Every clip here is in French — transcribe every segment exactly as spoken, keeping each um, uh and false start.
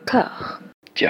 D'accord. Tiens.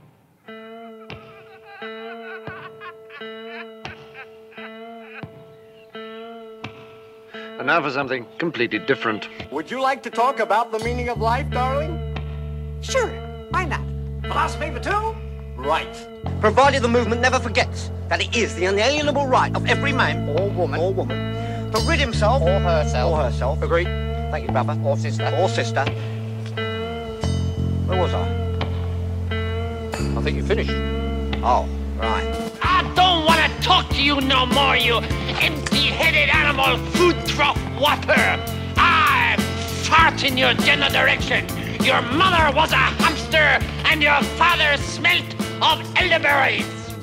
And now for something completely different. Would you like to talk about the meaning of life, darling? Sure, why not? Philosophy for two? Right. Provided the movement never forgets that it is the unalienable right of every man or woman or woman to rid himself or herself or herself. Agreed. Thank you, brother or sister or sister. Where was I? I think you finished. Oh, right. I don't want to talk to you no more, you empty-headed animal food trough whopper. I fart in your general direction. Your mother was a hamster and your father smelt of elderberries.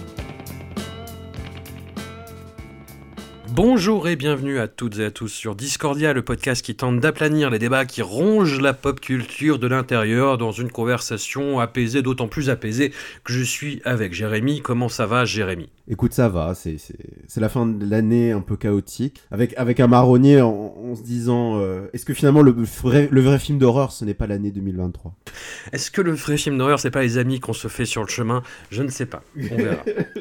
Bonjour et bienvenue à toutes et à tous sur Discordia, le podcast qui tente d'aplanir les débats qui rongent la pop culture de l'intérieur dans une conversation apaisée, d'autant plus apaisée que je suis avec Jérémy. Comment ça va, Jérémy ? Écoute, ça va, c'est, c'est, c'est la fin de l'année un peu chaotique, avec, avec un marronnier en, en se disant euh, est-ce que finalement le vrai, le vrai film d'horreur ce n'est pas l'année deux mille vingt-trois ? Est-ce que le vrai film d'horreur c'est pas les amis qu'on se fait sur le chemin ? Je ne sais pas, on verra.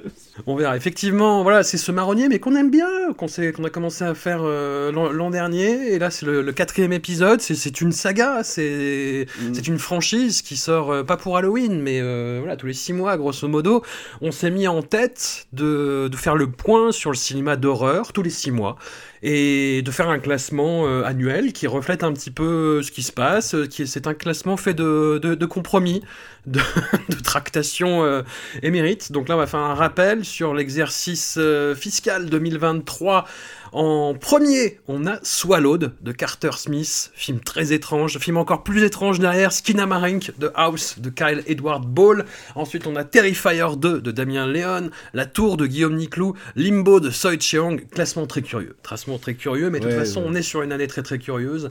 On verra, effectivement, voilà, c'est ce marronnier mais qu'on aime bien, qu'on, sait, qu'on a commencé à faire euh, l'an, l'an dernier, et là c'est le, le quatrième épisode, c'est, c'est une saga, c'est, mm. c'est une franchise qui sort euh, pas pour Halloween, mais euh, voilà, tous les six mois grosso modo, on s'est mis en tête De, de faire le point sur le cinéma d'horreur tous les six mois et de faire un classement euh, annuel qui reflète un petit peu ce qui se passe, qui est, c'est un classement fait de, de, de compromis, de, de tractations euh, émérites. Donc là on va faire un rappel sur l'exercice euh, fiscal deux mille vingt-trois. En premier, on a Swallowed de Carter Smith, film très étrange, film encore plus étrange derrière, Skinamarink de House de Kyle Edward Ball. Ensuite, on a Terrifier deux de Damien Léon, La Tour de Guillaume Niclou, Limbo de Soi Cheong, classement très curieux, classement très curieux, mais de toute ouais, façon, ouais. on est sur une année très très curieuse.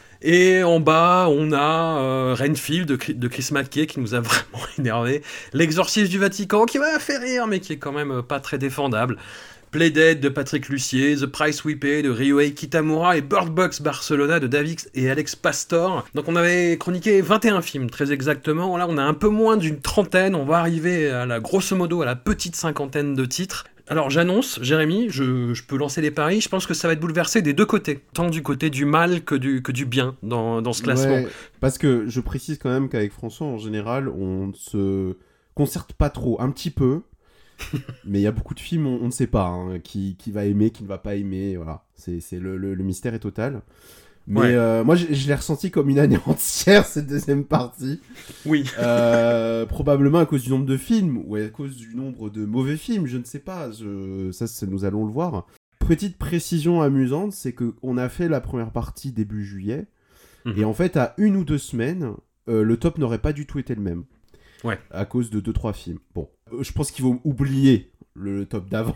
Et en bas, on a euh, Renfield de, de Chris McKay qui nous a vraiment énervé, L'Exorcisme du Vatican qui m'a fait rire, mais qui est quand même pas très défendable. Play Dead de Patrick Lussier, The Price We Pay de Ryuhei Kitamura et Bird Box Barcelona de David et Alex Pastor. Donc on avait chroniqué vingt et un films très exactement, là on a un peu moins d'une trentaine, on va arriver à la grosso modo à la petite cinquantaine de titres. Alors j'annonce, Jérémy, je, je peux lancer les paris, je pense que ça va être bouleversé des deux côtés, tant du côté du mal que du, que du bien dans, dans ce classement. Ouais, parce que je précise quand même qu'avec François en général on ne se concerte pas trop, un petit peu. Mais il y a beaucoup de films, on, on ne sait pas hein, qui, qui va aimer, qui ne va pas aimer, voilà. C'est, c'est le, le, le mystère est total. Mais ouais. euh, moi, je, je l'ai ressenti comme une année entière, cette deuxième partie. Oui. euh, probablement à cause du nombre de films, ou à cause du nombre de mauvais films, je ne sais pas. Je... Ça, ça, nous allons le voir. Petite précision amusante, c'est qu'on a fait la première partie début juillet, mm-hmm. et en fait, à une ou deux semaines, euh, le top n'aurait pas du tout été le même. Ouais. À cause de deux trois films. Bon, euh, je pense qu'il faut oublier le, le top d'avant.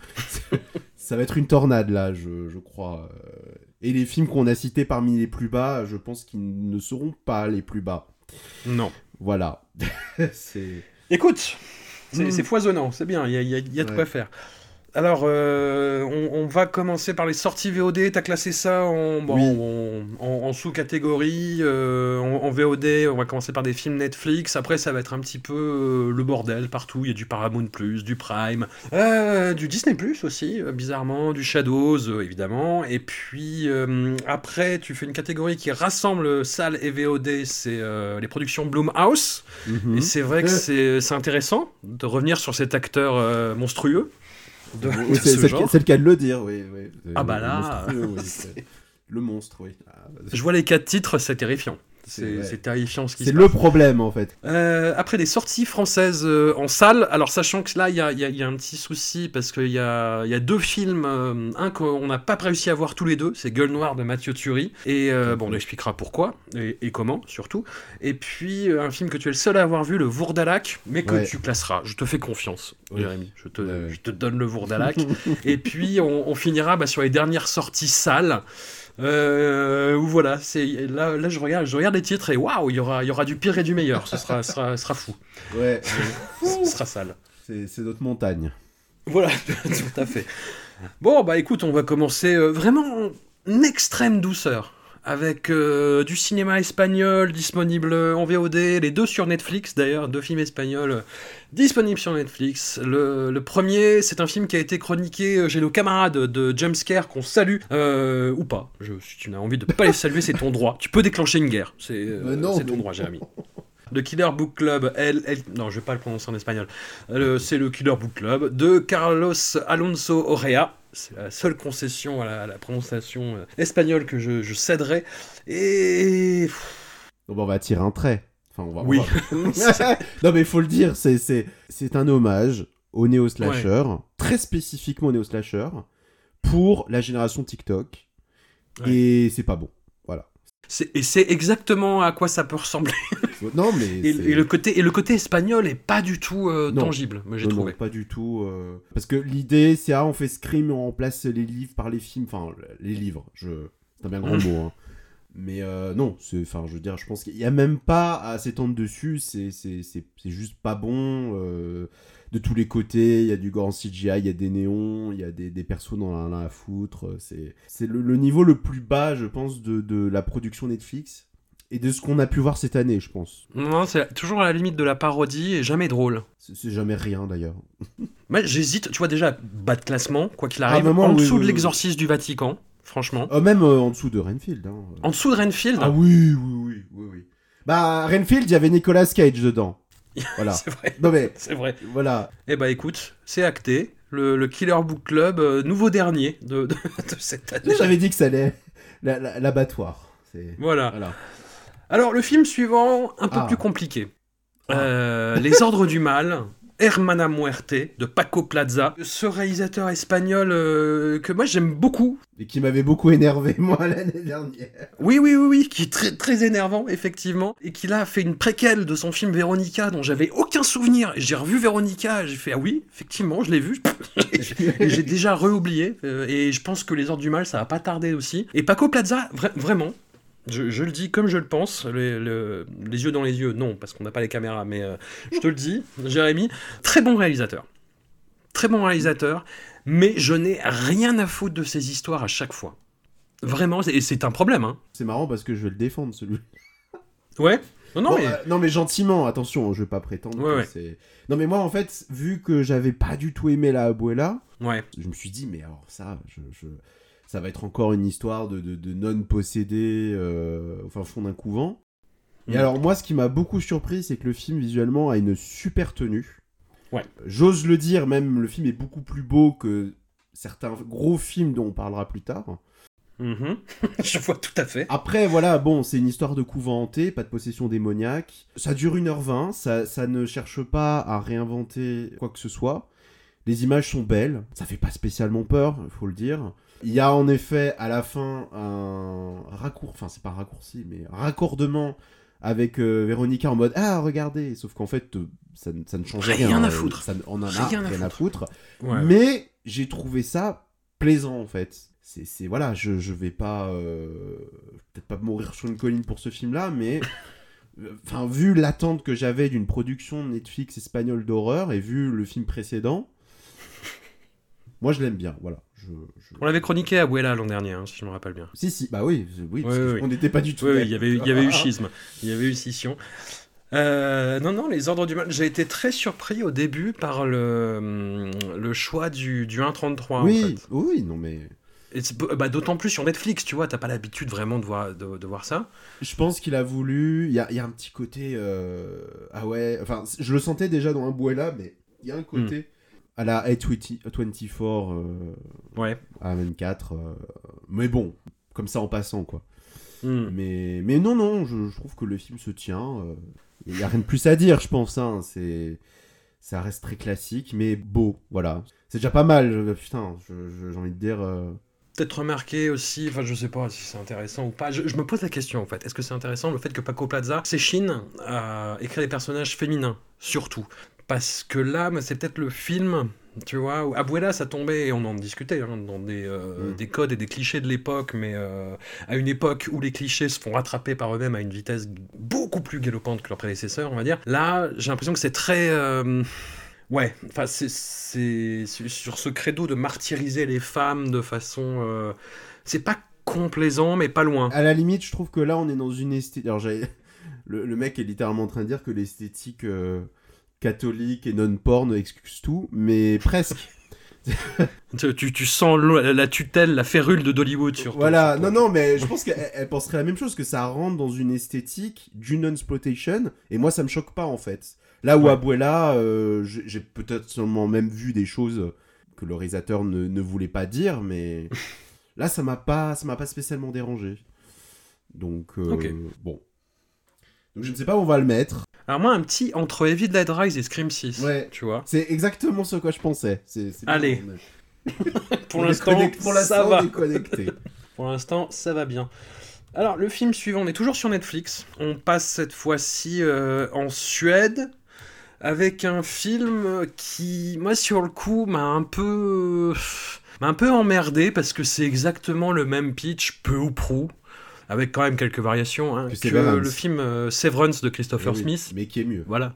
Ça va être une tornade là, je, je crois. Et les films qu'on a cités parmi les plus bas, je pense qu'ils ne seront pas les plus bas. Non. Voilà. c'est... Écoute, c'est, mmh. c'est foisonnant, c'est bien, il y a, y a, y a de ouais. quoi faire. Alors, euh, on, on va commencer par les sorties V O D. T'as classé ça en, bon, oui. en, en, en sous-catégorie. Euh, en, en V O D, on va commencer par des films Netflix. Après, ça va être un petit peu euh, le bordel partout. Il y a du Paramount plus, du Prime, euh, du Disney plus aussi, euh, bizarrement, du Shadows, euh, évidemment. Et puis, euh, après, tu fais une catégorie qui rassemble salles et V O D. C'est euh, les productions Blumhouse. Mm-hmm. Et c'est vrai que c'est, c'est intéressant de revenir sur cet acteur euh, monstrueux. De, oui, de c'est, ce c'est, genre. c'est le cas de le dire, oui. oui. Ah bah là... Le, oui, le monstre, oui. Ah, je vois les quatre titres, c'est terrifiant. C'est, c'est, c'est terrifiant ce qui c'est se le passe. problème, en fait. Euh, après, des sorties françaises euh, en salle. Alors, sachant que là, il y a, y, a, y a un petit souci, parce qu'il y a, y a deux films. Euh, un qu'on n'a pas réussi à voir tous les deux, c'est Gueule Noire de Mathieu Thury. Et euh, bon, on expliquera pourquoi, et, et comment, surtout. Et puis, euh, un film que tu es le seul à avoir vu, le Vourdalac, mais que ouais. tu classeras. Je te fais confiance, oui. Jérémy. Je te, ouais. je te donne le Vourdalac. Et puis, on, on finira bah, sur les dernières sorties salles. Euh, où voilà, c'est là, là je regarde, je regarde les titres et waouh, il y aura, il y aura du pire et du meilleur. Ce sera, sera, sera fou. Ouais. Ce sera sale. C'est, c'est notre montagne. Voilà, tout à fait. Bon, bah écoute, on va commencer euh, vraiment en extrême douceur avec euh, du cinéma espagnol disponible en V O D, les deux sur Netflix d'ailleurs, deux films espagnols euh, disponibles sur Netflix. Le, le premier, c'est un film qui a été chroniqué chez nos camarades de Jumpscare, qu'on salue, euh, ou pas. Je, si tu n'as envie de pas les saluer, c'est ton droit. Tu peux déclencher une guerre, c'est, euh, non, c'est ton mais... droit, Jérémy. Le Killer Book Club, elle, elle, non, je vais pas le prononcer en espagnol. Le, c'est le Killer Book Club de Carlos Alonso Orea. C'est la seule concession à la, à la prononciation euh, espagnole que je, je céderai. Et Bon, bah, on va tirer un trait. Enfin, on va. oui. On va... non, mais il faut le dire, c'est c'est c'est un hommage au néo slasher, ouais. Très spécifiquement au néo slasher, pour la génération TikTok. Ouais. Et c'est pas bon. Voilà. C'est, et c'est exactement à quoi ça peut ressembler. Non, mais et, et, le côté, et le côté espagnol est pas du tout euh, tangible, moi j'ai non, trouvé. Non, pas du tout. Euh... Parce que l'idée, c'est ah, on fait Scream, on remplace les livres par les films. Enfin, les livres, je... c'est un bien grand mot. Hein. Mais euh, non, c'est... Enfin, je veux dire, je pense qu'il y a même pas à s'étendre dessus. C'est, c'est, c'est, c'est juste pas bon. Euh... De tous les côtés, il y a du gore en C G I, il y a des néons, il y a des, des persos dans la, la à foutre. C'est, c'est le, le niveau le plus bas, je pense, de, de la production Netflix. Et de ce qu'on a pu voir cette année, je pense. Non, c'est toujours à la limite de la parodie et jamais drôle. C'est, c'est jamais rien, d'ailleurs. Mais j'hésite, tu vois, déjà, bas de classement, quoi qu'il arrive, ah, en dessous oui, de oui, l'exorcisme oui. du Vatican, franchement. Euh, même euh, en dessous de Renfield. Hein. En dessous de Renfield Ah oui, oui, oui, oui, oui. Bah, Renfield, il y avait Nicolas Cage dedans. Voilà. C'est vrai. Non, mais, c'est vrai. Voilà. Eh bah écoute, c'est acté. Le, le Killer Book Club, euh, nouveau dernier de, de, de cette année. J'avais dit que ça allait la, la, l'abattoir. C'est... Voilà. voilà. Alors, le film suivant, un peu ah. plus compliqué. Ah. Euh, Les Ordres du Mal, Hermana Muerte, de Paco Plaza. Ce réalisateur espagnol euh, que moi j'aime beaucoup. Et qui m'avait beaucoup énervé, moi, l'année dernière. Oui, oui, oui, oui, qui est très, très énervant, effectivement. Et qui là a fait une préquelle de son film Véronica, dont j'avais aucun souvenir. Et j'ai revu Véronica, et j'ai fait, ah oui, effectivement, je l'ai vu. Et j'ai déjà re-oublié. Et je pense que Les Ordres du Mal, ça va pas tarder aussi. Et Paco Plaza, vra- vraiment... Je, je le dis comme je le pense, les, le, les yeux dans les yeux, non, parce qu'on n'a pas les caméras, mais euh, je te le dis, Jérémy, très bon réalisateur. Très bon réalisateur, mais je n'ai rien à foutre de ces histoires à chaque fois. Vraiment, et c'est un problème. Hein. C'est marrant parce que je vais le défendre, celui-là. Ouais non, non, bon, mais... Euh, non, mais gentiment, attention, je vais pas prétendre ouais, que ouais. c'est... Non, mais moi, en fait, vu que j'avais pas du tout aimé la Abuela, ouais. je me suis dit, mais alors ça, je... je... ça va être encore une histoire de, de, de nonnes possédées euh, au fin fond d'un couvent. Mmh. Et alors, moi, ce qui m'a beaucoup surpris, c'est que le film, visuellement, a une super tenue. Ouais. J'ose le dire, même, le film est beaucoup plus beau que certains gros films dont on parlera plus tard. Mmh. Je vois tout à fait. Après, voilà, bon, c'est une histoire de couvent hanté, pas de possession démoniaque. Ça dure une heure vingt, ça, ça ne cherche pas à réinventer quoi que ce soit. Les images sont belles, ça fait pas spécialement peur, il faut le dire. Il y a en effet à la fin un raccourci, enfin c'est pas un raccourci, mais un raccordement avec euh, Véronica en mode ah regardez, sauf qu'en fait euh, ça, ça ne change rien. Rien à foutre. Ça, on en a rien, rien à foutre. À foutre. Ouais. Mais j'ai trouvé ça plaisant en fait. C'est, c'est voilà, je je vais pas euh, peut-être pas mourir sur une colline pour ce film-là, mais enfin vu l'attente que j'avais d'une production Netflix espagnole d'horreur et vu le film précédent. Moi, je l'aime bien, voilà. Je, je... On l'avait chroniqué à Abuela l'an dernier, hein, si je me rappelle bien. Si, si, bah oui, oui, oui, oui. on n'était pas du tout... Oui, oui, il y avait, il y avait eu schisme, il y avait eu scission. Euh, non, non, Les Ordres du Mal, j'ai été très surpris au début par le, le choix du, du un trente-trois, oui, en fait. Oui, non mais... Et bah, d'autant plus sur Netflix, tu vois, t'as pas l'habitude vraiment de voir, de, de voir ça. Je pense qu'il a voulu... Il y a, y a un petit côté... Euh... Ah ouais, enfin, je le sentais déjà dans Abuela, mais il y a un côté... Mm. À la A vingt-quatre, euh, ouais. à vingt-quatre, euh, mais bon, comme ça en passant, quoi. Mm. Mais, mais non, non, je, je trouve que le film se tient. Il euh, n'y a rien de plus à dire, je pense. Hein, c'est, ça reste très classique, mais beau, voilà. C'est déjà pas mal, je, putain, je, je, j'ai envie de dire... Euh... Peut-être remarquer aussi, enfin je sais pas si c'est intéressant ou pas, je, je me pose la question en fait, est-ce que c'est intéressant le fait que Paco Plaza s'échine à écrire des personnages féminins, surtout ? Parce que là, c'est peut-être le film, tu vois, où Abuela, ça tombait, et on en discutait, hein, dans des, euh, mm. des codes et des clichés de l'époque, mais euh, à une époque où les clichés se font rattraper par eux-mêmes à une vitesse beaucoup plus galopante que leurs prédécesseurs, on va dire. Là, j'ai l'impression que c'est très... Euh, ouais, enfin, c'est, c'est, c'est sur ce credo de martyriser les femmes de façon... Euh, c'est pas complaisant, mais pas loin. À la limite, je trouve que là, on est dans une esthétique... Alors, j'avais... le, le mec est littéralement en train de dire que l'esthétique euh, catholique et non-porn excuse tout, mais presque. tu, tu, tu sens la, la tutelle, la férule de Dollywood sur toi. Voilà, non, non, mais je pense qu'elle elle penserait la même chose, que ça rentre dans une esthétique du non-exploitation, et moi, ça me choque pas, en fait. Là où ouais. Abuela, euh, j'ai, j'ai peut-être seulement même vu des choses que le réalisateur ne, ne voulait pas dire, mais là, ça m'a pas, ça m'a pas spécialement dérangé. Donc, euh, okay. bon. Donc, je ne sais pas où on va le mettre. Alors moi, un petit entre Evil Dead Rise et Scream six, ouais. tu vois. C'est exactement ce que je pensais. C'est, c'est Allez. pour, on l'instant, connecte, pour l'instant, ça va. Déconnecté. Pour l'instant, ça va bien. Alors, le film suivant, on est toujours sur Netflix. On passe cette fois-ci euh, en Suède, avec un film qui, moi, sur le coup, m'a un peu... m'a un peu emmerdé, parce que c'est exactement le même pitch, peu ou prou, avec quand même quelques variations, hein, que, que le film euh, Severance de Christopher oui, oui, Smith. Mais qui est mieux. Voilà.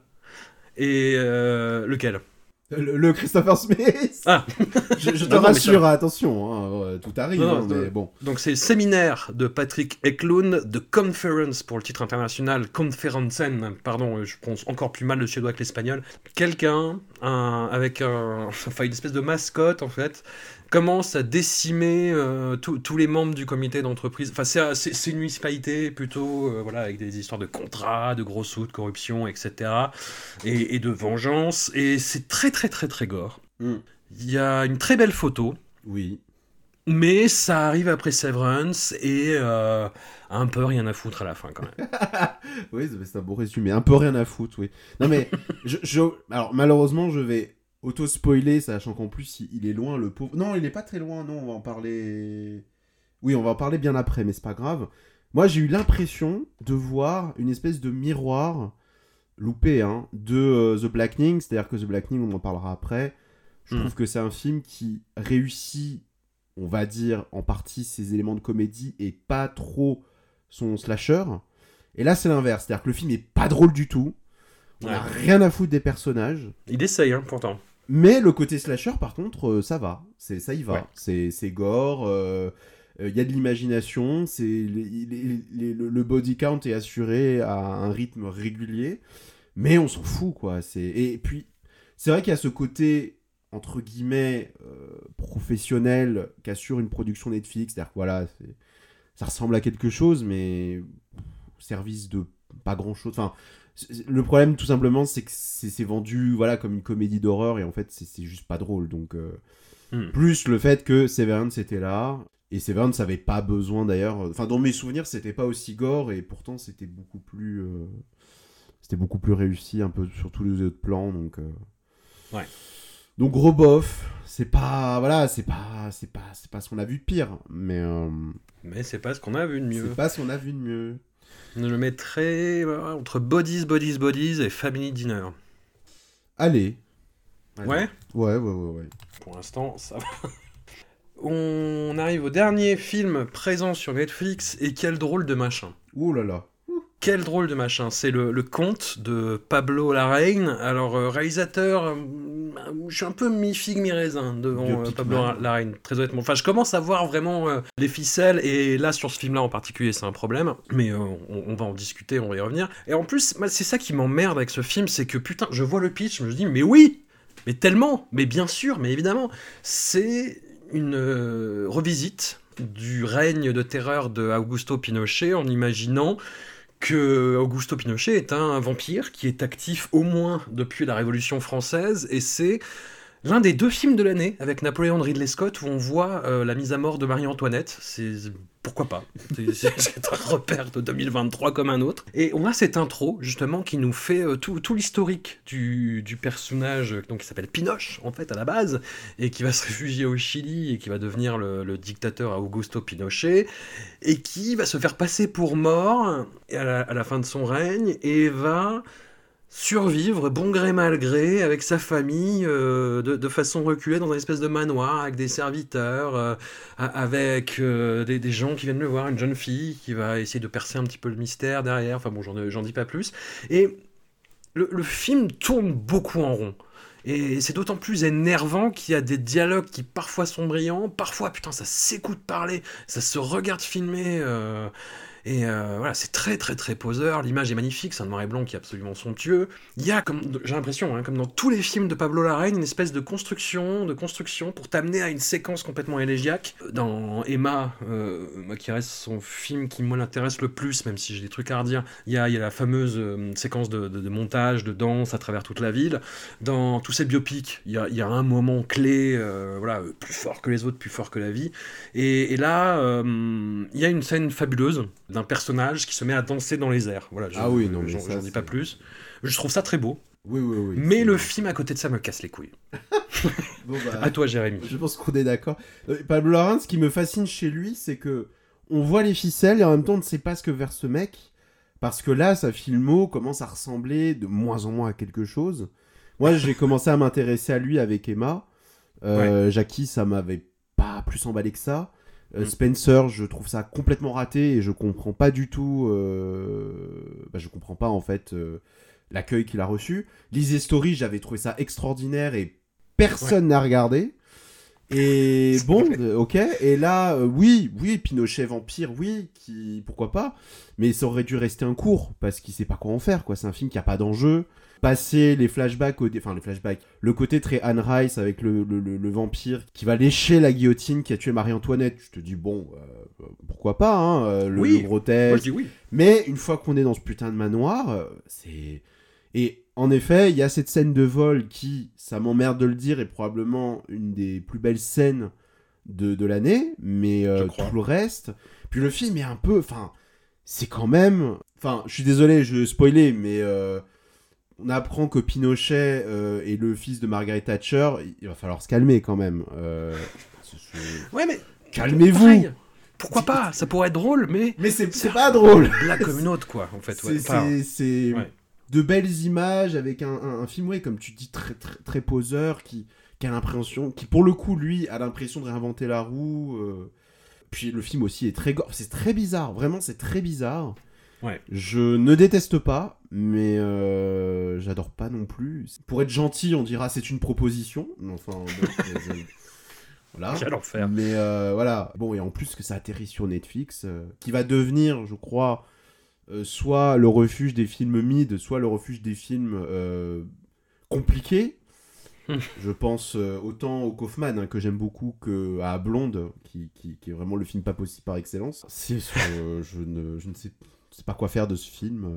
Et euh, lequel ? Le, le Christopher Smith. Ah. Je, je te non, rassure, non, attention, hein, tout arrive, non, non, hein, mais bon. Donc c'est Séminaire de Patrick Eklund, The Conference pour le titre international, Conferensen, pardon, je prononce encore plus mal le suédois que l'espagnol. Quelqu'un, un, avec un, enfin une espèce de mascotte en fait, commence à décimer euh, tous les membres du comité d'entreprise. Enfin, c'est, c'est, c'est une municipalité plutôt, euh, voilà, avec des histoires de contrats, de gros sous, de corruption, et cetera. Et, et de vengeance. Et c'est très, très, très, très gore. Il mm. y a une très belle photo. Oui. Mais ça arrive après Severance et euh, un peu rien à foutre à la fin, quand même. Oui, c'est un beau résumé. Un peu rien à foutre, oui. Non, mais, je, je, alors, malheureusement, je vais... auto-spoiler, sachant qu'en plus, il est loin, le pauvre... Non, il est pas très loin, non, on va en parler... Oui, on va en parler bien après, mais c'est pas grave. Moi, j'ai eu l'impression de voir une espèce de miroir loupé, hein, de euh, The Blackening, c'est-à-dire que The Blackening, on en parlera après. Je mm. trouve que c'est un film qui réussit, on va dire, en partie ses éléments de comédie et pas trop son slasher. Et là, c'est l'inverse, c'est-à-dire que le film est pas drôle du tout. On n'a ouais. rien à foutre des personnages. Il essaye, hein, pourtant. Mais le côté slasher, par contre, euh, ça va. C'est, ça y va. Ouais. C'est, c'est gore. Il euh, euh, y a de l'imagination. C'est, les, les, les, le body count est assuré à un rythme régulier. Mais on s'en fout, quoi. C'est... Et puis, c'est vrai qu'il y a ce côté, entre guillemets, euh, professionnel qu'assure une production Netflix. C'est-à-dire que voilà, c'est... ça ressemble à quelque chose, mais service de pas grand-chose. Enfin... Le problème, tout simplement, c'est que c'est, c'est vendu voilà, comme une comédie d'horreur et en fait, c'est, c'est juste pas drôle. Donc, euh, mm. Plus le fait que Severance était là et Severance n'avait pas besoin d'ailleurs. Enfin, dans mes souvenirs, c'était pas aussi gore et pourtant, c'était beaucoup plus, euh, c'était beaucoup plus réussi un peu sur tous les autres plans. Donc, euh... ouais. donc gros bof. C'est pas, voilà, c'est pas, c'est pas, c'est pas ce qu'on a vu de pire, mais. Euh... Mais c'est pas ce qu'on a vu de mieux. C'est pas ce qu'on a vu de mieux. Je le mettrais euh, entre Bodies, Bodies, Bodies et Family Dinner. Allez. Allez. Ouais Ouais, ouais, ouais, ouais. Pour l'instant, ça va. On arrive au dernier film présent sur Netflix, et quel drôle de machin. Ouh là là. Quel drôle de machin. C'est le, le conte de Pablo Larraín. Alors, euh, réalisateur, euh, je suis un peu mi-figue, mi-raisin devant euh, Pablo Larraín, très honnêtement. Enfin, je commence à voir vraiment euh, les ficelles, et là, sur ce film-là en particulier, c'est un problème. Mais euh, on, on va en discuter, on va y revenir. Et en plus, moi, c'est ça qui m'emmerde avec ce film, c'est que, putain, je vois le pitch, je me dis, mais oui, mais tellement, mais bien sûr, mais évidemment. C'est une euh, revisite du règne de terreur de Augusto Pinochet en imaginant que Augusto Pinochet est un vampire qui est actif au moins depuis la Révolution française, et c'est l'un des deux films de l'année avec Napoléon de Ridley Scott où on voit euh, la mise à mort de Marie-Antoinette. C'est... Pourquoi pas, c'est, c'est, c'est un repère de deux mille vingt-trois comme un autre. Et on a cette intro, justement, qui nous fait euh, tout, tout l'historique du, du personnage donc, qui s'appelle Pinoche, en fait, à la base, et qui va se réfugier au Chili, et qui va devenir le, le dictateur Augusto Pinochet, et qui va se faire passer pour mort à la, à la fin de son règne, et va survivre, bon gré mal gré, avec sa famille, euh, de, de façon reculée, dans une espèce de manoir, avec des serviteurs, euh, avec euh, des, des gens qui viennent le voir, une jeune fille qui va essayer de percer un petit peu le mystère derrière, enfin bon, j'en, j'en dis pas plus. Et le, le film tourne beaucoup en rond. Et c'est d'autant plus énervant qu'il y a des dialogues qui parfois sont brillants, parfois, putain, ça s'écoute parler, ça se regarde filmer... Euh... Et euh, voilà, c'est très très très poseur, l'image est magnifique, c'est un noir et blanc qui est absolument somptueux. Il y a, comme j'ai l'impression, hein, comme dans tous les films de Pablo Larraín, une espèce de construction, de construction pour t'amener à une séquence complètement élégiaque. Dans Emma, euh, moi qui reste son film qui moi l'intéresse le plus, même si j'ai des trucs à redire, il y a, il y a la fameuse euh, séquence de, de, de montage, de danse à travers toute la ville. Dans tous ces biopics, il y a, il y a un moment clé, euh, voilà, plus fort que les autres, plus fort que la vie. Et, et là, euh, il y a une scène fabuleuse d'un personnage qui se met à danser dans les airs. Voilà, je, ah oui, non, mais j'en, ça, j'en dis c'est... pas plus. Je trouve ça très beau. Oui, oui, oui. Mais c'est... le film à côté de ça me casse les couilles. Bon, bah, à toi, Jérémy. Je pense qu'on est d'accord. Euh, Pablo Larraín, ce qui me fascine chez lui, c'est que on voit les ficelles et en même temps on ne sait pas ce que vers ce mec. Parce que là, sa filmo commence à ressembler de moins en moins à quelque chose. Moi, j'ai commencé à m'intéresser à lui avec Emma. Euh, ouais. Jackie, ça m'avait pas plus emballé que ça. Euh, Spencer, je trouve ça complètement raté et je comprends pas du tout. Euh... Bah, je comprends pas en fait euh, l'accueil qu'il a reçu. Liz Story, j'avais trouvé ça extraordinaire et personne ouais. n'a regardé. Et bon, euh, ok. Et là, euh, oui, oui, Pinochet vampire, oui, qui pourquoi pas. Mais ça aurait dû rester un court parce qu'il sait pas quoi en faire. Quoi, c'est un film qui a pas d'enjeu. Passer les flashbacks, au dé... enfin les flashbacks, le côté très Anne Rice avec le, le, le, le vampire qui va lécher la guillotine qui a tué Marie-Antoinette. Je te dis bon, euh, pourquoi pas, hein, euh, le, oui. le grotesque. Moi, je dis oui. Mais une fois qu'on est dans ce putain de manoir, euh, c'est... Et en effet, il y a cette scène de vol qui, ça m'emmerde de le dire, est probablement une des plus belles scènes de, de l'année, mais euh, tout le reste... Puis le film est un peu... Enfin, c'est quand même... Enfin, je suis désolé, je spoilais, mais... Euh... On apprend que Pinochet euh, est le fils de Margaret Thatcher. Il va falloir se calmer quand même. Euh, c'est, c'est... Ouais, mais calmez-vous. Pareil. Pourquoi pas ? Ça pourrait être drôle, mais mais c'est, c'est pas drôle. Là comme une autre, quoi. En fait, c'est, ouais. Enfin, c'est, c'est ouais. de belles images avec un, un, un film, ouais, comme tu dis, très très, très poseur, qui, qui a l'impression, qui pour le coup, lui, a l'impression de réinventer la roue. Euh... Puis le film aussi est très gore. C'est très bizarre. Vraiment, c'est très bizarre. Ouais. Je ne déteste pas, mais euh, j'adore pas non plus. Pour être gentil, on dira c'est une proposition. Enfin, bon, je... voilà. Quel enfer. Mais euh, voilà. Bon, et en plus que ça atterrit sur Netflix, euh, qui va devenir, je crois, euh, soit le refuge des films mid, soit le refuge des films euh, compliqués. Je pense euh, autant au Kaufman, hein, que j'aime beaucoup, qu'à Blonde, qui, qui, qui est vraiment le film pas possible par excellence. C'est, euh, je, ne, je ne sais pas. Je sais pas quoi faire de ce film.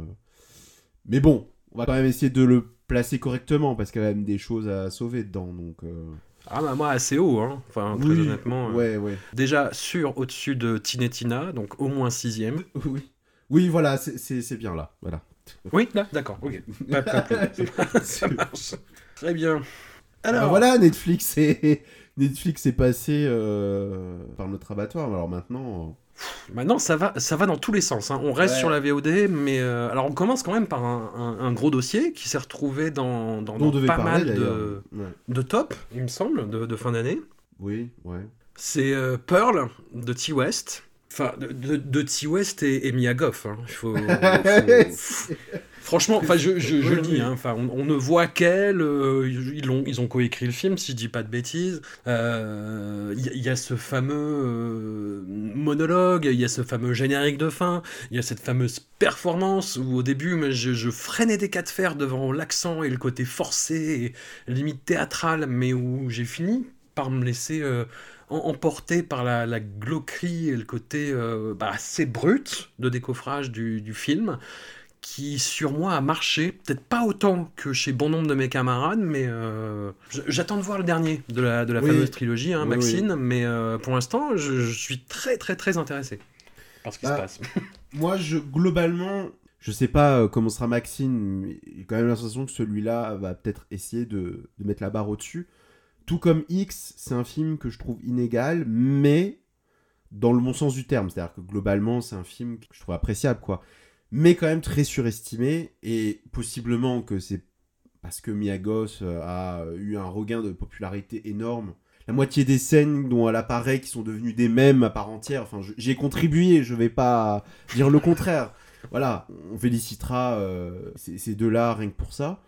Mais bon, on va quand même essayer de le placer correctement, parce qu'il y a quand même des choses à sauver dedans. Donc, euh... Ah bah moi assez haut, hein. Enfin, très oui, honnêtement. Ouais, euh... ouais. Déjà sur, au-dessus de Tinetina, donc au moins sixième. Oui, oui voilà, c'est, c'est, c'est bien là. Voilà. Oui, là, d'accord, ok. Pas, pas plus. Ça marche. Très bien. Alors, Alors voilà, Netflix est, Netflix est passé euh, par notre abattoir. Alors maintenant... Euh... Maintenant, ça va, ça va dans tous les sens. Hein. On reste ouais. sur la V O D, mais euh, alors on commence quand même par un, un, un gros dossier qui s'est retrouvé dans, dans, dans pas parler, mal de, ouais. de top, il me semble, de, de fin d'année. Oui, ouais. C'est euh, Pearl de Ti West. Enfin, de, de, de Ti West et, et Mia Goth. Hein. Il faut, faut, faut... Franchement, enfin, je, je, je le dis, hein, on, on ne voit qu'elle. Euh, ils, ont, ils ont coécrit le film, si je dis pas de bêtises. Il euh, y, y a ce fameux euh, monologue, il y a ce fameux générique de fin, il y a cette fameuse performance où au début, je, je freinais des cas de fer devant l'accent et le côté forcé, et limite théâtral, mais où j'ai fini par me laisser euh, emporter par la, la glauquerie et le côté euh, bah, assez brut de décoffrage du, du film, qui sur moi a marché, peut-être pas autant que chez bon nombre de mes camarades, mais euh, j'attends de voir le dernier de la, de la oui. fameuse trilogie, hein, oui, Maxine, oui. mais euh, pour l'instant, je, je suis très très très intéressé par ce qui bah, se passe. Moi, je, globalement, je sais pas euh, comment sera Maxine, mais j'ai quand même l'impression que celui-là va peut-être essayer de, de mettre la barre au-dessus. Tout comme X, c'est un film que je trouve inégal, mais dans le bon sens du terme, c'est-à-dire que globalement, c'est un film que je trouve appréciable, quoi. Mais quand même très surestimé, et possiblement que c'est parce que Mia Goth a eu un regain de popularité énorme. La moitié des scènes dont elle apparaît qui sont devenues des mèmes à part entière, enfin, je, j'ai contribué, je vais pas dire le contraire. Voilà, on félicitera euh, ces, ces deux-là rien que pour ça.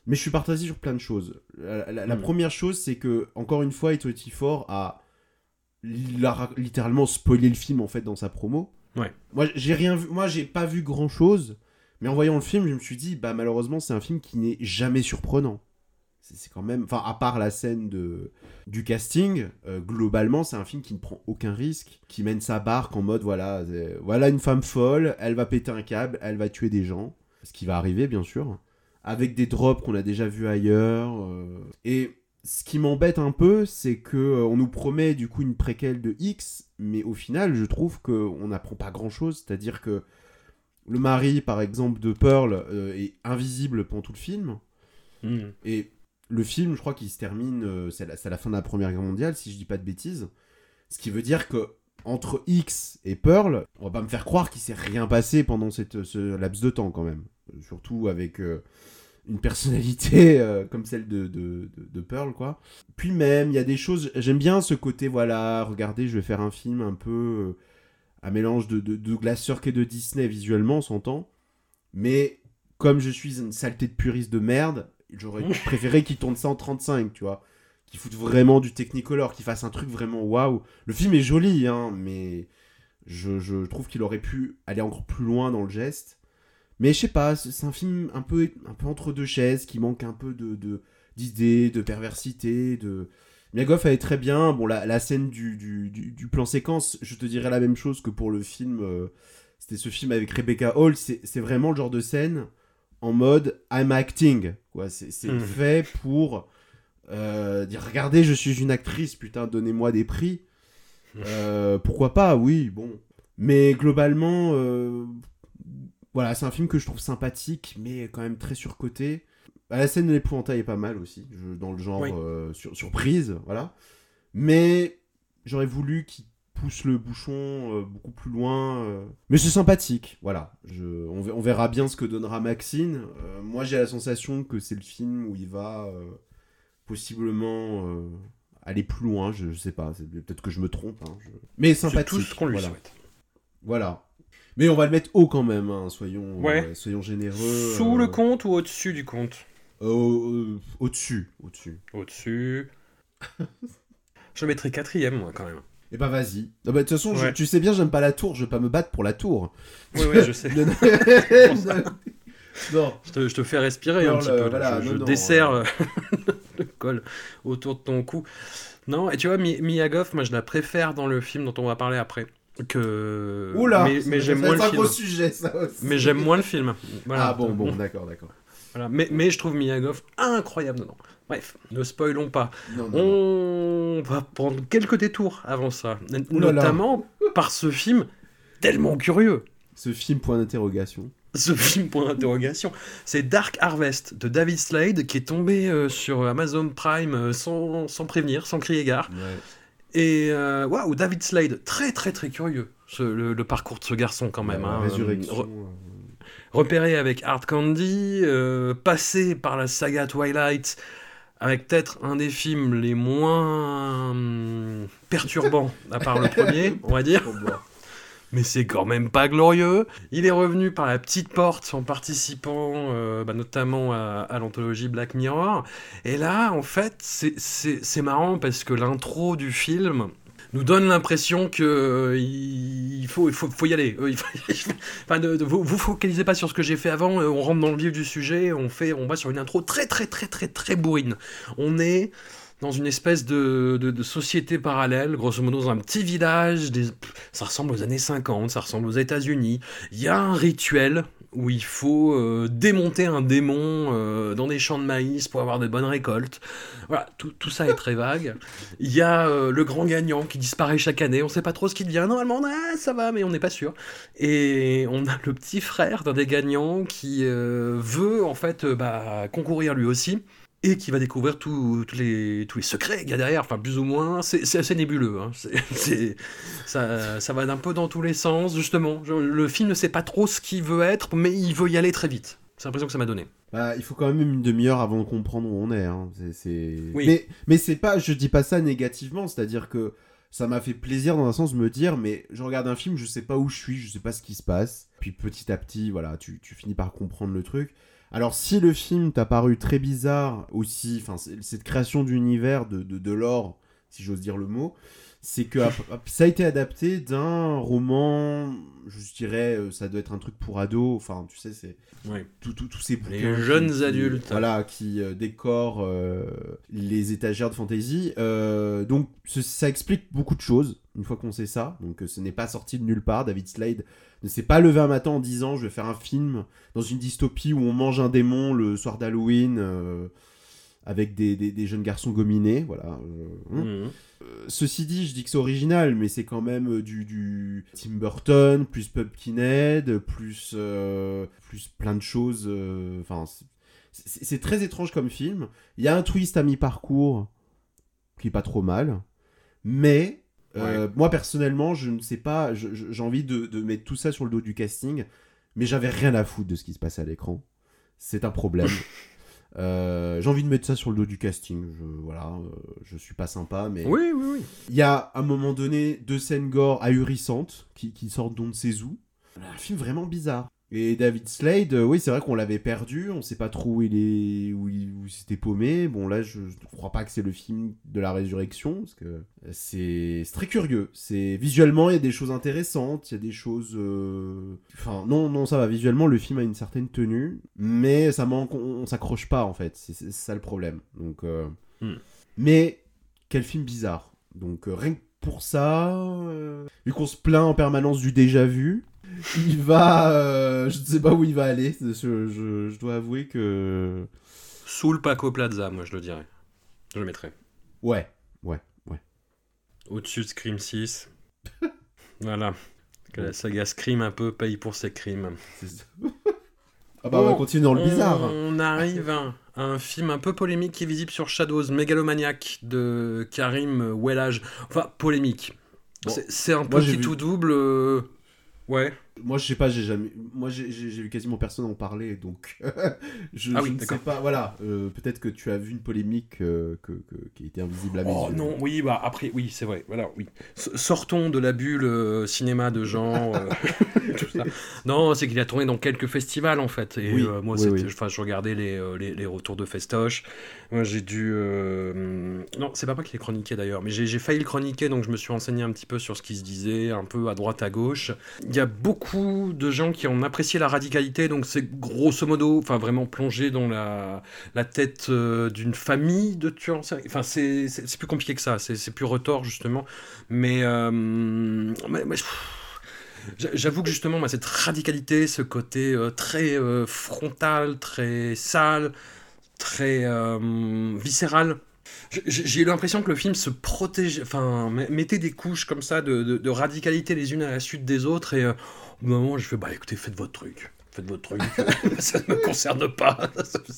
Mais je suis partagé sur plein de choses. La, la, la Mm. première chose, c'est que, encore une fois, A24 a, il a littéralement spoilé le film, en fait, dans sa promo. Ouais. Moi, j'ai rien vu, moi, j'ai pas vu grand-chose, mais en voyant le film, je me suis dit, bah, malheureusement, c'est un film qui n'est jamais surprenant. C'est, c'est quand même... Enfin, à part la scène de, du casting, euh, globalement, c'est un film qui ne prend aucun risque, qui mène sa barque en mode, voilà, c'est- voilà une femme folle, elle va péter un câble, elle va tuer des gens, ce qui va arriver, bien sûr, avec des drops qu'on a déjà vus ailleurs. euh. Et ce qui m'embête un peu, c'est que euh, on nous promet du coup une préquelle de X, mais au final, je trouve qu'on n'apprend pas grand-chose. C'est-à-dire que le mari, par exemple, de Pearl euh, est invisible pendant tout le film. Mm. Et le film, je crois qu'il se termine, euh, c'est, à la, c'est à la fin de la Première Guerre mondiale, si je dis pas de bêtises. Ce qui veut dire que entre X et Pearl, on va pas me faire croire qu'il s'est rien passé pendant cette, ce laps de temps quand même. Euh, surtout avec euh, une personnalité euh, comme celle de, de, de, de Pearl, quoi. Puis même, il y a des choses... J'aime bien ce côté, voilà, regardez, je vais faire un film un peu... Euh, un mélange de, de, de Douglas Sirk et de Disney visuellement, on s'entend. Mais comme je suis une saleté de puriste de merde, j'aurais préféré qu'il tourne ça en trente-cinq, tu vois. Qu'il foute vraiment du Technicolor, qu'il fasse un truc vraiment waouh. Le film est joli, hein, mais je, je trouve qu'il aurait pu aller encore plus loin dans le geste. Mais je sais pas, c'est c'est un film un peu, un peu entre deux chaises, qui manque un peu de, de, d'idées, de perversité, de... Mia Goth elle est très bien. Bon, la, la scène du, du, du, du plan séquence, je te dirais la même chose que pour le film. Euh, c'était ce film avec Rebecca Hall. C'est, c'est vraiment le genre de scène en mode I'm acting. Quoi. C'est, c'est Mmh. fait pour euh, dire regardez, je suis une actrice, putain, donnez-moi des prix. Euh, pourquoi pas, oui, bon. Mais globalement, euh, voilà, c'est un film que je trouve sympathique, mais quand même très surcoté. La scène de l'épouvantail est pas mal aussi, je- dans le genre Oui. euh, sur, surprise, voilà. Mais j'aurais voulu qu'il pousse le bouchon euh, beaucoup plus loin. euh. Mais c'est sympathique, voilà. Je, on, ve- on verra bien ce que donnera Maxine. Euh, moi, j'ai la sensation que c'est le film où il va euh, possiblement euh, aller plus loin. Je, je sais pas, c'est, peut-être que je me trompe. Hein, je- Mais C'est sympathique. tout ce qu'on lui voilà. souhaite. Voilà. Mais on va le mettre haut quand même, hein, soyons, Ouais. euh, soyons généreux. Sous euh, le compte ou au-dessus du compte? euh, euh, Au-dessus, au-dessus. Au-dessus. Je le mettrai quatrième, moi, quand même. Et bah vas-y. Ah bah, de toute façon, je- Ouais. tu sais bien, j'aime pas la tour, je vais pas me battre pour la tour. Oui, oui, je sais. non. Je te, je te fais respirer un Non, petit le- peu. là. voilà, je non, je non, desserre euh. euh, le col autour de ton cou. Non, et tu vois, Mi- Mia Goth, moi je la préfère dans le film dont on va parler après. Que... Oula, mais, mais ça- j'aime ça moins va le être un gros film. sujet, ça aussi. Mais j'aime moins le film. Voilà. Ah bon, bon, d'accord, d'accord. Voilà. Mais, mais je trouve Mia Goth incroyable dedans. Bref, ne spoilons pas. Non, non, non. On va prendre quelques détours avant ça. Ouh là là. Notamment par ce film tellement curieux. Ce film, point d'interrogation. Ce film, point d'interrogation. C'est Dark Harvest de David Slade qui est tombé euh, sur Amazon Prime euh, sans, sans prévenir, sans crier gare. Ouais. Et euh, waouh, David Slade, très très très curieux, ce- le, le parcours de ce garçon quand même. La hein. résurrection. Re- repéré avec Hard Candy, euh, passé par la saga Twilight, avec peut-être un des films les moins hum, perturbants, à part le premier, on va dire. euh, Mais c'est quand même pas glorieux. Il est revenu par la petite porte en participant euh, bah, notamment à, à l'anthologie Black Mirror. Et là, en fait, c'est, c'est, c'est marrant parce que l'intro du film nous donne l'impression que euh, il faut, il faut, faut y aller. Euh, il faut- enfin, de- de- vous vous focalisez pas sur ce que j'ai fait avant, euh, on rentre dans le vif du sujet, on, fait, on va sur une intro très très très très très bourrine. On est dans une espèce de, de, de société parallèle, grosso modo dans un petit village, des... ça ressemble aux années cinquante, ça ressemble aux États-Unis. Il y a un rituel où il faut euh, démonter un démon euh, dans des champs de maïs pour avoir de bonnes récoltes. Voilà, tout, tout ça est très vague. Il y a euh, le grand gagnant qui disparaît chaque année, on sait pas trop ce qu'il devient. Normalement, ah, ça va, mais on n'est pas sûr. Et on a le petit frère d'un des gagnants qui euh, veut en fait euh, bah, concourir lui aussi. Et qui va découvrir tout- tous les, tous les secrets qu'il y a derrière, enfin plus ou moins, c'est, c'est assez nébuleux, hein. c'est, c'est, ça, ça va d'un peu dans tous les sens, justement. Je- le film ne sait pas trop ce qu'il veut être, mais il veut y aller très vite. C'est l'impression que ça m'a donné. Bah, il faut quand même une demi-heure avant de comprendre où on est. Hein. C'est, c'est... Oui. Mais, mais c'est pas, je dis pas ça négativement, c'est-à-dire que ça m'a fait plaisir dans un sens de me dire, mais je regarde un film, je sais pas où je suis, je sais pas ce qui se passe. Puis petit à petit, voilà, tu, tu finis par comprendre le truc. Alors, si le film t'a paru très bizarre aussi, enfin, cette création d'univers, de, de, de lore, si j'ose dire le mot, c'est que ça a été adapté d'un roman, je dirais, ça doit être un truc pour ados, enfin, tu sais, c'est oui. tous ces bouquins. Les jeunes qui, adultes. Voilà, qui euh, décorent euh, les étagères de fantasy. Euh, donc, ce, ça explique beaucoup de choses, une fois qu'on sait ça. Donc, euh, ce n'est pas sorti de nulle part. David Slade ne s'est pas levé un matin en disant « Je vais faire un film dans une dystopie où on mange un démon le soir d'Halloween euh, avec des, des, des jeunes garçons gominés. » Voilà. Euh, mmh. Euh, ceci dit, je dis que c'est original, mais c'est quand même du, du Tim Burton, plus Pumpkinhead, plus, euh, plus plein de choses. Enfin, euh, c'est, c'est très étrange comme film. Il y a un twist à mi-parcours qui est pas trop mal, mais euh, ouais. moi personnellement, je ne sais pas. Je, je, j'ai envie de, de mettre tout ça sur le dos du casting, mais j'avais rien à foutre de ce qui se passait à l'écran. C'est un problème. Euh, j'ai envie de mettre ça sur le dos du casting. Je, voilà, euh, je suis pas sympa, mais oui, oui, oui. Il y a à un moment donné deux scènes gore ahurissantes qui, qui sortent d'on ne sait où. Un film vraiment bizarre. Et David Slade, euh, oui, c'est vrai qu'on l'avait perdu. On sait pas trop où il est, où il, où il s'était paumé. Bon, là, je, je crois pas que c'est le film de la résurrection, parce que c'est, c'est très curieux. C'est visuellement, il y a des choses intéressantes, il y a des choses. Euh... Enfin, non, non, ça va. Visuellement, le film a une certaine tenue, mais ça manque, on, on s'accroche pas en fait. C'est, c'est, c'est ça le problème. Donc, euh... hmm. mais quel film bizarre. Donc, euh, rien que pour ça, euh... vu qu'on se plaint en permanence du déjà vu. Il va... Euh, je ne sais pas où il va aller. Je, je, je dois avouer que... Sous le Paco Plaza, moi je le dirais. Je le mettrais. Ouais, ouais, ouais. Au-dessus de Scream six. Voilà. Que la saga Scream un peu paye pour ses crimes. C'est... ah bah on va continuer dans le bizarre. On arrive à un film un peu polémique qui est visible sur Shadows, Mégalomaniac de Karim Ouelhaj. Enfin, polémique. Bon, c'est, c'est un peu qui vu... tout double... Euh... Ouais. Moi, je sais pas, j'ai jamais. Moi, j'ai, j'ai, j'ai vu quasiment personne en parler, donc je, ah oui, je ne sais pas. Voilà, euh, peut-être que tu as vu une polémique euh, que, que, qui était invisible à mes oh, yeux. Non, oui, bah après, oui, c'est vrai. Voilà, oui. Sortons de la bulle euh, cinéma de gens. Euh, tout ça. Non, c'est qu'il a tourné dans quelques festivals en fait. Et oui, euh, moi, oui, c'était, oui. Enfin, je regardais les, les, les retours de festoche. Moi, j'ai dû. Euh... Non, c'est pas moi qui l'ai chroniqué d'ailleurs, mais j'ai, j'ai failli le chroniquer, donc je me suis renseigné un petit peu sur ce qui se disait, un peu à droite à gauche. Il y a beaucoup de gens qui ont apprécié la radicalité, donc c'est grosso modo, enfin vraiment plongé dans la, la tête euh, d'une famille de tueurs en série. Enfin, c'est, c'est, c'est plus compliqué que ça, c'est, c'est plus retors justement. Mais, euh, mais, mais j'avoue que justement, moi, cette radicalité, ce côté euh, très euh, frontal, très sale, très euh, viscéral. J'ai eu l'impression que le film se protégeait, enfin, mettait des couches comme ça de, de, de radicalité les unes à la suite des autres, et euh, au bout d'un moment, je fais, bah écoutez, faites votre truc, faites votre truc, ça ne me concerne pas.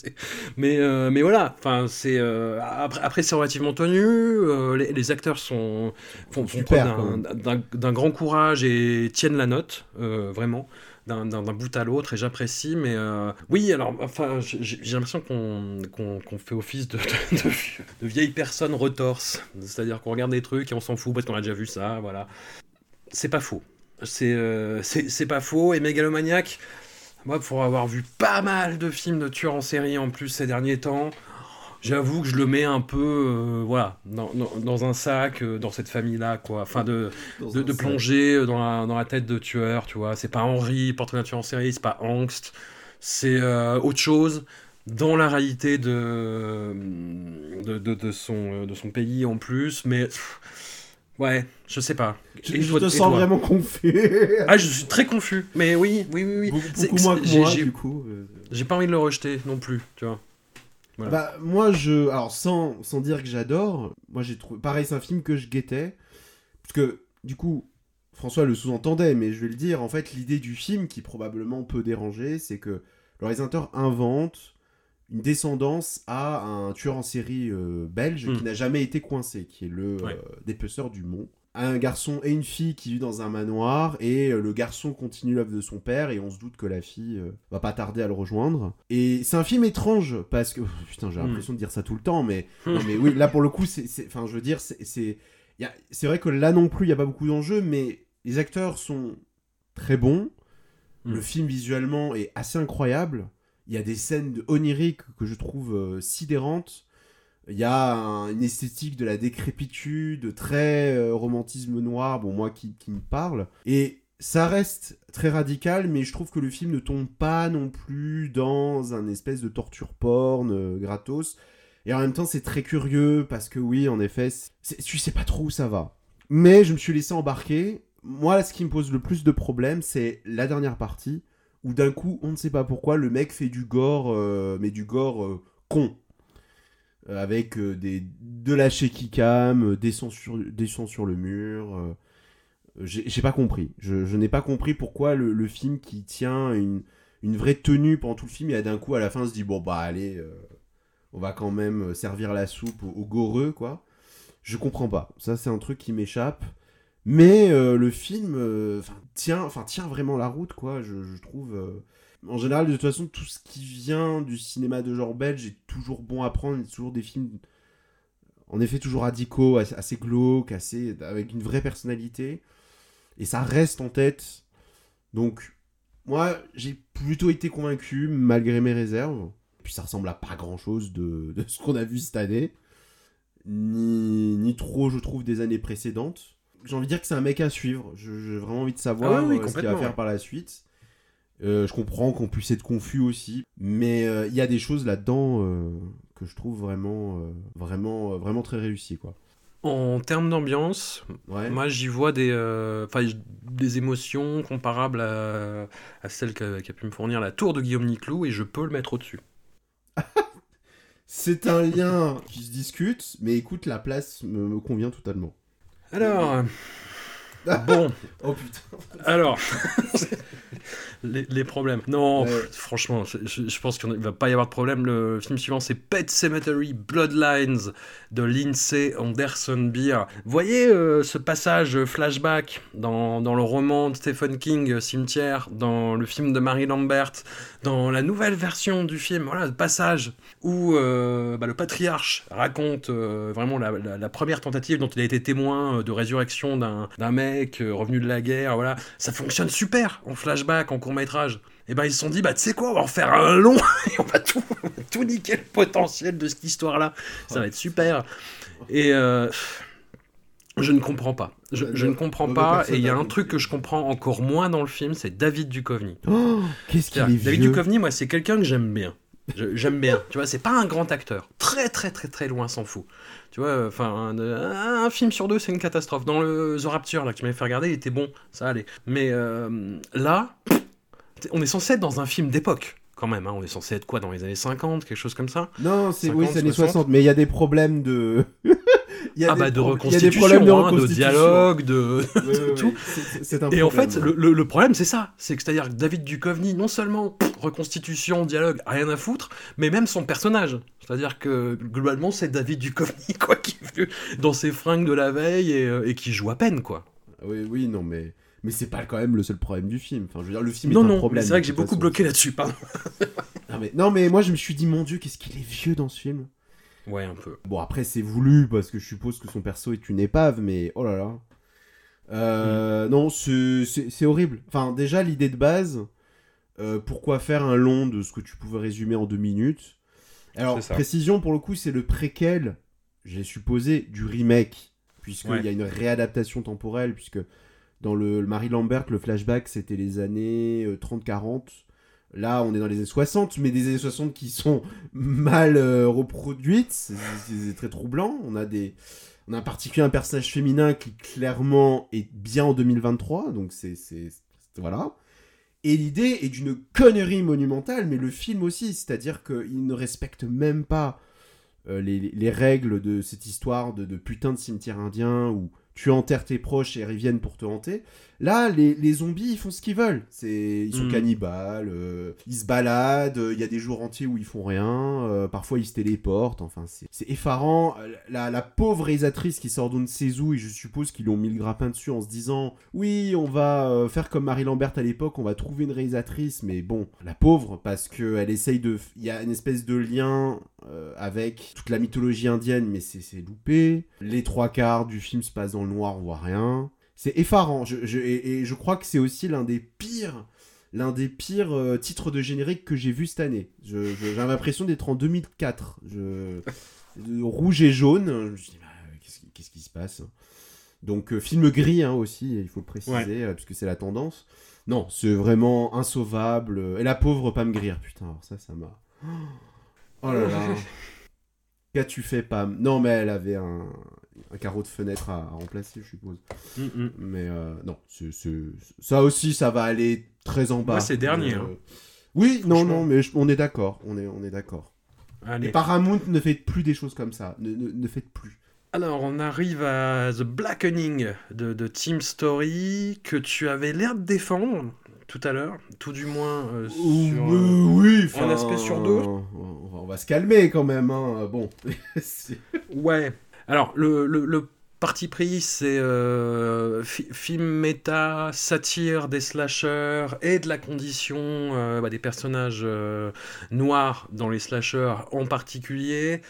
mais, euh, mais voilà, enfin, c'est, euh, après, après, c'est relativement tenu, euh, les, les acteurs sont, font, font preuve d'un, d'un, d'un grand courage et tiennent la note, euh, vraiment. D'un, d'un, d'un bout à l'autre, et j'apprécie, mais euh, oui, alors, enfin, j'ai, j'ai l'impression qu'on, qu'on, qu'on fait office de, de, de, de vieilles personnes retorses, c'est-à-dire qu'on regarde des trucs et on s'en fout parce qu'on a déjà vu ça, voilà. C'est pas faux, c'est, euh, c'est, c'est pas faux, et Mégalomaniac, moi, pour avoir vu pas mal de films de tueurs en série en plus ces derniers temps, j'avoue que je le mets un peu, euh, voilà, dans, dans, dans un sac, euh, dans cette famille-là, quoi. Enfin, de, de, de plonger dans la, dans la tête de tueur, tu vois. C'est pas Henry, portrait d'un tueur en série, c'est pas Angst. C'est euh, autre chose dans la réalité de, de, de, de, son, de son pays en plus, mais... Pff, ouais, je sais pas. Je, je te sens vraiment confus. Ah, je suis très confus. Mais oui, oui, oui. oui. Beaucoup, beaucoup moins que moi, j'ai, du coup. Euh... J'ai pas envie de le rejeter non plus, tu vois. Voilà. Bah, moi, je... Alors, sans, sans dire que j'adore, moi, j'ai trouvé... Pareil, c'est un film que je guettais. Parce que, du coup, François le sous-entendait, mais je vais le dire, en fait, l'idée du film, qui probablement peut déranger, c'est que le réalisateur invente une descendance à un tueur en série euh, belge mmh. qui n'a jamais été coincé, qui est le ouais. euh, dépeceur du Mont. Un garçon et une fille qui vivent dans un manoir, et euh, le garçon continue l'œuvre de son père, et on se doute que la fille euh, va pas tarder à le rejoindre. Et c'est un film étrange, parce que... Oh, putain, j'ai mmh. l'impression de dire ça tout le temps, mais... non, mais oui, là, pour le coup, c'est... Enfin, je veux dire, c'est... C'est... Y a... c'est vrai que là non plus, il n'y a pas beaucoup d'enjeux, mais les acteurs sont très bons. Mmh. Le film, visuellement, est assez incroyable. Il y a des scènes de oniriques que je trouve euh, sidérantes. Il y a un, une esthétique de la décrépitude, très euh, romantisme noir, bon, moi qui, qui me parle. Et ça reste très radical, mais je trouve que le film ne tombe pas non plus dans un espèce de torture porn euh, gratos. Et en même temps, c'est très curieux, parce que oui, en effet, c'est, tu sais pas trop où ça va. Mais je me suis laissé embarquer. Moi, ce qui me pose le plus de problèmes, c'est la dernière partie, où d'un coup, on ne sait pas pourquoi, le mec fait du gore, euh, mais du gore euh, con. Euh, avec euh, des, de la shaky cam, euh, des sons sur, des sons sur le mur. Euh, j'ai, j'ai pas compris. Je, je n'ai pas compris pourquoi le, le film qui tient une, une vraie tenue pendant tout le film, et d'un coup, à la fin, se dit, bon, bah, allez, euh, on va quand même servir la soupe aux, aux goreux, quoi. Je comprends pas. Ça, c'est un truc qui m'échappe. Mais euh, le film euh, tient, tient vraiment la route, quoi, je, je trouve. Euh... En général, de toute façon, tout ce qui vient du cinéma de genre belge est toujours bon à prendre. Il y a toujours des films, en effet, toujours radicaux, assez, assez glauques, assez, avec une vraie personnalité. Et ça reste en tête. Donc, moi, j'ai plutôt été convaincu, malgré mes réserves. Puis ça ressemble à pas grand-chose de, de ce qu'on a vu cette année. Ni, ni trop, je trouve, des années précédentes. J'ai envie de dire que c'est un mec à suivre. Je, j'ai vraiment envie de savoir ah oui, oui, euh, ce qu'il va faire ouais. par la suite. Euh, je comprends qu'on puisse être confus aussi. Mais il euh, y a des choses là-dedans euh, que je trouve vraiment, euh, vraiment, euh, vraiment très réussies, quoi. En termes d'ambiance, Ouais. moi j'y vois des, euh, des émotions comparables à, à celles qu'a, qu'a pu me fournir la tour de Guillaume Niclou, et je peux le mettre au-dessus. C'est un lien qui se discute, mais écoute, la place me, me convient totalement. Alors, bon, Oh putain. alors, les, les problèmes. Non, Ouais. pff, franchement, je, je- je pense qu'il ne va pas y avoir de problème. Le film suivant, c'est Pet Sematary Bloodlines de Lindsay Anderson Beer. Vous voyez euh, ce passage flashback dans, dans le roman de Stephen King, Cimetière, dans le film de Mary Lambert, dans la nouvelle version du film, voilà, le passage où euh, bah, le patriarche raconte euh, vraiment la, la- la première tentative dont il a été témoin euh, de résurrection d'un, d'un mec euh, revenu de la guerre, voilà. Ça fonctionne super en flashback, en court-métrage. Et ben ils se sont dit, bah tu sais quoi, on va en faire un long et on va tout, on va tout niquer le potentiel de cette histoire-là. Ça va être super. Et euh, je ne comprends pas. Je, je ne comprends Mauvais pas. Et il y a personnage. un truc que je comprends encore moins dans le film, c'est David Duchovny. Oh, qu'est-ce qu'il est C'est-à-dire, David vieux. Duchovny, moi, c'est quelqu'un que j'aime bien. Je- j'aime bien. Tu vois, c'est pas un grand acteur. Très, très, très, très loin s'en fout. Tu vois, enfin, un, un film sur deux, c'est une catastrophe. Dans le The Rapture, là, que tu m'avais fait regarder, il était bon. Ça allait. Mais euh, là, on est censé être dans un film d'époque. Quand même, hein. On est censé être quoi, dans les années cinquante, quelque chose comme ça. Non, c'est oui, cinquante, c'est années soixante. soixante, mais il y a des problèmes de. Il y a Ah des bah de pro- il y a reconstitution, des problèmes de hein, de reconstitution. dialogue, de... Ouais, ouais, ouais, tout. c'est- c'est- c'est un Et en problème, fait, ouais. le, le- le problème, c'est ça. C'est que c'est-à-dire que David Duchovny, non seulement pff, reconstitution, dialogue, rien à foutre, mais même son personnage. C'est-à-dire que globalement, c'est David Duchovny, quoi, qui est venu dans ses fringues de la veille et, euh, et qui joue à peine, quoi. Oui, oui, non, mais mais c'est pas quand même le seul problème du film. Enfin, je veux dire, le film Non, est un non, problème. mais c'est vrai de que j'ai toute beaucoup façon. bloqué là-dessus, pardon. Non mais, non, mais moi, je me suis dit, mon Dieu, qu'est-ce qu'il est vieux dans ce film. Ouais, un peu. Bon, après, c'est voulu parce que je suppose que son perso est une épave, mais oh là là. Euh, Mm. Non, c'est, c'est, c'est horrible. Enfin, déjà, l'idée de base, euh, pourquoi faire un long de ce que tu pouvais résumer en deux minutes. Alors, C'est ça. précision, pour le coup, c'est le préquel, j'ai supposé, du remake, puisqu'il Ouais. y a une réadaptation temporelle, puisque dans le, le Mary Lambert, le flashback, c'était les années euh, trente quarante. Là, on est dans les années soixante, mais des années soixante qui sont mal euh, reproduites. C'est, c'est- c'est très troublant. On a des, on a en particulier un personnage féminin qui clairement est bien en deux mille vingt-trois, donc c'est, c'est, c'est- voilà. Et l'idée est d'une connerie monumentale, mais le film aussi, c'est-à-dire qu'il ne respecte même pas euh, les, les règles de cette histoire de, de putain de cimetière indien où tu enterres tes proches et ils reviennent pour te hanter. Là, les, les zombies, ils font ce qu'ils veulent. C'est, ils sont Mm. cannibales, euh, ils se baladent, il y a des jours entiers où ils font rien, euh, parfois ils se téléportent, enfin c'est, c'est effarant. La, la pauvre réalisatrice qui sort d'On Sezou, et je suppose qu'ils lui ont mis le grappin dessus en se disant « Oui, on va euh, faire comme Mary Lambert à l'époque, on va trouver une réalisatrice, mais bon, la pauvre, parce qu'elle essaye de... Il y a une espèce de lien euh, avec toute la mythologie indienne, mais c'est, c'est loupé. Les trois quarts du film se passent dans le noir, on voit rien. C'est effarant, je, je, et, et je crois que c'est aussi l'un des pires l'un des pires euh, titres de générique que j'ai vu cette année. Je, je, j'ai l'impression d'être en deux mille quatre. Je... Rouge et jaune. Je me dis, bah, qu'est-ce, qui, qu'est-ce qui se passe ? Donc, euh, film gris hein, aussi, il faut le préciser, ouais. euh, puisque c'est la tendance. Non, c'est vraiment insauvable. Et la pauvre Pam Grier, putain, alors ça, ça m'a... Oh là là. Qu'as-tu fait, Pam ? Non, mais elle avait un, un carreau de fenêtre à, à remplacer, je suppose. Mm-mm. Mais euh, non, c'est, c'est... ça aussi, ça va aller très en bas. Ouais, c'est dernier. Euh... Hein. Oui, non, non, mais je... on est d'accord, on est, on est d'accord. Allez. Et Paramount, ne faites plus des choses comme ça, ne, ne, ne faites plus. Alors, on arrive à The Blackening de, de Team Story, que tu avais l'air de défendre tout à l'heure, tout du moins euh, sur euh, oui, un aspect sur deux. On, on va se calmer quand même, hein. Bon. c'est... Ouais. Alors, le, le, le parti pris, c'est euh, fi- film méta, satire des slashers et de la condition euh, bah, des personnages euh, noirs dans les slashers en particulier.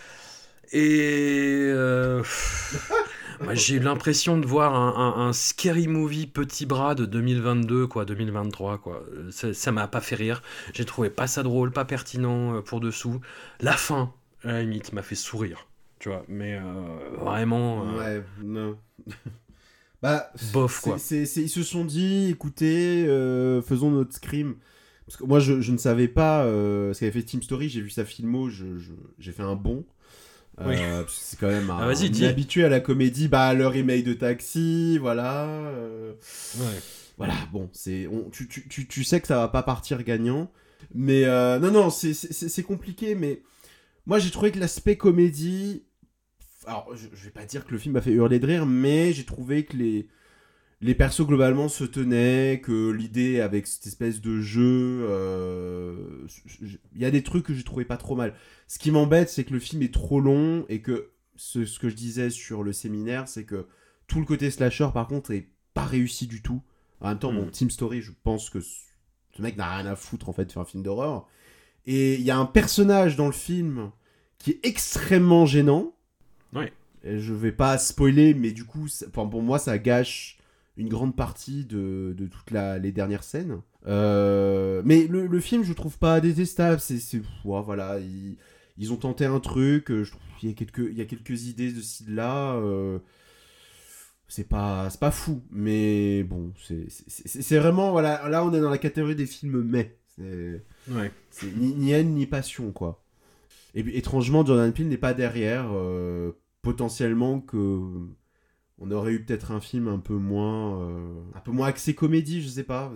Et euh, bah, j'ai eu l'impression de voir un, un, un scary movie petit bras de deux mille vingt-deux, quoi, deux mille vingt-trois, quoi. Ça, ça m'a pas fait rire. J'ai trouvé pas ça drôle, pas pertinent euh, pour dessous. La fin, à la limite, m'a fait sourire, tu vois. Mais euh, vraiment. Euh... Ouais, non. bah, bof, quoi. C'est, c'est, c'est, ils se sont dit, écoutez, euh, faisons notre Scream. Parce que moi, je, je ne savais pas euh, ce qu'avait fait Team Story. J'ai vu sa filmo, je, je, j'ai fait un bond. Oui. Euh, c'est quand même un, ah, vas-y, un habitué à la comédie, bah le remake de Taxi, voilà. Euh, ouais. Voilà, bon, c'est, on, tu, tu, tu, tu sais que ça va pas partir gagnant, mais euh, non, non, c'est, c'est, c'est compliqué, mais moi j'ai trouvé que l'aspect comédie, alors je, je vais pas dire que le film m'a fait hurler de rire, mais j'ai trouvé que les les persos globalement se tenaient, que l'idée avec cette espèce de jeu, il euh, y a des trucs que j'ai trouvé pas trop mal. Ce qui m'embête, c'est que le film est trop long et que ce, ce que je disais sur le séminaire, c'est que tout le côté slasher, par contre, est pas réussi du tout. En même temps, mmh. bon, Team Story, je pense que ce mec n'a rien à foutre en fait de faire un film d'horreur. Et il y a un personnage dans le film qui est extrêmement gênant. Ouais. Et je vais pas spoiler, mais du coup, ça, pour moi, ça gâche une grande partie de, de toutes la, les dernières scènes. Euh, mais le, le film, je trouve pas détestable. C'est, c'est, ouais, voilà, ils, ils ont tenté un truc. Je trouve qu'il y a quelques, il y a quelques idées de ci, de là. Euh, c'est pas, c'est pas fou. Mais bon, c'est, c'est, c'est, c'est vraiment, voilà, là, on est dans la catégorie des films mais. C'est, ouais. c'est ni, ni haine, ni passion, quoi. Et puis, étrangement, Jordan Peele n'est pas derrière. Euh, potentiellement que... On aurait eu peut-être un film un peu moins, euh, un peu moins axé comédie, je sais pas.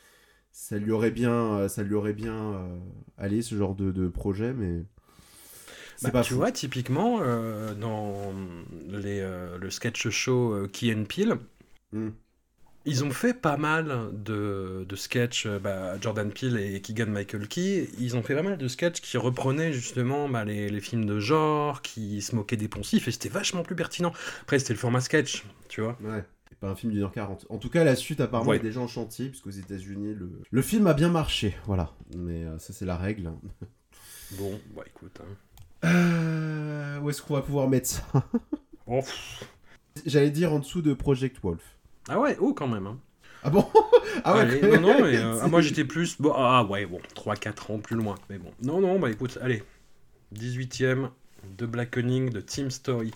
Ça lui aurait bien, ça lui aurait bien euh, allé ce genre de, de projet, mais c'est bah, pas tu fou. vois, typiquement euh, dans les, euh, le sketch show euh, Key and Peele, mm. ils ont fait pas mal de, de sketchs. Bah, Jordan Peele et Keegan-Michael Key, ils ont fait pas mal de sketchs qui reprenaient justement bah, les, les films de genre, qui se moquaient des poncifs, et c'était vachement plus pertinent. Après, c'était le format sketch, tu vois. Ouais, et pas un film d'une heure quarante. En tout cas, la suite, apparemment, ouais. est déjà en chantier, puisqu'aux États-Unis, le... le film a bien marché, voilà. Mais euh, ça, c'est la règle. Bon, bah écoute. Hein. Euh... Où est-ce qu'on va pouvoir mettre ça oh. J'allais dire en dessous de Project Wolf. Ah ouais, oh quand même. Hein. Ah bon Ah ouais. Allez, non, non, mais, euh, ah, moi j'étais plus... Bon, ah ouais, bon, trois quatre ans plus loin. Mais bon, non, non, bah écoute, allez. dix-huitième de Blackening de Team Story.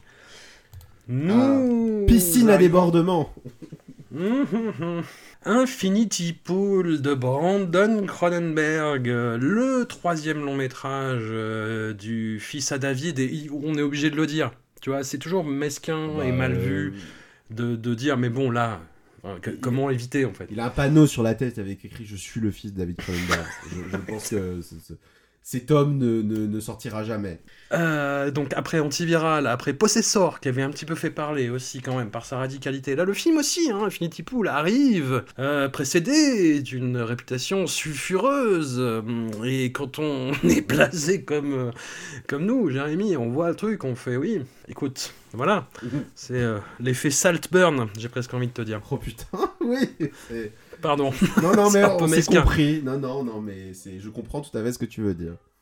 Nous... Ah, piscine à débordement. Infinity Pool de Brandon Cronenberg, le troisième long métrage euh, du fils à David, et on est obligé de le dire. Tu vois, c'est toujours mesquin bah, et mal vu. De, de dire, mais bon, là, enfin, que, comment éviter, en fait. Il a un panneau sur la tête avec écrit « Je suis le fils de David Cronenberg ». je, je pense que c- c- cet homme ne, ne, ne sortira jamais. Euh, donc, après Antiviral, après Possessor, qui avait un petit peu fait parler aussi, quand même, par sa radicalité. Là, le film aussi, hein, Infinity Pool, arrive, euh, précédé d'une réputation sulfureuse. Et quand on est blasé comme, euh, comme nous, Jérémy, on voit le truc, on fait, oui, écoute... Voilà, mmh. c'est euh, l'effet Saltburn, j'ai presque envie de te dire. Oh putain, oui. C'est... Pardon. Non, non, mais on s'est compris. Non, non, non, mais c'est... je comprends tout à fait ce que tu veux dire.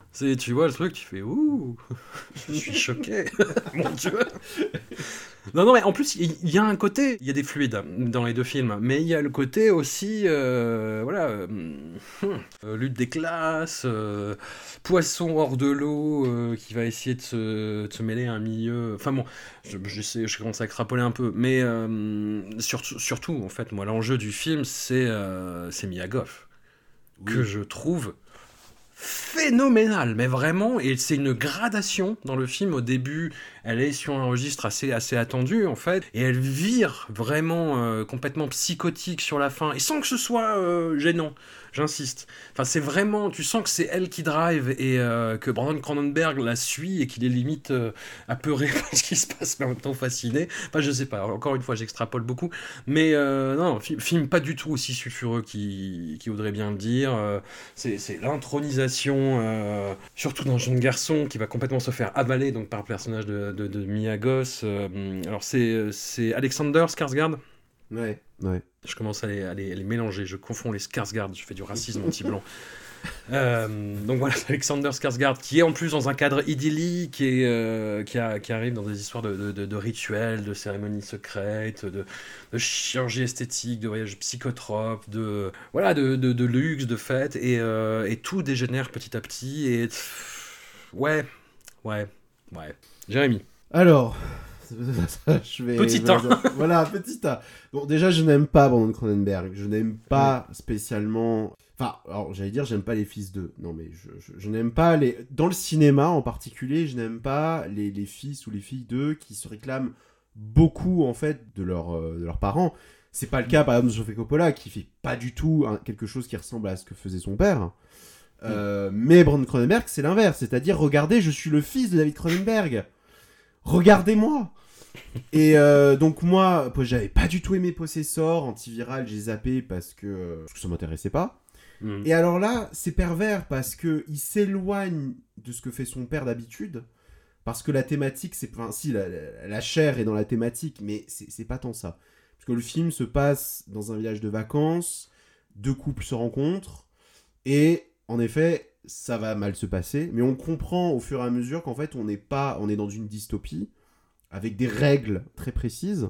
C'est, tu vois le truc, tu fais ouh, je suis choqué, mon Dieu. Non, non, mais en plus, il y, y a un côté, il y a des fluides dans les deux films, mais il y a le côté aussi, euh, voilà, euh, euh, lutte des classes, euh, poisson hors de l'eau euh, qui va essayer de se, de se mêler à un milieu. Enfin bon, je, je sais, je commence à extrapoler un peu, mais euh, surtout, surtout, en fait, moi, l'enjeu du film, c'est, euh, c'est Mia Goth, oui. que je trouve phénoménal, mais vraiment, et c'est une gradation dans le film. Au début, elle est sur un registre assez, assez attendu, en fait, et elle vire vraiment euh, complètement psychotique sur la fin, et sans que ce soit euh, gênant, j'insiste. Enfin, c'est vraiment, tu sens que c'est elle qui drive, et euh, que Brandon Cronenberg la suit, et qu'il est limite euh, apeuré par ce qui se passe, mais en même temps fasciné. Enfin, je sais pas, encore une fois, j'extrapole beaucoup, mais euh, non, film, film pas du tout aussi sulfureux qu'il qui voudrait bien le dire. Euh, c'est, c'est l'intronisation Euh, surtout d'un jeune garçon qui va complètement se faire avaler donc, par le personnage de, de, de Mia Goth. Euh, alors c'est, c'est Alexander Skarsgård. Ouais, ouais. Je commence à les, à, les, à les mélanger, je confonds les Skarsgård, je fais du racisme anti-blanc. Euh, donc voilà, Alexander Skarsgård qui est en plus dans un cadre idyllique et euh, qui, a, qui arrive dans des histoires de, de, de, de rituels, de cérémonies secrètes, de, de chirurgie esthétique, de voyages psychotropes, de voilà, de, de, de luxe, de fêtes, et, euh, et tout dégénère petit à petit. Et ouais, ouais, ouais. Jérémy. Alors. je vais, petit A. Voilà, petit A. Bon, déjà, je n'aime pas Brandon Cronenberg. Je n'aime pas ouais. spécialement. Enfin, alors, j'allais dire, j'aime pas les fils d'eux. Non, mais je, je, je n'aime pas les. Dans le cinéma en particulier, je n'aime pas les, les fils ou les filles d'eux qui se réclament beaucoup, en fait, de, leur, euh, de leurs parents. C'est pas le cas, par exemple, de Sofia Coppola, qui fait pas du tout hein, quelque chose qui ressemble à ce que faisait son père. Euh, mm. Mais Brandon Cronenberg, c'est l'inverse. C'est-à-dire, regardez, je suis le fils de David Cronenberg. Regardez-moi. Et euh, donc moi, j'avais pas du tout aimé Possessor, Antiviral, j'ai zappé parce que, parce que ça m'intéressait pas. Mmh. Et alors là, c'est pervers parce que il s'éloigne de ce que fait son père d'habitude, parce que la thématique, c'est, enfin si la, la, la chair est dans la thématique, mais c'est, c'est pas tant ça. Parce que le film se passe dans un village de vacances, deux couples se rencontrent et en effet, ça va mal se passer, mais on comprend au fur et à mesure qu'en fait, on n'est pas, on est dans une dystopie. Avec des règles très précises,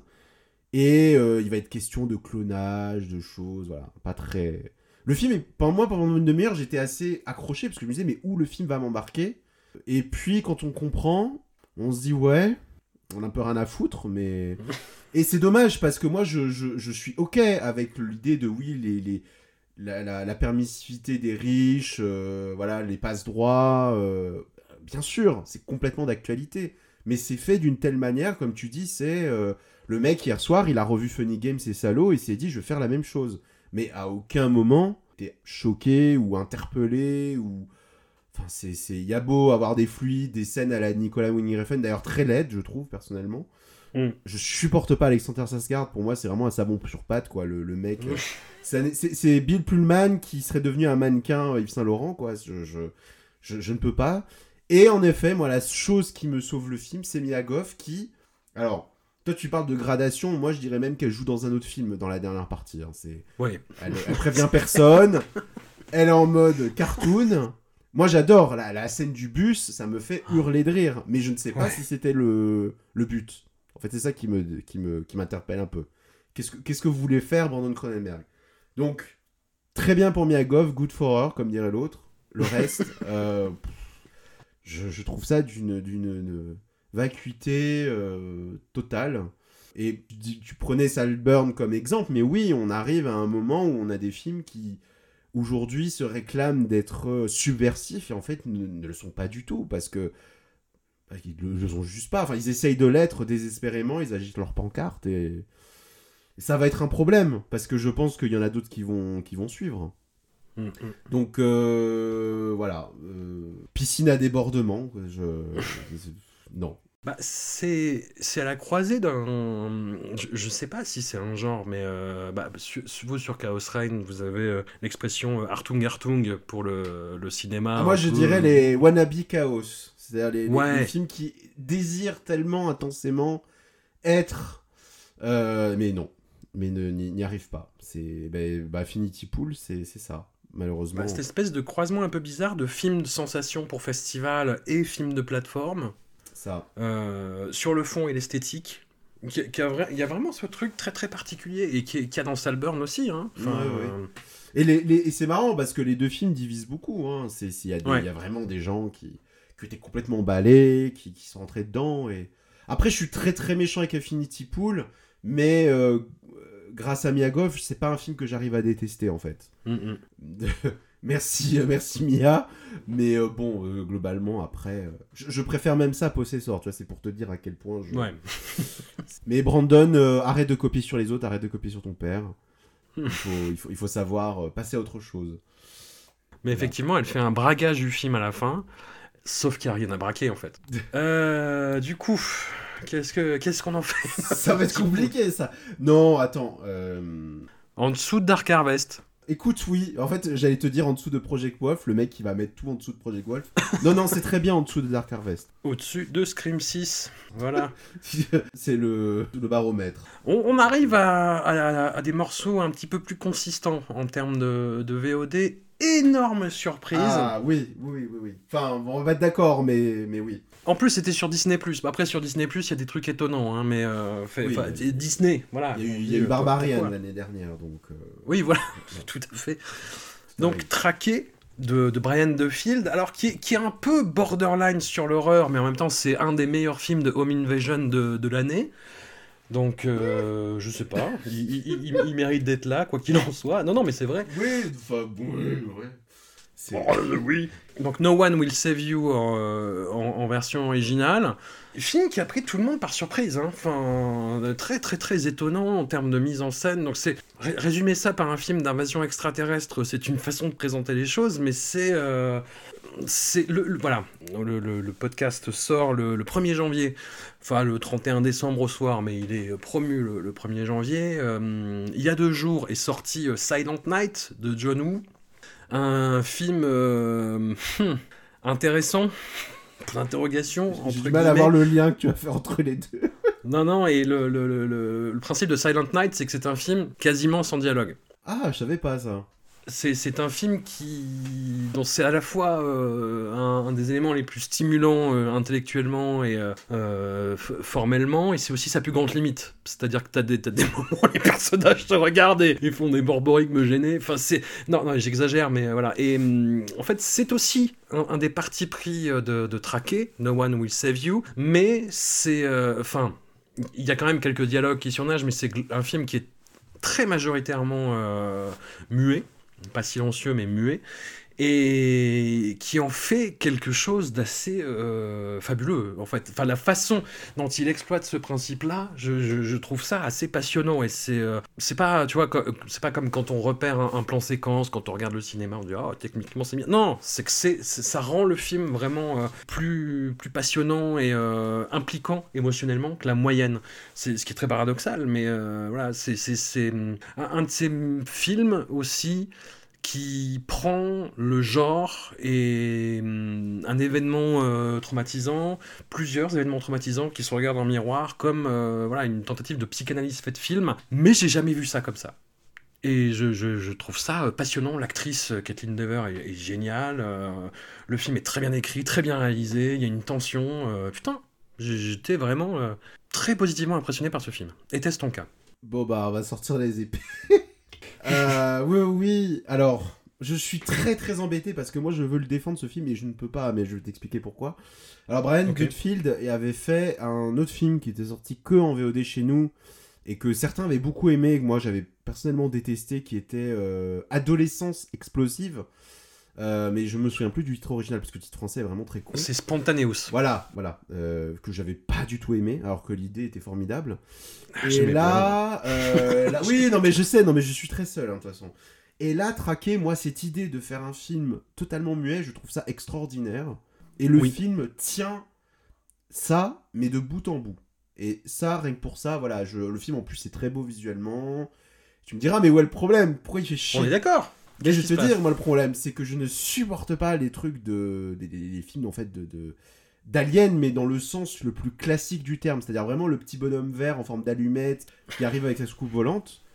et euh, il va être question de clonage, de choses, voilà, pas très... Le film, est, pendant moi, pendant une demi-heure, j'étais assez accroché, parce que je me disais, mais où le film va m'embarquer ? Et puis, quand on comprend, on se dit, ouais, on a un peu rien à foutre, mais... Et c'est dommage, parce que moi, je, je, je suis OK avec l'idée de, oui, les, les, la, la, la permissivité des riches, euh, voilà, les passe-droits, euh, bien sûr, c'est complètement d'actualité. Mais c'est fait d'une telle manière, comme tu dis, c'est... Euh, le mec, hier soir, il a revu Funny Games et Salaud, et s'est dit, je vais faire la même chose. Mais à aucun moment, t'es choqué ou interpellé, ou... Enfin, c'est... c'est... Y a beau avoir des fluides, des scènes à la Nicolas Winding Refn, d'ailleurs très laides, je trouve, personnellement. Mm. Je supporte pas Alexander Skarsgård, pour moi, c'est vraiment un savon sur pattes, quoi, le, le mec... Mm. Euh, c'est, c'est, c'est Bill Pullman qui serait devenu un mannequin Yves Saint Laurent, quoi, je, je, je, je ne peux pas... Et en effet, moi, la chose qui me sauve le film, c'est Mia Goth qui... Alors, toi, tu parles de gradation. Moi, je dirais même qu'elle joue dans un autre film dans la dernière partie. Hein. C'est... Oui. Elle, elle prévient personne. Elle est en mode cartoon. Moi, j'adore. La, la scène du bus, ça me fait hurler de rire. Mais je ne sais pas ouais. si c'était le, le but. En fait, c'est ça qui, me, qui, me, qui m'interpelle un peu. Qu'est-ce que, qu'est-ce que vous voulez faire, Brandon Cronenberg ? Donc, très bien pour Mia Goth, good for her, comme dirait l'autre. Le reste... euh, Je, je trouve ça d'une, d'une vacuité euh, totale. Et tu, tu prenais Saltburn comme exemple, mais oui, on arrive à un moment où on a des films qui, aujourd'hui, se réclament d'être subversifs et en fait ne, ne le sont pas du tout, parce que bah, ils ne le sont juste pas. Enfin, ils essayent de l'être désespérément, ils agitent leur pancarte et, et ça va être un problème, parce que je pense qu'il y en a d'autres qui vont, qui vont suivre. Donc euh, voilà, euh, piscine à débordement, je, je, non. Bah, c'est, c'est à la croisée d'un... Je, je sais pas si c'est un genre, mais euh, bah, su, vous sur Chaos Reign, vous avez euh, l'expression euh, Hartung Hartung pour le, le cinéma. Ah, moi je peu... dirais les wannabe chaos, c'est-à-dire les, ouais. les, les films qui désirent tellement intensément être, euh, mais non, mais ne, n'y, n'y arrivent pas. C'est bah, bah, Affinity Pool, c'est, c'est ça. malheureusement. Bah, cette espèce de croisement un peu bizarre de films de sensation pour festival et films de plateforme. Ça. Euh, sur le fond et l'esthétique. Qui, qui a vra- il y a vraiment ce truc très très particulier et qui, qui a dans Saltburn aussi. Hein. Enfin, Ouais, ouais. euh, Et, les, les- et c'est marrant parce que les deux films divisent beaucoup. Hein. C'est, c'est- il, y a des- Ouais. il y a vraiment des gens qui, qui étaient complètement emballés, qui, qui sont rentrés dedans. Et... Après, je suis très très méchant avec Infinity Pool, mais euh, grâce à Mia Goth, c'est pas un film que j'arrive à détester en fait. mm, mm. merci, euh, merci Mia. Mais euh, bon, euh, globalement, après, euh, je, je préfère même ça à Possessor. Tu vois, c'est pour te dire à quel point je. Ouais. Mais Brandon, euh, arrête de copier sur les autres, arrête de copier sur ton père. Il faut, il faut, il faut savoir euh, passer à autre chose. Mais effectivement, elle fait un bragage du film à la fin, sauf qu'il n'y a rien à braquer en fait. Euh, du coup, qu'est-ce, que, qu'est-ce qu'on en fait Ça va être compliqué, ça. Non, attends. euh, En dessous de Dark Harvest. Écoute, oui. En fait, j'allais te dire en dessous de Project Wolf, le mec qui va mettre tout en dessous de Project Wolf. Non, non, c'est très bien en dessous de Dark Harvest. Au-dessus de Scream six. Voilà. C'est le, le baromètre. On, on arrive à, à- à des morceaux un petit peu plus consistants en termes de, de V O D. Énorme surprise. Ah, oui, oui, oui, oui. Enfin, on va être d'accord, mais, mais oui. En plus, c'était sur Disney plus. Après, sur Disney plus, il y a des trucs étonnants, hein, mais euh, fait, Oui. enfin, Disney, voilà. Il y a eu, On il y dit, a eu euh, Barbarian pourquoi l'année dernière, donc... euh, Oui, voilà, tout à fait. Donc, arrive. Traqué de, de Brian DeField, alors qui est, qui est un peu borderline sur l'horreur, mais en même temps, c'est un des meilleurs films de home invasion de, de l'année. Donc, euh, je sais pas, il, il- il- il mérite d'être là, quoi qu'il en soit. Non, non, mais c'est vrai. Oui, enfin, bon, oui, ouais. C'est... oui. Donc No One Will Save You en, euh, en- en version originale. Film qui a pris tout le monde par surprise. Hein. Enfin, euh, très très très étonnant en termes de mise en scène. Donc c'est ré- résumer ça par un film d'invasion extraterrestre, c'est une façon de présenter les choses, mais c'est euh, c'est le, le- voilà. Le, le- le podcast sort le, le premier janvier. Enfin, le trente et un décembre au soir, mais il est promu le, le premier janvier. Euh, il y a deux jours est sorti euh, Silent Night de John Woo. Un film euh, hmm, intéressant, pour l'interrogation, J'ai entre du mal à guillemets. voir le lien que tu as fait entre les deux. Non, non, et le, le, le, le- le principe de Silent Night, c'est que c'est un film quasiment sans dialogue. Ah, je savais pas ça. C'est, c'est un film qui, dont c'est à la fois euh, un, un des éléments les plus stimulants euh, intellectuellement et euh, euh, f- formellement, et c'est aussi sa plus grande limite. C'est-à-dire que t'as des, t'as des moments où les personnages se regardent et, et font des borborigmes gênés. Enfin, c'est... Non, non, j'exagère, mais euh, voilà. Et hum, en fait, c'est aussi un, un des partis pris euh, de, de Traqué, No One Will Save You, mais c'est... euh, Enfin, il y a quand même quelques dialogues qui surnagent, mais c'est gl- un film qui est très majoritairement euh, muet. Pas silencieux mais muet, et qui en fait quelque chose d'assez euh, fabuleux en fait. Enfin, la façon dont il exploite ce principe-là, je, je, je trouve ça assez passionnant, et c'est euh, c'est pas, tu vois, co- c'est pas comme quand on repère un, un plan séquence, quand on regarde le cinéma, on dit oh techniquement c'est bien. Non, c'est que c'est, c'est- ça rend le film vraiment euh, plus plus passionnant et euh, impliquant émotionnellement que la moyenne. C'est ce qui est très paradoxal, mais euh, voilà, c'est c'est c'est un, un de ces films aussi qui prend le genre et hum, un événement euh, traumatisant, plusieurs événements traumatisants qui se regardent en miroir comme euh, voilà, une tentative de psychanalyse faite film, mais j'ai jamais vu ça comme ça. Et je, je, je trouve ça euh, passionnant. L'actrice euh, Kathleen Dever est, est géniale, euh, le film est très bien écrit, très bien réalisé, il y a une tension, euh, putain, j'ai- j'étais vraiment euh, très positivement impressionné par ce film. Était-ce ton cas? Bon, bah, on va sortir les épées. euh, oui, oui. Alors, je suis très, très embêté parce que moi, je veux le défendre, ce film, et je ne peux pas, mais je vais t'expliquer pourquoi. Alors, Brian Ok. Goodfield avait fait un autre film qui était sorti que en V O D chez nous, et que certains avaient beaucoup aimé, et que moi, j'avais personnellement détesté, qui était euh, Adolescence explosive. Euh, mais je me souviens plus du titre original, parce que le titre français est vraiment très con. C'est Spontaneous. Voilà, voilà, euh, que j'avais pas du tout aimé, alors que l'idée était formidable. Ah, Et j'aimais là, euh, là- oui, non mais je sais, non mais je suis très seul, hein, de toute façon. Et là, Traqué, moi, cette idée de faire un film totalement muet, je trouve ça extraordinaire. Et le Oui. film tient ça, mais de bout en bout. Et ça, rien que pour ça, voilà, je, le film en plus c'est très beau visuellement. Tu me diras, mais où est le problème? Pourquoi il fait chier? On est d'accord. Mais je Qu'est-ce vais qui te se dire, moi, le problème, c'est que je ne supporte pas les trucs de... des, des- des films, en fait, de... de... d'Alien, mais dans le sens le plus classique du terme. C'est-à-dire vraiment le petit bonhomme vert en forme d'allumette qui arrive avec sa soucoupe volante.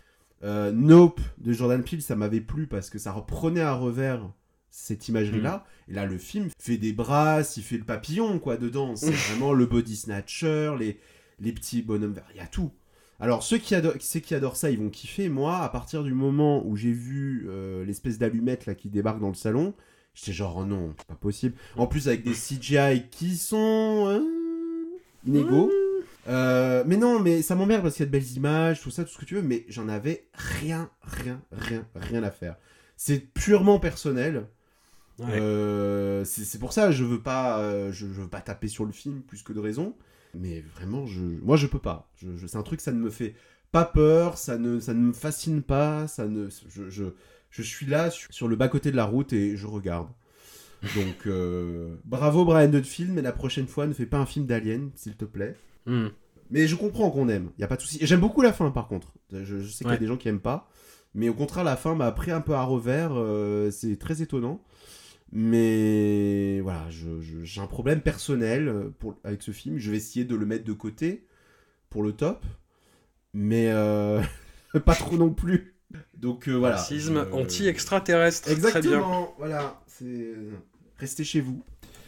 Euh, Nope de Jordan Peele, ça m'avait plu parce que ça reprenait à revers cette imagerie-là. Mmh. Et là, le film fait des brasses, il fait le papillon, quoi, dedans. C'est vraiment le body snatcher, les, les petits bonhommes verts, il y a tout. Alors, ceux qui, adorent, ceux qui adorent ça, ils vont kiffer. Moi, à partir du moment où j'ai vu euh, l'espèce d'allumette là, qui débarque dans le salon, j'étais genre, oh non, c'est pas possible. En plus, avec des C G I qui sont euh, inégaux. Mmh. Euh, mais non, mais ça m'emmerde parce qu'il y a de belles images, tout ça, tout ce que tu veux, mais j'en avais rien, rien, rien, rien à faire. C'est purement personnel. Ouais. Euh, c'est, c'est pour ça je veux pas, euh, je, je veux pas taper sur le film plus que de raison. Mais vraiment, je, moi je peux pas. Je, je, c'est un truc, ça ne me fait pas peur, ça ne, ça ne me fascine pas, ça ne, je, je, je suis là sur, sur le bas-côté de la route et je regarde. Donc, euh, bravo Brian Dudfield, mais la prochaine fois, ne fais pas un film d'Alien, s'il te plaît. Mm. Mais je comprends qu'on aime, il y a pas de souci. Et j'aime beaucoup la fin, par contre. Je, je sais qu'il ouais. y a des gens qui aiment pas. Mais au contraire, la fin m'a pris un peu à revers, euh, c'est très étonnant. Mais voilà, je, je, j'ai un problème personnel pour, avec ce film. Je vais essayer de le mettre de côté pour le top, mais euh, pas trop non plus. Donc euh, voilà. Racisme euh... anti-extraterrestre. Exactement. Très bien. Voilà, c'est restez chez vous.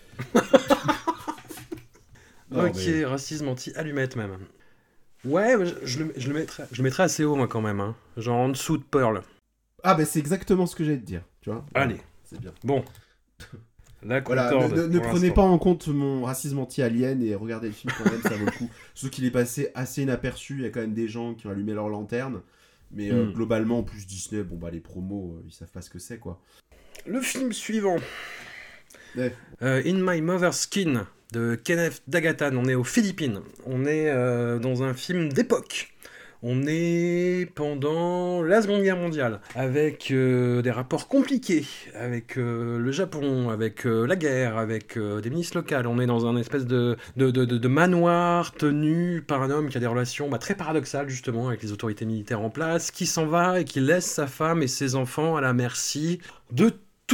non, ok, mais... racisme anti-allumette même. Ouais, je, je, le, je, le mettrais, je le mettrais assez haut moi quand même, hein. Genre en dessous de Pearl. Ah bah c'est exactement ce que j'allais te dire, tu vois. Allez, ouais, c'est bien. Bon. La voilà, ne, ne, ne prenez pas en compte mon racisme anti-alien et regardez le film quand même, ça vaut le coup. Sauf qu'il est passé assez inaperçu, il y a quand même des gens qui ont allumé leur lanterne. Mais euh, mm. globalement, en plus Disney, bon bah les promos, euh, ils savent pas ce que c'est quoi. Le film suivant. Ouais. Euh, In My Mother's Skin de Kenneth Dagatan. On est aux Philippines. On est euh, dans un film d'époque. On est pendant la Seconde Guerre mondiale, avec euh, des rapports compliqués, avec euh, le Japon, avec euh, la guerre, avec euh, des milices locales. On est dans un espèce de, de, de, de, de manoir tenu par un homme qui a des relations bah, très paradoxales, justement, avec les autorités militaires en place, qui s'en va et qui laisse sa femme et ses enfants à la merci de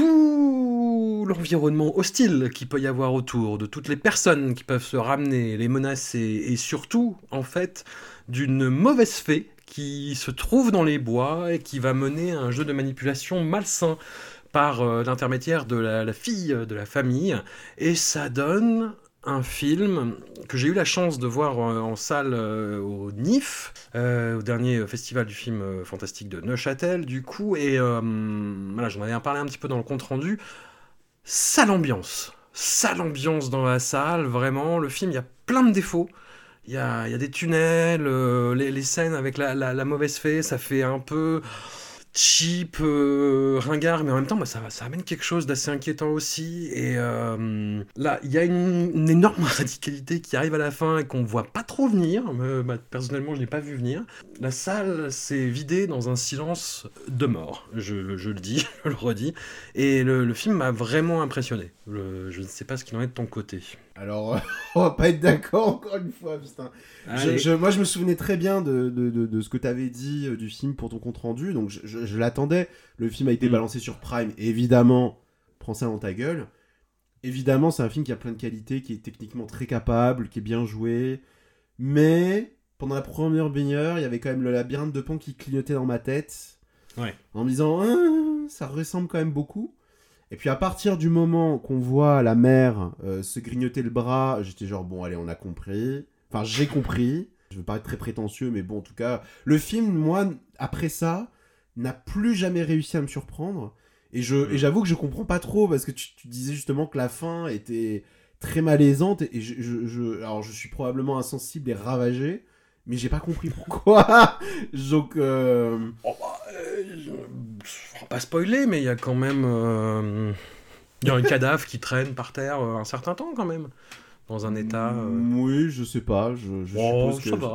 tout l'environnement hostile qu'il peut y avoir autour, de toutes les personnes qui peuvent se ramener, les menacer, et surtout, en fait, d'une mauvaise fée qui se trouve dans les bois et qui va mener un jeu de manipulation malsain par euh, l'intermédiaire de la, la fille de la famille. Et ça donne un film que j'ai eu la chance de voir euh, en salle euh, au N I F, euh, au dernier festival du film euh, fantastique de Neuchâtel, du coup, et euh, voilà, j'en avais parlé un petit peu dans le compte-rendu. Sale ambiance, sale ambiance dans la salle, vraiment, le film, il y a plein de défauts. Il y a, y a des tunnels, euh, les, les scènes avec la, la, la mauvaise fée, ça fait un peu cheap, euh, ringard, mais en même temps, bah, ça, ça amène quelque chose d'assez inquiétant aussi. Et euh, là, il y a une, une énorme radicalité qui arrive à la fin et qu'on voit pas trop venir. Euh, bah, personnellement, je l'ai pas vu venir. La salle s'est vidée dans un silence de mort, je, je le dis, je le redis. Et le, le film m'a vraiment impressionné. Le, je ne sais pas ce qu'il en est de ton côté. Alors, on va pas être d'accord encore une fois, putain. Je, je, moi, je me souvenais très bien de, de, de, de ce que t'avais dit euh, du film pour ton compte-rendu, donc je, je, je l'attendais. Le film a été mmh. balancé sur Prime, évidemment, prends ça dans ta gueule. Évidemment, c'est un film qui a plein de qualités, qui est techniquement très capable, qui est bien joué, mais pendant la première demi-heure, il y avait quand même le labyrinthe de Pan qui clignotait dans ma tête, ouais. en me disant ah, ça ressemble quand même beaucoup. Et puis à partir du moment qu'on voit la mère euh, se grignoter le bras, j'étais genre bon allez on a compris. Enfin j'ai compris. Je veux pas être très prétentieux mais bon en tout cas le film moi après ça n'a plus jamais réussi à me surprendre. Et, je, et j'avoue que je comprends pas trop parce que tu, tu disais justement que la fin était très malaisante et je, je, je, alors je suis probablement insensible et ravagé. Mais j'ai pas compris pourquoi. Donc, euh... oh, bah, euh, je vais pas spoiler, mais il y a quand même, il euh, y a un cadavre qui traîne par terre euh, un certain temps quand même, dans un état. Euh... Oui, je sais pas. Je, je oh, suppose ça que. va.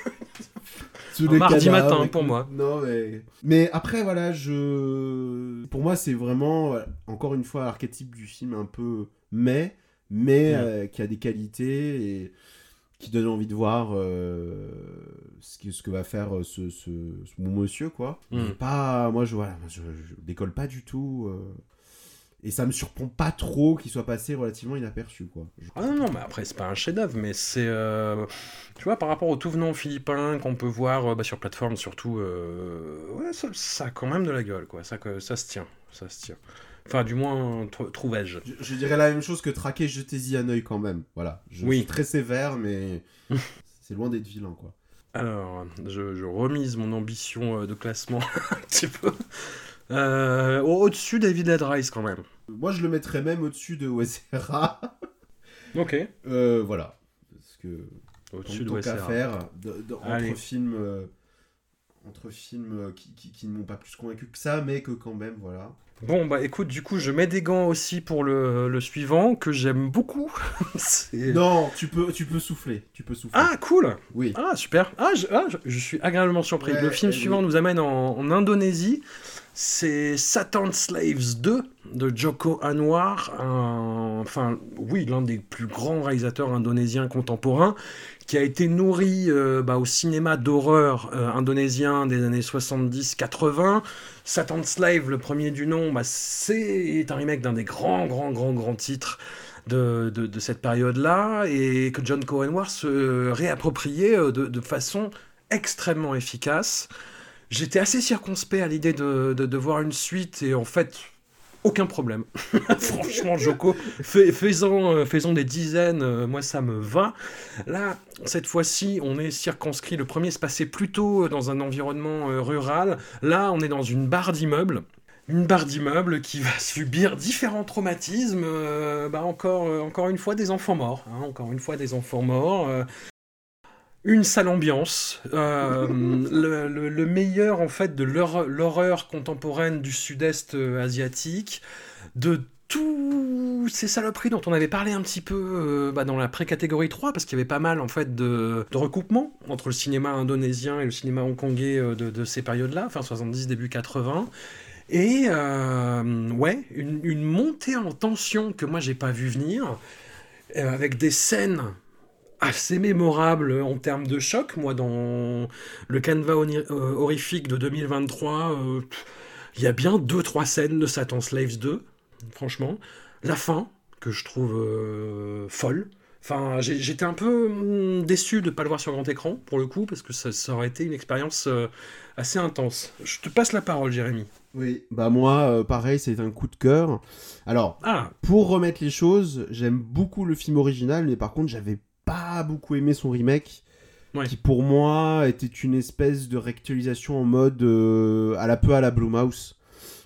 Sous un mardi cadavres, matin écoute, pour moi. Non mais. Mais après voilà, je. Pour moi, c'est vraiment encore une fois l'archétype du film un peu mais, mais mmh. euh, qui a des qualités et. Qui donne envie de voir euh, ce, que, ce que va faire ce, ce, ce bon monsieur, quoi. Mm. Mais pas... Moi, je, voilà, je, je décolle pas du tout. Euh, Et ça me surprend pas trop qu'il soit passé relativement inaperçu, quoi. Je... Ah non, non, mais après, c'est pas un chef-d'œuvre, mais c'est... Euh... Tu vois, par rapport au tout venant philippin qu'on peut voir euh, bah, sur plateforme, surtout, euh... ouais, ça, ça a quand même de la gueule, quoi. Ça, ça se tient, ça se tient. Enfin, du moins, tr- trouvais-je. je. Je dirais la même chose que traquer, jetez-y un œil quand même. Voilà. Je oui. suis très sévère, mais c'est loin d'être vilain, quoi. Alors, je, je remise mon ambition de classement un petit peu. Euh, au-dessus d'Evil Dead Rise, quand même. Moi, je le mettrais même au-dessus de O S R A. Ok. Euh, voilà. Parce que... Au-dessus de tant O S R A. qu'à faire, de, de, entre films, euh, entre films qui, qui, qui ne m'ont pas plus convaincu que ça, mais que quand même, voilà. Bon, bah écoute, du coup, je mets des gants aussi pour le, le suivant, que j'aime beaucoup. C'est... Non, tu peux, tu peux souffler. Tu peux souffler. Ah, cool. Oui. Ah, super. Ah, je, ah, je, je suis agréablement surpris. Ouais, le film oui. suivant nous amène en, en Indonésie. C'est Satan's Slaves deux de Joko Anwar, un, enfin oui, l'un des plus grands réalisateurs indonésiens contemporains, qui a été nourri euh, bah, au cinéma d'horreur euh, indonésien des années soixante-dix quatre-vingts. Satan's Slave, le premier du nom, bah, c'est un remake d'un des grands, grands, grands, grands titres de, de, de cette période-là, et que John Anwar se réappropriait euh, de, de façon extrêmement efficace. J'étais assez circonspect à l'idée de, de, de voir une suite, et en fait, aucun problème. Franchement, Joko, fais, faisons, euh, faisons des dizaines, euh, moi ça me va. Là, cette fois-ci, on est circonscrit. Le premier se passait plutôt dans un environnement euh, rural. Là, on est dans une barre d'immeubles. Une barre d'immeubles qui va subir différents traumatismes. Euh, bah encore, euh, encore une fois, des enfants morts. Hein, encore une fois, des enfants morts. Euh, Une sale ambiance, euh, le, le, le meilleur en fait de l'horreur, l'horreur contemporaine du sud-est euh, asiatique, de tous ces saloperies dont on avait parlé un petit peu euh, bah, dans la pré-catégorie trois, parce qu'il y avait pas mal en fait de, de recoupements entre le cinéma indonésien et le cinéma hongkongais euh, de, de ces périodes-là, fin soixante-dix, début quatre-vingts. Et euh, ouais, une, une montée en tension que moi j'ai pas vu venir, euh, avec des scènes assez mémorable en termes de choc. Moi, dans le canevas oni- euh, horrifique de deux mille vingt-trois, il euh, y a bien deux trois scènes de Satan's Slaves deux, franchement. La fin, que je trouve euh, folle. Enfin, j'ai, j'étais un peu hum, déçu de ne pas le voir sur grand écran, pour le coup, parce que ça, ça aurait été une expérience euh, assez intense. Je te passe la parole, Jérémy. Oui, bah moi, euh, pareil, c'est un coup de cœur. Alors, ah. pour remettre les choses, j'aime beaucoup le film original, mais par contre, j'avais pas beaucoup aimé son remake, ouais. qui pour moi était une espèce de réactualisation en mode euh, à la peu à la Blumhouse.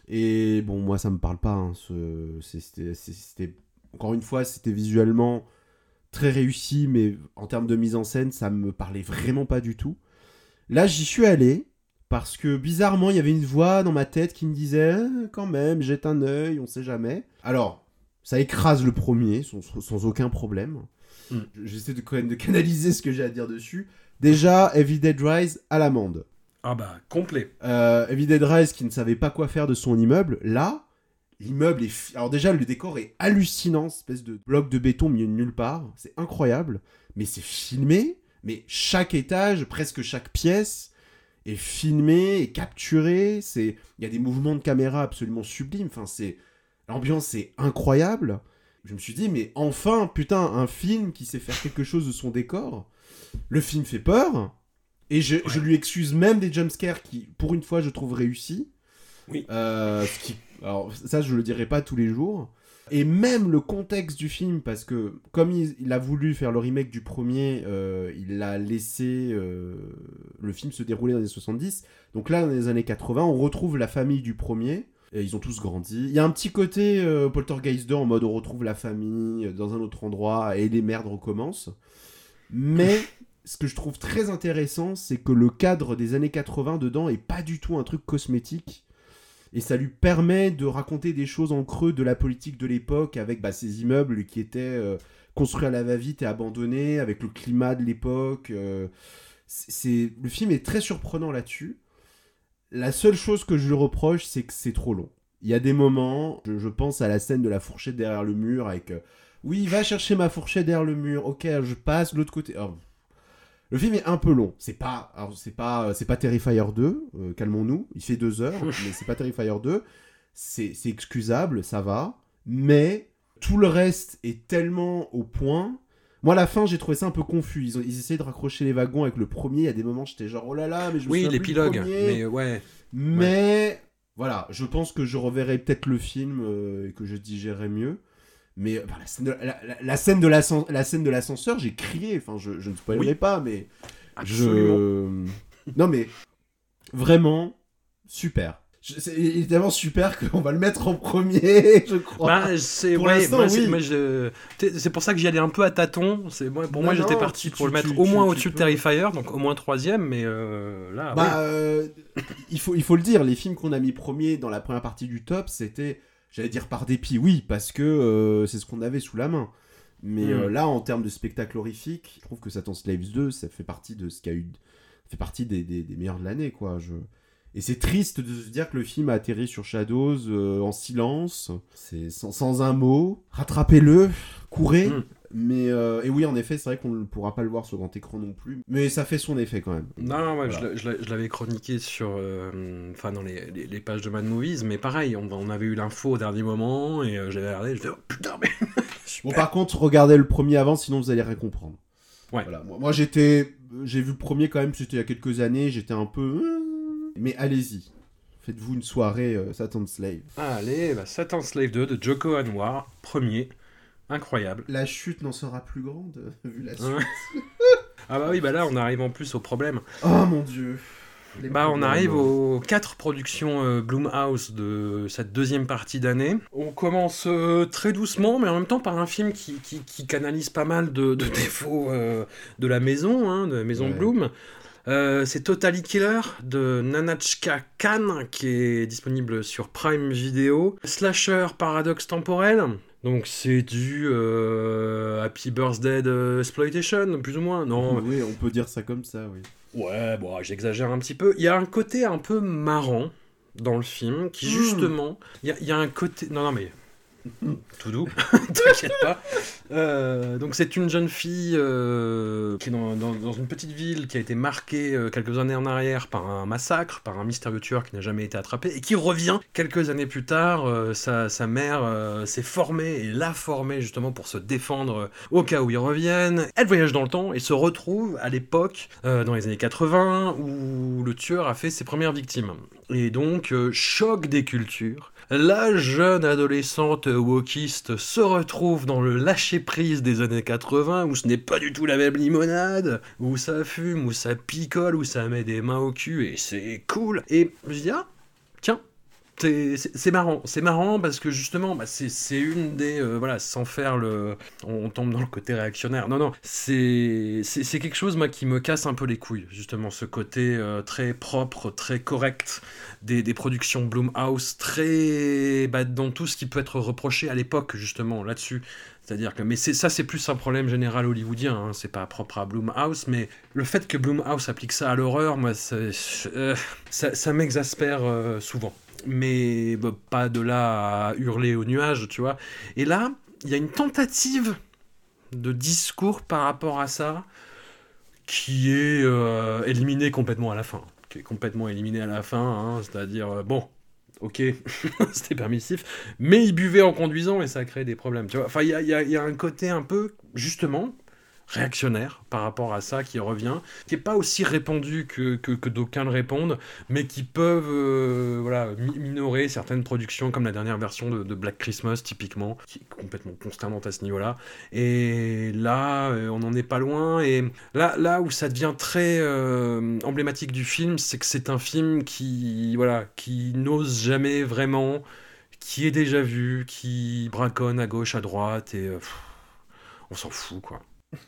Et bon, moi ça me parle pas. Hein, ce, c'était, c'était, encore une fois, c'était visuellement très réussi, mais en termes de mise en scène, ça me parlait vraiment pas du tout. Là, j'y suis allé parce que bizarrement, il y avait une voix dans ma tête qui me disait eh, quand même, jette un œil, on sait jamais. Alors, ça écrase le premier sans, sans aucun problème. Mm. J'essaie de, quand même de canaliser ce que j'ai à dire dessus. Déjà, Evil Dead Rise à l'amende. Ah bah, complet. Euh, Evil Dead Rise qui ne savait pas quoi faire de son immeuble. Là, l'immeuble est... Fi... Alors déjà, le décor est hallucinant, espèce de bloc de béton au milieu de nulle part. C'est incroyable. Mais c'est filmé. Mais chaque étage, presque chaque pièce est filmé et capturé. C'est... Il y a des mouvements de caméra absolument sublimes. Enfin, c'est... L'ambiance est incroyable. Je me suis dit, mais enfin, putain, un film qui sait faire quelque chose de son décor. Le film fait peur. Et je, ouais. je lui excuse même des jumpscares qui, pour une fois, je trouve réussis. Oui. Euh, ce qui, alors, ça, je le dirai pas tous les jours. Et même le contexte du film, parce que comme il, il a voulu faire le remake du premier, euh, il a laissé euh, le film se dérouler dans les années soixante-dix. Donc là, dans les années quatre-vingts, on retrouve la famille du premier. Et ils ont tous grandi. Il y a un petit côté euh, Poltergeist deux en mode on retrouve la famille dans un autre endroit et les merdes recommencent. Mais ce que je trouve très intéressant, c'est que le cadre des années quatre-vingts dedans est pas du tout un truc cosmétique. Et ça lui permet de raconter des choses en creux de la politique de l'époque avec bah, ces immeubles qui étaient euh, construits à la va-vite et abandonnés, avec le climat de l'époque. Euh, c'est... Le film est très surprenant là-dessus. La seule chose que je lui reproche, c'est que c'est trop long. Il y a des moments, je, je pense à la scène de la fourchette derrière le mur avec euh, « Oui, va chercher ma fourchette derrière le mur. Ok, je passe de l'autre côté. Oh. » Le film est un peu long. C'est pas, alors c'est pas, c'est pas Terrifier deux, euh, calmons-nous. Il fait deux heures, mais c'est pas Terrifier deux. C'est, c'est excusable, ça va. mais tout le reste est tellement au point. Moi, à la fin, j'ai trouvé ça un peu confus. Ils, ont, ils essayaient de raccrocher les wagons avec le premier. Il y a des moments, j'étais genre, oh là là, mais je me Oui, souviens plus du l'épilogue, premier. mais ouais. Mais ouais. Voilà, je pense que je reverrai peut-être le film euh, et que je digérerai mieux. Mais bah, la, scène de, la, la, la, scène de la scène de l'ascenseur, j'ai crié. Enfin, je, je ne spoilerai oui. pas, mais absolument. Je... Non, mais vraiment super. C'est évidemment super qu'on va le mettre en premier, je crois. Bah, c'est pour ouais, l'instant, moi, oui. c'est, moi, je... c'est pour ça que j'y allais un peu à tâtons. C'est moi, pour non, moi, j'étais non, parti tu, pour tu, le mettre tu, au moins tu, au-dessus tu de peux... Terrifier, donc au moins troisième, mais euh, là. Bah, oui. euh, il faut il faut le dire, les films qu'on a mis premier dans la première partie du top, c'était, j'allais dire par dépit, oui, parce que euh, c'est ce qu'on avait sous la main. Mais mm. euh, là, en termes de spectacle horrifique, je trouve que Satan Slaves deux, ça fait partie de ce qu'il y a eu, fait partie des, des, des meilleurs de l'année, quoi. Je... Et c'est triste de se dire que le film a atterri sur Shadows euh, en silence, c'est sans, sans un mot. Rattrapez-le, courez. Mm. Mais euh, et oui, en effet, c'est vrai qu'on ne pourra pas le voir sur grand écran non plus. Mais ça fait son effet quand même. Non, ouais, voilà. je, je l'avais chroniqué sur, euh, enfin dans les, les, les pages de Mad Movies, mais pareil, on, on avait eu l'info au dernier moment et euh, j'avais regardé, je disais oh putain mais. Bon, par contre, regardez le premier avant, sinon vous allez rien comprendre. Ouais. Voilà. Moi, moi j'étais, j'ai vu le premier quand même, c'était il y a quelques années, j'étais un peu. Mais allez-y, faites-vous une soirée euh, Satan Slave. Allez, bah, Satan Slave deux de Joko Anwar, premier, incroyable. La chute n'en sera plus grande, vu la suite. Ouais. Ah bah oui, bah là on arrive en plus au problème. Oh mon dieu. Les bah problèmes. On arrive aux quatre productions euh, Blumhouse de cette deuxième partie d'année. On commence euh, très doucement, mais en même temps par un film qui, qui, qui canalise pas mal de, de défauts euh, de la maison, hein, de la maison ouais. Blum. Euh, c'est Totally Killer de Nanachka Khan qui est disponible sur Prime Video. Slasher paradoxe temporel. Donc c'est du euh, Happy Birthday Exploitation, plus ou moins, non? Oui, on peut dire ça comme ça, oui. Ouais, bon, j'exagère un petit peu. Il y a un côté un peu marrant dans le film qui justement, il mmh. y, y a un côté, non non mais tout doux, t'inquiète pas. Euh, donc c'est une jeune fille euh, qui est dans, dans, dans une petite ville qui a été marquée euh, quelques années en arrière par un massacre, par un mystérieux tueur qui n'a jamais été attrapé et qui revient quelques années plus tard. Euh, sa, sa mère euh, s'est formée et l'a formée justement pour se défendre euh, au cas où ils reviennent. Elle voyage dans le temps et se retrouve à l'époque, euh, dans les années quatre-vingts, où le tueur a fait ses premières victimes. Et donc, euh, choc des cultures. La jeune adolescente wokiste se retrouve dans le lâcher-prise des années quatre-vingts, où ce n'est pas du tout la même limonade, où ça fume, où ça picole, où ça met des mains au cul, et c'est cool. Et je dis, ah, tiens, c'est, c'est, c'est marrant. C'est marrant parce que justement, bah, c'est, c'est une des... Euh, voilà, sans faire le... On, on tombe dans le côté réactionnaire. Non, non, c'est, c'est, c'est quelque chose, moi, qui me casse un peu les couilles, justement, ce côté euh, très propre, très correct des, des productions Blumhouse, très... Bah, dans tout ce qui peut être reproché à l'époque, justement, là-dessus. C'est-à-dire que... Mais c'est, ça, c'est plus un problème général hollywoodien, hein, c'est pas propre à Blumhouse, mais le fait que Blumhouse applique ça à l'horreur, moi, c'est, euh, ça, ça m'exaspère euh, souvent. Mais bah, pas de là à hurler aux nuages, tu vois. Et là, il y a une tentative de discours par rapport à ça qui est euh, éliminée complètement à la fin. Qui est complètement éliminée à la fin, hein, c'est-à-dire, euh, bon, ok, c'était permissif, mais il buvait en conduisant et ça a créé des problèmes, tu vois. Enfin, il y a, y a, y a un côté un peu, justement, réactionnaire par rapport à ça qui revient, qui n'est pas aussi répandu que, que, que d'aucuns le répondent, mais qui peuvent euh, voilà, minorer certaines productions, comme la dernière version de, de Black Christmas, typiquement, qui est complètement consternante à ce niveau-là. Et là, euh, on n'en est pas loin, et là, là où ça devient très euh, emblématique du film, c'est que c'est un film qui, voilà, qui n'ose jamais vraiment, qui est déjà vu, qui braconne à gauche, à droite, et euh, pff, on s'en fout, quoi.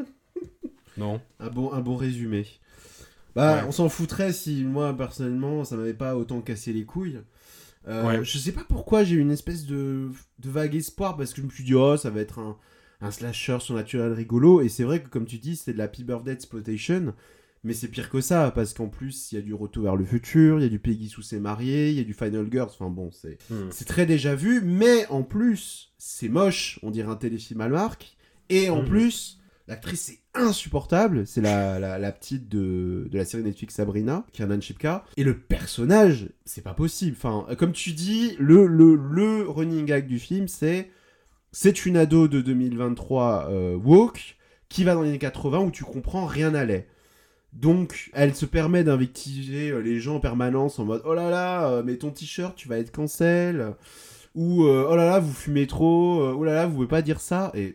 Non. Un bon, un bon résumé. Bah, ouais. On s'en foutrait si moi, personnellement, ça m'avait pas autant cassé les couilles. Euh, ouais. Je sais pas pourquoi j'ai eu une espèce de, de vague espoir, parce que je me suis dit, oh, ça va être un, un slasher surnaturel rigolo. Et c'est vrai que, comme tu dis, c'est de la Happy Birthday Exploitation. Mais c'est pire que ça, parce qu'en plus, il y a du Retour vers le futur, il y a du Peggy Sue s'est mariée, il y a du Final Girls. Enfin bon, c'est, mm. c'est très déjà vu. Mais en plus, c'est moche. On dirait un téléfilm Hallmark. Et en mm. plus... L'actrice est insupportable, c'est la, la, la petite de, de la série Netflix Sabrina, Kiernan Shipka. Et le personnage, c'est pas possible. Enfin, comme tu dis, le, le, le running gag du film, c'est c'est une ado de deux mille vingt-trois euh, woke qui va dans les années quatre-vingts où tu comprends rien n'allait. Donc, elle se permet d'invectiver les gens en permanence en mode « Oh là là, euh, mais ton t-shirt, tu vas être cancel » ou euh, « Oh là là, vous fumez trop, euh, oh là là, vous pouvez pas dire ça » et...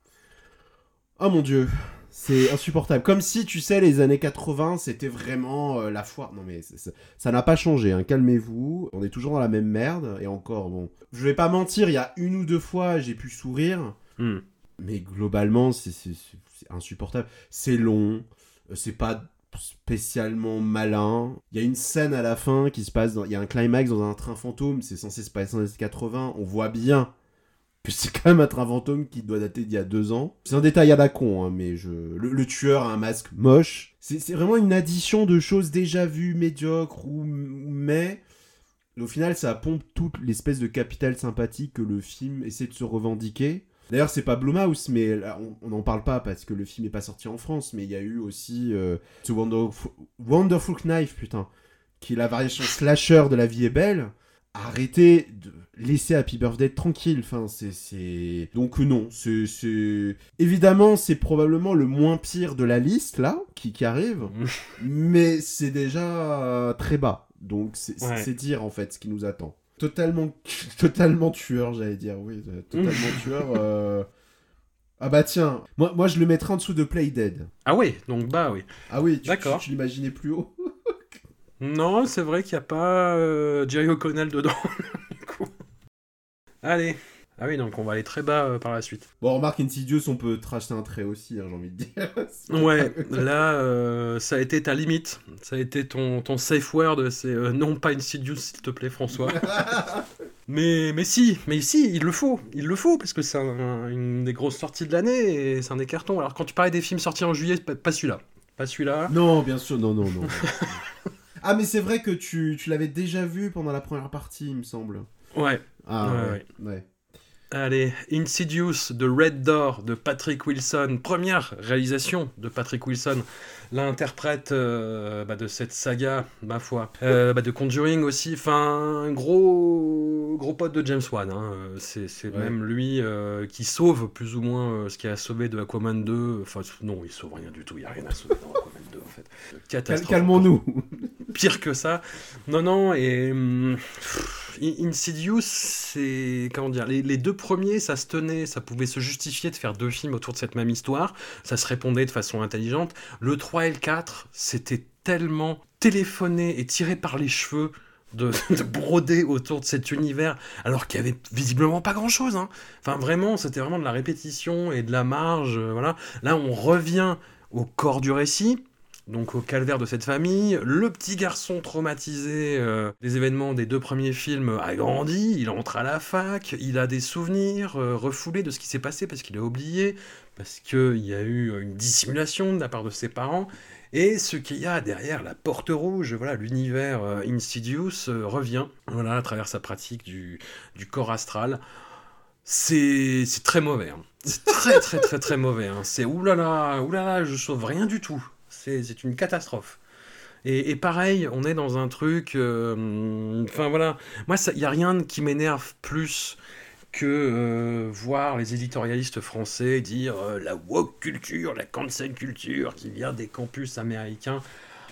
Oh mon Dieu, c'est insupportable. Comme si, tu sais, les années quatre-vingts, c'était vraiment euh, la foire. Non mais c'est, c'est, ça n'a pas changé, hein. Calmez-vous. On est toujours dans la même merde. Et encore, bon... Je vais pas mentir, il y a une ou deux fois, j'ai pu sourire. Mm. Mais globalement, c'est, c'est, c'est, c'est insupportable. C'est long. C'est pas spécialement malin. Il y a une scène à la fin qui se passe dans... Il y a un climax dans un train fantôme. C'est censé se passer dans les années quatre-vingts. On voit bien que c'est quand même un train fantôme qui doit dater d'il y a deux ans. C'est un détail à la con, hein, mais je... Le, le tueur a un masque moche. C'est, c'est vraiment une addition de choses déjà vues, médiocres, ou... mais... Et au final, ça pompe toute l'espèce de capital sympathique que le film essaie de se revendiquer. D'ailleurs, c'est pas Blumhouse, mais là, on n'en parle pas parce que le film n'est pas sorti en France, mais il y a eu aussi euh, The Wonderful... Wonderful Knife, putain, qui est la variation slasher de La Vie est belle. Arrêtez de laisser Happy Birthday tranquille, enfin, c'est... c'est... Donc non, c'est, c'est... Évidemment, c'est probablement le moins pire de la liste, là, qui, qui arrive, mais c'est déjà euh, très bas. Donc c'est, ouais. c'est, c'est dire, en fait, ce qui nous attend. Totalement, totalement tueur, j'allais dire, oui, totalement tueur. Euh... Ah bah tiens, moi, moi je le mettrais en dessous de Play Dead. Ah oui, donc bah oui. Ah oui, tu, d'accord. Tu, tu l'imaginais plus haut. Non, c'est vrai qu'il n'y a pas euh, Jerry O'Connell dedans. Du coup. Allez. Ah oui, donc on va aller très bas euh, par la suite. Bon, remarque, Insidious, on peut te racheter un trait aussi, hein, j'ai envie de dire. Ouais, là, euh, ça a été ta limite. Ça a été ton, ton safe word, c'est euh, non pas Insidious, s'il te plaît, François. mais, mais si, mais si, il le faut. Il le faut, parce que c'est un, une des grosses sorties de l'année, et c'est un des cartons. Alors, quand tu parlais des films sortis en juillet, pas, pas celui-là. Pas celui-là. Non, bien sûr, non, non, non. Ah, mais c'est vrai que tu, tu l'avais déjà vu pendant la première partie, il me semble. Ouais. Ah, ouais. ouais. ouais. Allez, Insidious de Red Door de Patrick Wilson, première réalisation de Patrick Wilson, l'interprète euh, bah, de cette saga, ma foi, euh, bah, de Conjuring aussi, enfin, un gros, gros pote de James Wan, hein. c'est, c'est ouais. même lui euh, qui sauve plus ou moins euh, ce qui a sauvé de Aquaman deux, enfin non, il sauve rien du tout, il n'y a rien à sauver dans Aquaman deux en fait. Catastrophe. Calmons-nous. Pire que ça. Non, non, et hum, Insidious, c'est, comment dire, les, les deux premiers, ça se tenait, ça pouvait se justifier de faire deux films autour de cette même histoire, ça se répondait de façon intelligente. Le trois et le quatre, c'était tellement téléphoné et tiré par les cheveux de, de broder autour de cet univers, alors qu'il y avait visiblement pas grand-chose, hein. Enfin, vraiment, c'était vraiment de la répétition et de la marge, euh, voilà. Là, on revient au corps du récit, donc au calvaire de cette famille. Le petit garçon traumatisé euh, des événements des deux premiers films a grandi, il entre à la fac, il a des souvenirs euh, refoulés de ce qui s'est passé parce qu'il a oublié, parce qu'il y a eu une dissimulation de la part de ses parents, et ce qu'il y a derrière la porte rouge, voilà, l'univers euh, Insidious euh, revient, voilà, à travers sa pratique du, du corps astral. C'est, c'est très mauvais, hein. C'est très très très très mauvais, hein. C'est oulala, oulala, je sauve rien du tout. C'est, c'est une catastrophe. Et, et pareil, on est dans un truc... Enfin euh, voilà, moi, il n'y a rien qui m'énerve plus que euh, voir les éditorialistes français dire euh, la woke culture, la cancel culture qui vient des campus américains.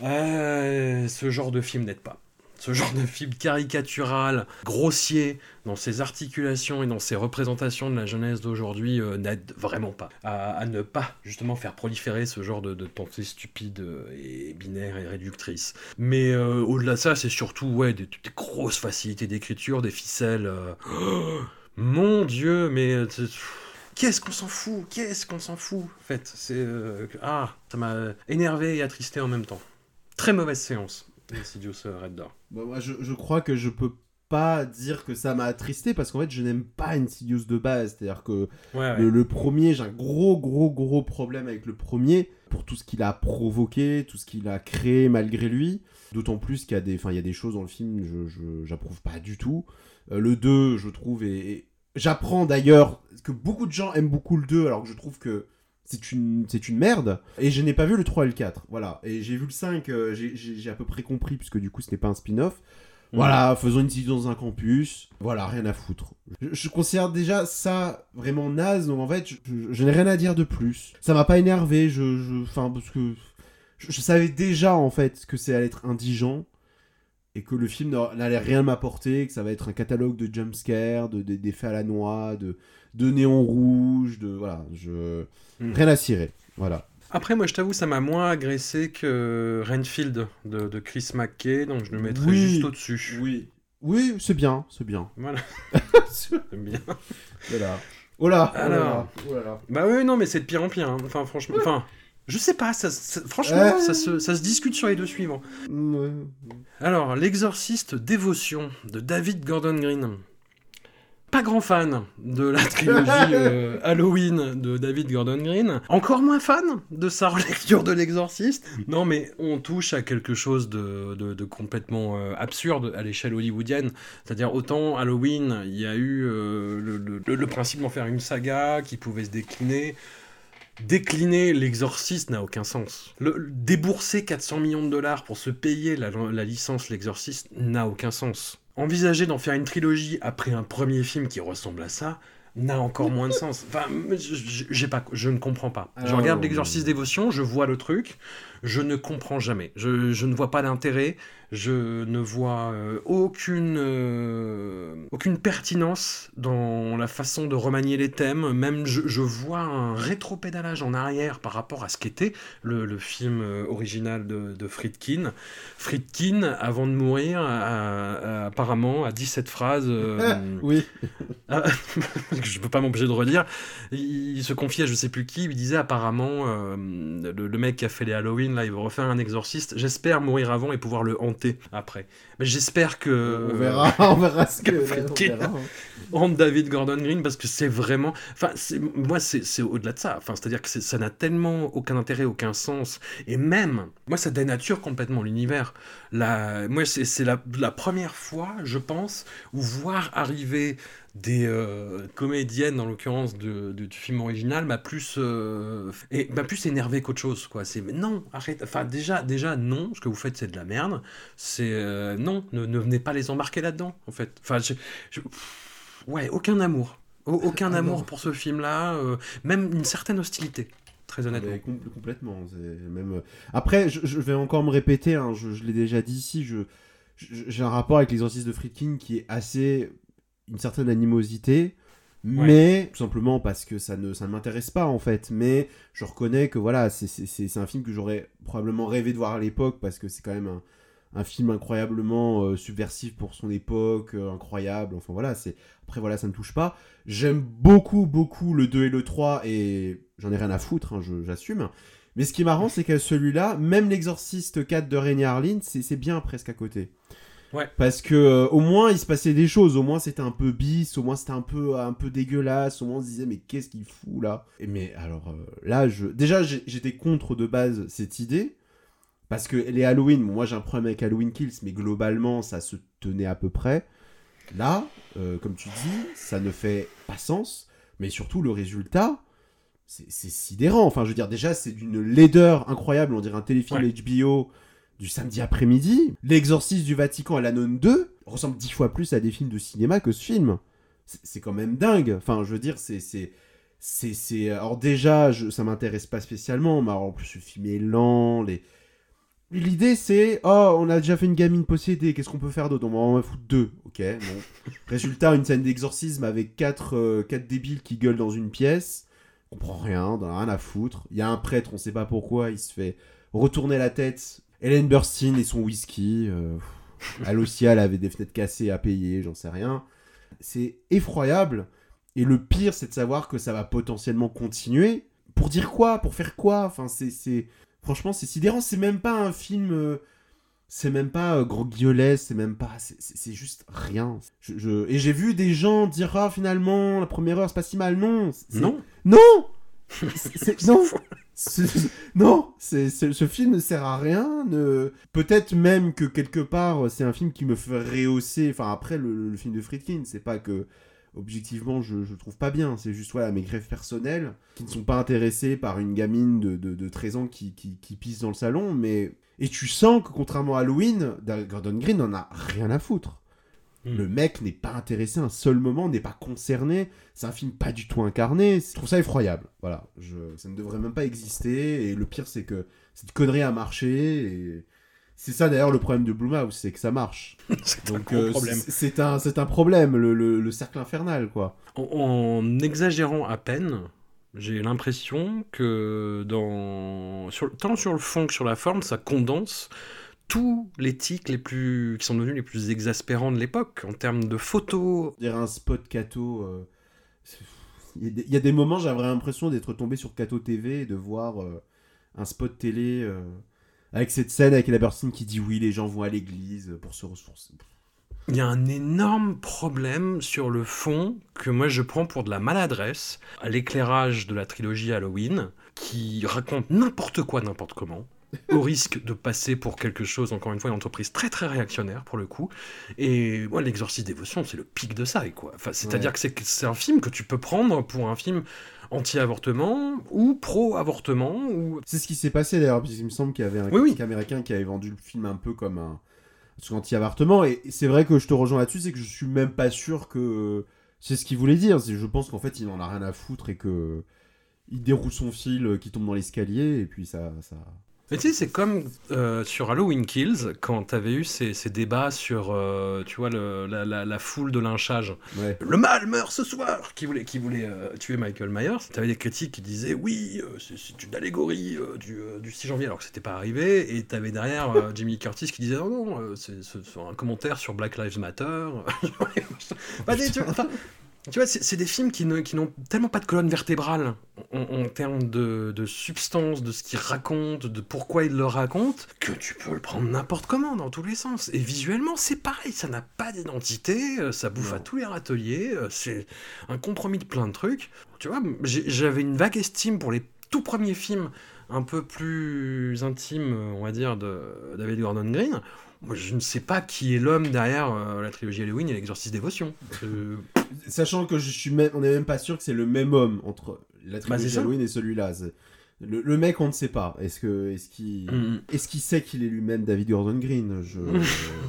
Euh, ce genre de film n'aide pas. Ce genre de film caricatural, grossier, dans ses articulations et dans ses représentations de la jeunesse d'aujourd'hui, euh, n'aide vraiment pas à, à ne pas, justement, faire proliférer ce genre de, de pensées stupides et binaires et réductrices. Mais euh, au-delà de ça, c'est surtout ouais, des, des grosses facilités d'écriture, des ficelles... Euh... Oh, mon Dieu, mais... Euh, qu'est-ce qu'on s'en fout ? Qu'est-ce qu'on s'en fout ? En fait, c'est... Euh... Ah, ça m'a énervé et attristé en même temps. Très mauvaise séance. Insidious Red Door. Bon, moi, je, je crois que je peux pas dire que ça m'a attristé parce qu'en fait, je n'aime pas Insidious de base. C'est-à-dire que ouais, ouais. Le, le premier, j'ai un gros, gros, gros problème avec le premier pour tout ce qu'il a provoqué, tout ce qu'il a créé malgré lui. D'autant plus qu'il y a des, enfin, il y a des choses dans le film je, je j'approuve pas du tout. Euh, le deux, je trouve, et, et j'apprends d'ailleurs que beaucoup de gens aiment beaucoup le deux, alors que je trouve que C'est une, c'est une merde. Et je n'ai pas vu le trois et le quatre. Voilà. Et j'ai vu le cinq, euh, j'ai, j'ai, j'ai à peu près compris, puisque du coup, ce n'est pas un spin-off. Voilà, faisons une visite dans un campus. Voilà, rien à foutre. Je, je considère déjà ça vraiment naze, donc en fait, je, je, je n'ai rien à dire de plus. Ça m'a pas énervé, je... Enfin, parce que... Je, je savais déjà, en fait, que ça allait être indigent, et que le film n'allait rien m'apporter, que ça va être un catalogue de jumpscares, de, de, d'effets à la noix, de, de néons rouges, de... Voilà, je... Mm. Rien à cirer, voilà. Après, moi, je t'avoue, ça m'a moins agressé que Renfield de, de Chris McKay, donc je le mettrais oui, juste au-dessus. Oui, oui, c'est bien, c'est bien. Voilà. C'est bien. Voilà. Oh là, Alors, oh là là. Bah oui, non, mais c'est de pire en pire. Hein. Enfin, franchement, enfin, je sais pas, ça, ça, franchement, euh... ça, se, ça se discute sur les deux suivants. Ouais. Alors, L'Exorciste Dévotion de David Gordon Green. Pas grand fan de la trilogie euh, Halloween de David Gordon Green. Encore moins fan de sa relecture de L'Exorciste. Non, mais on touche à quelque chose de, de, de complètement euh, absurde à l'échelle hollywoodienne. C'est-à-dire, autant Halloween, il y a eu euh, le, le, le principe d'en faire une saga qui pouvait se décliner. Décliner L'Exorciste n'a aucun sens. Le, le, débourser quatre cents millions de dollars pour se payer la, la licence L'Exorciste n'a aucun sens. Envisager d'en faire une trilogie après un premier film qui ressemble à ça n'a encore moins de sens. Enfin, je, j'ai pas, je ne comprends pas. Je Alors, regarde L'Exorciste Dévotion, je vois le truc, je ne comprends jamais. Je, je ne vois pas d'intérêt, je ne vois euh, aucune, euh, aucune pertinence dans la façon de remanier les thèmes. Même je, je vois un rétropédalage en arrière par rapport à ce qu'était le, le film original de, de Friedkin. Friedkin, avant de mourir, a, a, apparemment a dit cette phrase... Euh, oui. Je peux pas m'empêcher de redire. Il, il se confiait à je sais plus qui, il disait apparemment, euh, le, le mec qui a fait les Halloween, là, il veut refaire un exorciste, j'espère mourir avant et pouvoir le hanter après. Mais j'espère que... On verra, on verra ce que... Friedkin hante David Gordon Green, parce que c'est vraiment... Enfin, c'est, moi, c'est, c'est au-delà de ça. Enfin, c'est-à-dire que c'est, ça n'a tellement aucun intérêt, aucun sens. Et même, moi, ça dénature complètement l'univers. La, moi, c'est, c'est la, la première fois, je pense, où voir arriver des euh, comédiennes, en l'occurrence de, de, du film original, m'a plus, euh, et, m'a plus énervé qu'autre chose, quoi. C'est, mais non, arrête. Enfin, déjà, déjà, non, ce que vous faites, c'est de la merde. C'est, euh, non, ne, ne venez pas les embarquer là-dedans, en fait. Enfin, je, je, pff, ouais, aucun amour. O- aucun ah, amour non. pour ce film-là, euh, même une certaine hostilité. Très honnêtement. Mais com- complètement. C'est même... Après, je, je vais encore me répéter, hein, je, je l'ai déjà dit ici, je, je, j'ai un rapport avec l'exorciste de Friedkin qui est assez... une certaine animosité, ouais. mais tout simplement parce que ça ne, ça ne m'intéresse pas en fait, mais je reconnais que voilà, c'est, c'est, c'est, c'est un film que j'aurais probablement rêvé de voir à l'époque, parce que c'est quand même un, un film incroyablement euh, subversif pour son époque, euh, incroyable, enfin voilà, c'est... après voilà, ça ne me touche pas. J'aime beaucoup, beaucoup le deux et le trois, et j'en ai rien à foutre, hein, je, j'assume, mais ce qui est marrant, c'est qu'à celui-là, même l'Exorciste quatre de Renny Harlin, c'est, c'est bien presque à côté. Ouais. Parce que euh, au moins il se passait des choses, au moins c'était un peu bis, au moins c'était un peu un peu dégueulasse, au moins on se disait mais qu'est-ce qu'il fout là. Et mais alors euh, là je déjà j'ai, j'étais contre de base cette idée parce que les Halloween, bon, moi j'ai un problème avec Halloween Kills, mais globalement ça se tenait à peu près. Là, euh, comme tu dis, ça ne fait pas sens, mais surtout le résultat c'est, c'est sidérant. Enfin je veux dire déjà c'est d'une laideur incroyable, on dirait un téléfilm ouais. H B O du samedi après-midi. L'Exorciste du Vatican à la nonne deux ressemble dix fois plus à des films de cinéma que ce film. C'est, c'est quand même dingue. Enfin, je veux dire, c'est... c'est, c'est, c'est... Alors déjà, je, ça m'intéresse pas spécialement, mais alors, en plus, le film est lent. Les... L'idée, c'est... Oh, on a déjà fait une gamine possédée, qu'est-ce qu'on peut faire d'autre? On va en foutre deux. Ok, bon. Résultat, une scène d'exorcisme avec quatre, euh, quatre débiles qui gueulent dans une pièce. On comprend rien, on en a rien à foutre. Il y a un prêtre, on sait pas pourquoi, il se fait retourner la tête... Ellen Burstyn et son whisky, euh, elle aussi elle avait des fenêtres cassées à payer, j'en sais rien. C'est effroyable, et le pire c'est de savoir que ça va potentiellement continuer. Pour dire quoi? Pour faire quoi? Enfin c'est, c'est... Franchement c'est sidérant, c'est même pas un film... Euh... C'est même pas euh, Grand Guiolet, c'est même pas... C'est, c'est, c'est juste rien. Je, je... Et j'ai vu des gens dire « Ah finalement, la première heure c'est pas si mal ». Non c'est... Non Non c'est, c'est... Non C'est... Non, c'est, c'est, ce film ne sert à rien. Ne... Peut-être même que quelque part, c'est un film qui me fait rehausser. Enfin, après le, le film de Friedkin, c'est pas que objectivement, je, je trouve pas bien. C'est juste, voilà, mes greffes personnelles qui ne sont pas intéressées par une gamine de, de, de treize ans qui, qui, qui pisse dans le salon, mais... Et tu sens que, contrairement à Halloween, Gordon Green n'en a rien à foutre. Mm. Le mec n'est pas intéressé un seul moment, n'est pas concerné. C'est un film pas du tout incarné. Je trouve ça effroyable. Voilà. Je... Ça ne devrait même pas exister. Et le pire, c'est que cette connerie a marché. Et... C'est ça, d'ailleurs, le problème de Blumhouse, c'est que ça marche. c'est Donc, un euh, problème. C'est, c'est, un, c'est un problème, le, le, le cercle infernal, quoi. En, en exagérant à peine... J'ai l'impression que dans sur, tant sur le fond que sur la forme, ça condense tous les tics les plus qui sont devenus les plus exaspérants de l'époque en termes de photos. Dire un spot Kato, euh, il y, y a des moments j'avais l'impression d'être tombé sur Kato T V et de voir euh, un spot télé euh, avec cette scène avec la personne qui dit oui les gens vont à l'église pour se ressourcer. Il y a un énorme problème sur le fond que moi je prends pour de la maladresse à l'éclairage de la trilogie Halloween qui raconte n'importe quoi, n'importe comment, au risque de passer pour quelque chose, encore une fois, une entreprise très très réactionnaire pour le coup. Et moi, l'Exorciste Dévotion, c'est le pic de ça, quoi. Enfin, c'est-à-dire ouais. que c'est, c'est un film que tu peux prendre pour un film anti-avortement ou pro-avortement. Ou... C'est ce qui s'est passé d'ailleurs, parce qu'il me semble qu'il y avait un oui, critique oui. américain qui avait vendu le film un peu comme un... sur anti-avortement, et c'est vrai que je te rejoins là-dessus, c'est que je suis même pas sûr que c'est ce qu'il voulait dire. Je pense qu'en fait, il en a rien à foutre et que il déroule son fil qui tombe dans l'escalier, et puis ça... ça... Mais tu sais, c'est comme euh, sur Halloween Kills, quand t'avais eu ces, ces débats sur, euh, tu vois, le, la, la, la foule de lynchage. Ouais. Le mal meurt ce soir, qui voulait, qui voulait euh, tuer Michael Myers. T'avais des critiques qui disaient, oui, euh, c'est, c'est une allégorie euh, du, euh, du six janvier, alors que c'était pas arrivé. Et t'avais derrière euh, Jimmy Curtis qui disait, non, non, euh, c'est, c'est, c'est un commentaire sur Black Lives Matter. bah, des, tu vois, enfin, Tu vois, c'est, c'est des films qui, ne, qui n'ont tellement pas de colonne vertébrale en, en termes de, de substance, de ce qu'ils racontent, de pourquoi ils le racontent, que tu peux le prendre n'importe comment, dans tous les sens. Et visuellement, c'est pareil, ça n'a pas d'identité, ça bouffe non. à tous les râteliers, c'est un compromis de plein de trucs. Tu vois, j'avais une vague estime pour les tout premiers films un peu plus intimes, on va dire, de David Gordon Green. Moi, je ne sais pas qui est l'homme derrière euh, la trilogie Halloween et l'Exorciste Dévotion. Euh... Sachant que je suis même, on n'est même pas sûr que c'est le même homme entre la trilogie bah, Halloween et celui-là. C'est... Le, le mec, on ne sait pas. Est-ce que, est-ce qu'il, mm. est-ce qu'il sait qu'il est lui-même David Gordon Green? Je... euh...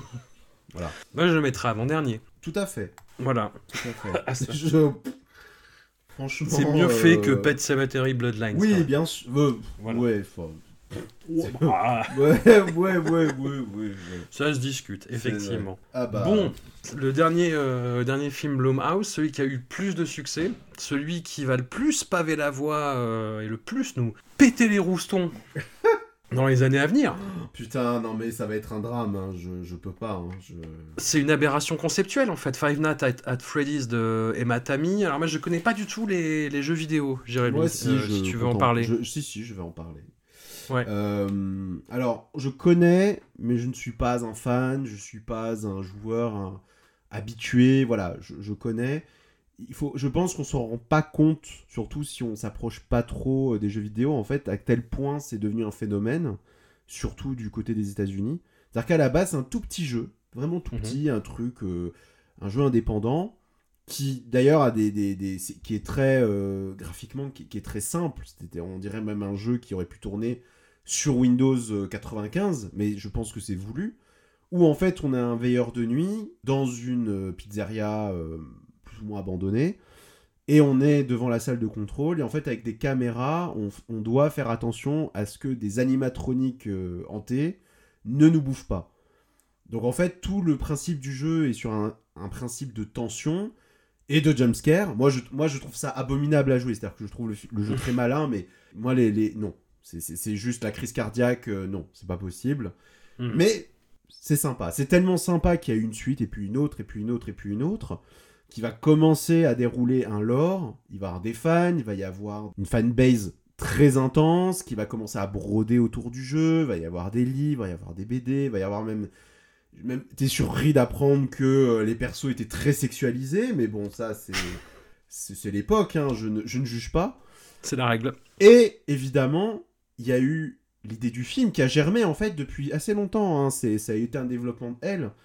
Voilà. Moi, je le mettrai avant-dernier. Tout à fait. Voilà. Tout à fait. je... Franchement, c'est mieux euh... fait que Pet Sematary Bloodlines. Oui, hein. bien sûr. Euh, voilà. Ouais, enfin... ouais, ouais, ouais, ouais, ouais, ouais. Ça se discute, effectivement. Ah bah... Bon, le dernier, euh, dernier film Blumhouse, celui qui a eu plus de succès, celui qui va le plus paver la voie euh, et le plus nous péter les roustons dans les années à venir. Putain, non mais ça va être un drame, hein. je, je peux pas. Hein. Je... C'est une aberration conceptuelle en fait, Five Nights at, at Freddy's de Emma Tammy. Alors moi je connais pas du tout les, les jeux vidéo, Jérémy, ouais, si, euh, je, si tu veux content. en parler. Je, si, si, je vais en parler. Ouais. Euh, alors, je connais, mais je ne suis pas un fan, je suis pas un joueur un, habitué, voilà, je, je connais. Il faut, je pense qu'on s'en rend pas compte, surtout si on s'approche pas trop des jeux vidéo, en fait, à quel point c'est devenu un phénomène, surtout du côté des États-Unis. C'est-à-dire qu'à la base, c'est un tout petit jeu, vraiment tout mm-hmm. petit, un truc, euh, un jeu indépendant, qui d'ailleurs a des, des, des qui est très euh, graphiquement, qui, qui est très simple. C'était, on dirait même un jeu qui aurait pu tourner sur Windows quatre-vingt-quinze, mais je pense que c'est voulu. Où en fait, on a un veilleur de nuit dans une pizzeria euh, plus ou moins abandonnée, et on est devant la salle de contrôle, et en fait, avec des caméras, on, on doit faire attention à ce que des animatroniques euh, hantés ne nous bouffent pas. Donc en fait, tout le principe du jeu est sur un, un principe de tension et de jumpscare. Moi je, moi, je trouve ça abominable à jouer, c'est-à-dire que je trouve le, le jeu très malin, mais moi, les, les... non. C'est, c'est, c'est juste la crise cardiaque, euh, non, c'est pas possible. Mmh. Mais c'est sympa. C'est tellement sympa qu'il y a eu une suite, et puis une autre, et puis une autre, et puis une autre, qui va commencer à dérouler un lore. Il va y avoir des fans, il va y avoir une fanbase très intense, qui va commencer à broder autour du jeu, il va y avoir des livres, il va y avoir des B D, il va y avoir même... même t'es surpris d'apprendre que euh, les persos étaient très sexualisés, mais bon, ça, c'est, c'est, c'est l'époque, hein, je, ne, je ne juge pas. C'est la règle. Et évidemment... il y a eu l'idée du film qui a germé en fait depuis assez longtemps, hein. C'est, ça a été un développement de Elle.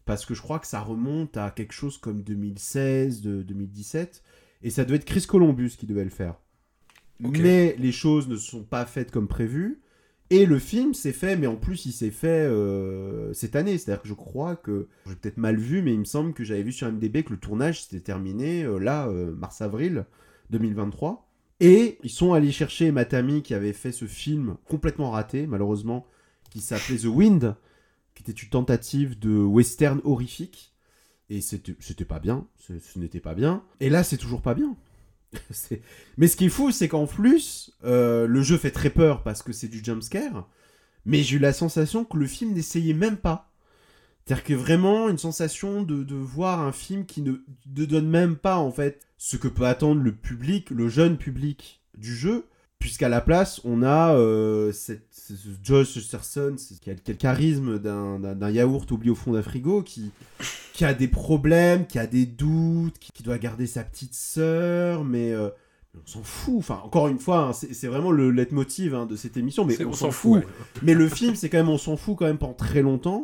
parce que je crois que ça remonte à quelque chose comme deux mille seize, de, deux mille dix-sept, et ça devait être Chris Columbus qui devait le faire. Okay. Mais les choses ne sont pas faites comme prévu, et le film s'est fait, mais en plus il s'est fait euh, cette année, c'est-à-dire que je crois que, j'ai peut-être mal vu, mais il me semble que j'avais vu sur I M D B que le tournage s'était terminé euh, là, euh, mars-avril deux mille vingt-trois, et ils sont allés chercher Matt Amy qui avait fait ce film complètement raté, malheureusement, qui s'appelait The Wind, qui était une tentative de western horrifique, et c'était, c'était pas bien, ce, ce n'était pas bien, et là c'est toujours pas bien. c'est... Mais ce qui est fou, c'est qu'en plus, euh, le jeu fait très peur parce que c'est du jumpscare, mais j'ai eu la sensation que le film n'essayait même pas. C'est-à-dire que vraiment une sensation de, de voir un film qui ne, ne donne même pas en fait ce que peut attendre le public, le jeune public du jeu, puisqu'à la place, on a euh, cette, ce Josh Hutcherson qui a, qui a le charisme d'un, d'un, d'un yaourt oublié au fond d'un frigo, qui, qui a des problèmes, qui a des doutes, qui, qui doit garder sa petite sœur, mais euh, on s'en fout. Enfin, encore une fois, hein, c'est, c'est vraiment le leitmotiv hein, de cette émission, mais c'est, on, on s'en, s'en fout. fout ouais. Mais le film, c'est quand même, on s'en fout quand même pendant très longtemps.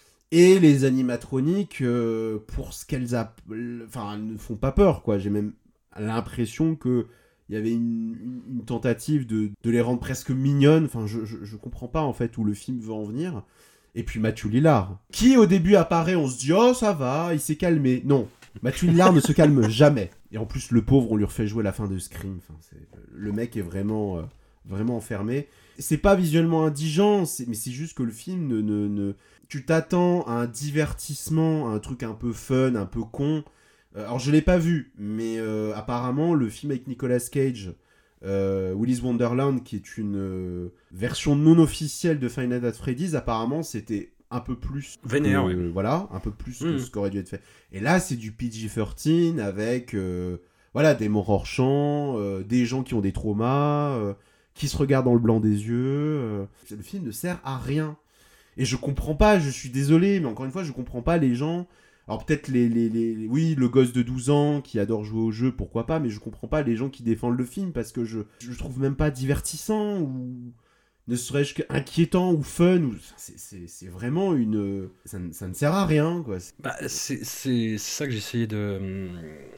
Et les animatroniques, euh, pour ce qu'elles a... enfin, elles ne font pas peur, quoi. J'ai même l'impression que il y avait une, une, une tentative de, de les rendre presque mignonnes. Enfin, je, je, je comprends pas, en fait, où le film veut en venir. Et puis Matthew Lillard, qui au début apparaît, on se dit « Oh, ça va, il s'est calmé ». Non, Matthew Lillard ne se calme jamais. Et en plus, le pauvre, on lui refait jouer la fin de Scream. Enfin, c'est... Le mec est vraiment, euh, vraiment enfermé. C'est pas visuellement indigent, c'est... mais c'est juste que le film ne... ne, ne... Tu t'attends à un divertissement, à un truc un peu fun, un peu con. Euh, alors, je l'ai pas vu, mais euh, apparemment, le film avec Nicolas Cage, euh, Willy's Wonderland, qui est une euh, version non officielle de Five Nights at Freddy's, apparemment, c'était un peu plus... Vénère, que, oui. Voilà, un peu plus mmh. que ce qu'aurait dû être fait. Et là, c'est du P G treize avec euh, voilà, des morts hors champ, euh, des gens qui ont des traumas, euh, qui se regardent dans le blanc des yeux. Euh. Le film ne sert à rien. Et je comprends pas, je suis désolé, mais encore une fois, je comprends pas les gens. Alors peut-être les, les, les... Oui, le gosse de douze ans qui adore jouer au jeu, pourquoi pas, mais je comprends pas les gens qui défendent le film, parce que je, je trouve même pas divertissant, ou ne serais-je qu'inquiétant, ou fun, ou... C'est, c'est, c'est vraiment une... Ça, ça ne sert à rien, quoi. Bah, c'est, c'est, c'est ça que j'essayais de,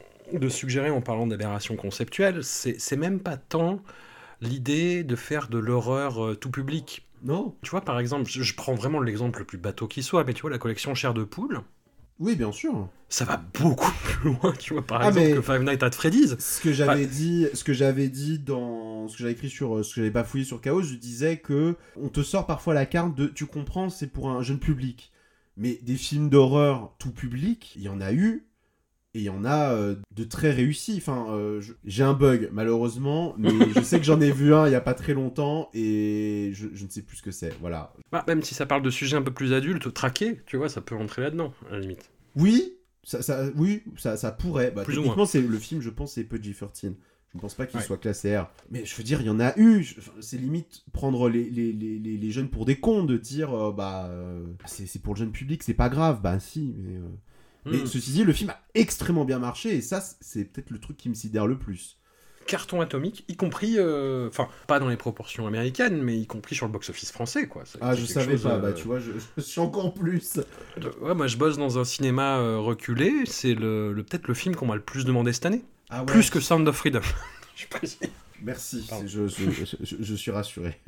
de suggérer en parlant d'aberration conceptuelle. C'est, c'est même pas tant l'idée de faire de l'horreur euh, tout public. Non. Tu vois, par exemple, je, je prends vraiment l'exemple le plus bateau qui soit, mais tu vois, la collection Chair de Poule. Oui, bien sûr. Ça va beaucoup plus loin, tu vois, par ah, exemple, que Five Nights at Freddy's. Ce que j'avais enfin... dit, ce que j'avais dit dans, ce que j'avais écrit sur, ce que j'avais pas fouillé sur Chaos, je disais que on te sort parfois la carte de, tu comprends, c'est pour un jeune public. Mais des films d'horreur tout public, il y en a eu. Et il y en a euh, de très réussis. Enfin, euh, je... j'ai un bug, malheureusement, mais je sais que j'en ai vu un il y a pas très longtemps et je, je ne sais plus ce que c'est. Voilà. Bah, même si ça parle de sujets un peu plus adultes, traqués, tu vois, ça peut rentrer là-dedans, à la limite. Oui, ça, ça, oui, ça, ça pourrait. Bah, plus techniquement, c'est le film, je pense, c'est P G treize. Je ne pense pas qu'il ouais. soit classé R. Mais je veux dire, il y en a eu. Je... C'est limite prendre les, les, les, les jeunes pour des cons, de dire, euh, bah, euh, c'est, c'est pour le jeune public, c'est pas grave. Bah, si, mais. Euh... Mais mmh. ceci dit, le film a extrêmement bien marché, et ça, c'est peut-être le truc qui me sidère le plus. Carton atomique, y compris, enfin, euh, pas dans les proportions américaines, mais y compris sur le box-office français, quoi. C'est, ah, c'est je savais chose, pas, euh... bah tu vois, je, je suis encore plus. Ouais, moi je bosse dans un cinéma euh, reculé, c'est le, le, peut-être le film qu'on m'a le plus demandé cette année. Ah ouais. Plus que Sound of Freedom. Je suis précis. Merci, je, je, je, je, je suis rassuré.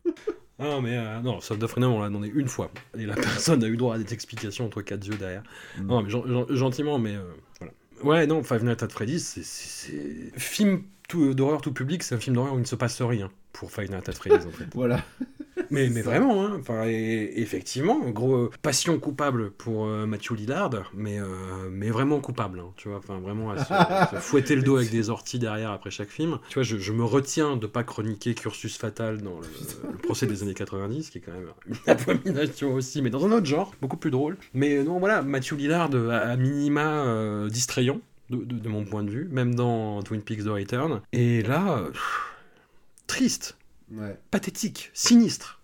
Non, mais euh, non, Sound of Freedom, on l'a demandé une fois. Et la personne a eu droit à des explications entre quatre yeux derrière. Mm. Non, mais gen- gentiment, mais euh, voilà. Ouais, non, Five Nights at Freddy's, c'est, c'est, c'est... film tout, d'horreur tout public, c'est un film d'horreur où il ne se passe rien pour Five Nights at Freddy's, en fait. Voilà. Mais, mais vraiment, hein, enfin, et, effectivement, gros, euh, passion coupable pour euh, Matthew Lillard, mais, euh, mais vraiment coupable, hein, tu vois, enfin, vraiment à se, à se fouetter le dos avec des orties derrière après chaque film. Tu vois, je, je me retiens de pas chroniquer Cursus Fatal dans le, le procès des années quatre-vingt-dix, qui est quand même une abomination aussi, mais dans un autre genre, beaucoup plus drôle. Mais non, voilà, Matthew Lillard, à, à minima euh, distrayant, de, de, de mon point de vue, même dans Twin Peaks The Return. Et là, euh, pff, triste. Ouais. Pathétique, sinistre.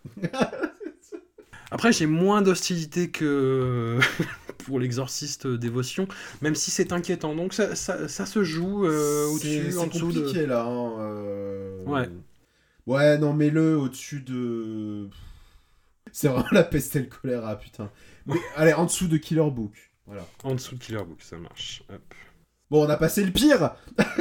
Après, j'ai moins d'hostilité que pour l'exorciste dévotion, même si c'est inquiétant. Donc ça, ça, ça se joue euh, au-dessus, c'est, en c'est dessous de... C'est compliqué, là. Hein, euh... Ouais. Ouais, non, mets-le au-dessus de... C'est vraiment la peste et le choléra, putain. Mais, allez, en dessous de Killer Book. Voilà. En dessous de Killer Book, ça marche. Hop. Bon, on a passé le pire.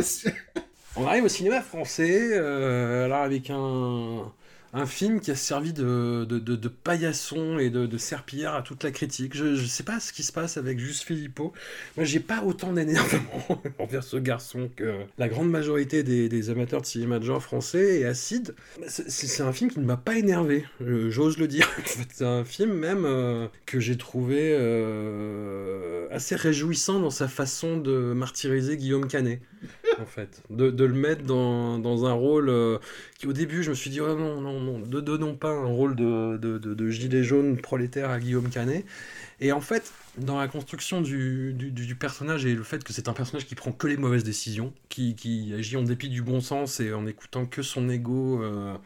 On arrive au cinéma français, euh, alors avec un, un film qui a servi de, de, de, de paillasson et de, de serpillière à toute la critique. Je, je sais pas ce qui se passe avec Juste Philippot. Moi, j'ai pas autant d'énervement envers ce garçon que la grande majorité des, des amateurs de cinéma de genre français. Et Acide, c'est, c'est un film qui ne m'a pas énervé, euh, j'ose le dire. C'est un film même euh, que j'ai trouvé euh, assez réjouissant dans sa façon de martyriser Guillaume Canet. En fait, de, de le mettre dans, dans un rôle euh, qui au début je me suis dit oh non non non ne donnons pas un rôle de, de, de, de gilet jaune prolétaire à Guillaume Canet, et en fait dans la construction du, du, du personnage et le fait que c'est un personnage qui prend que les mauvaises décisions, qui, qui agit en dépit du bon sens et en écoutant que son ego euh,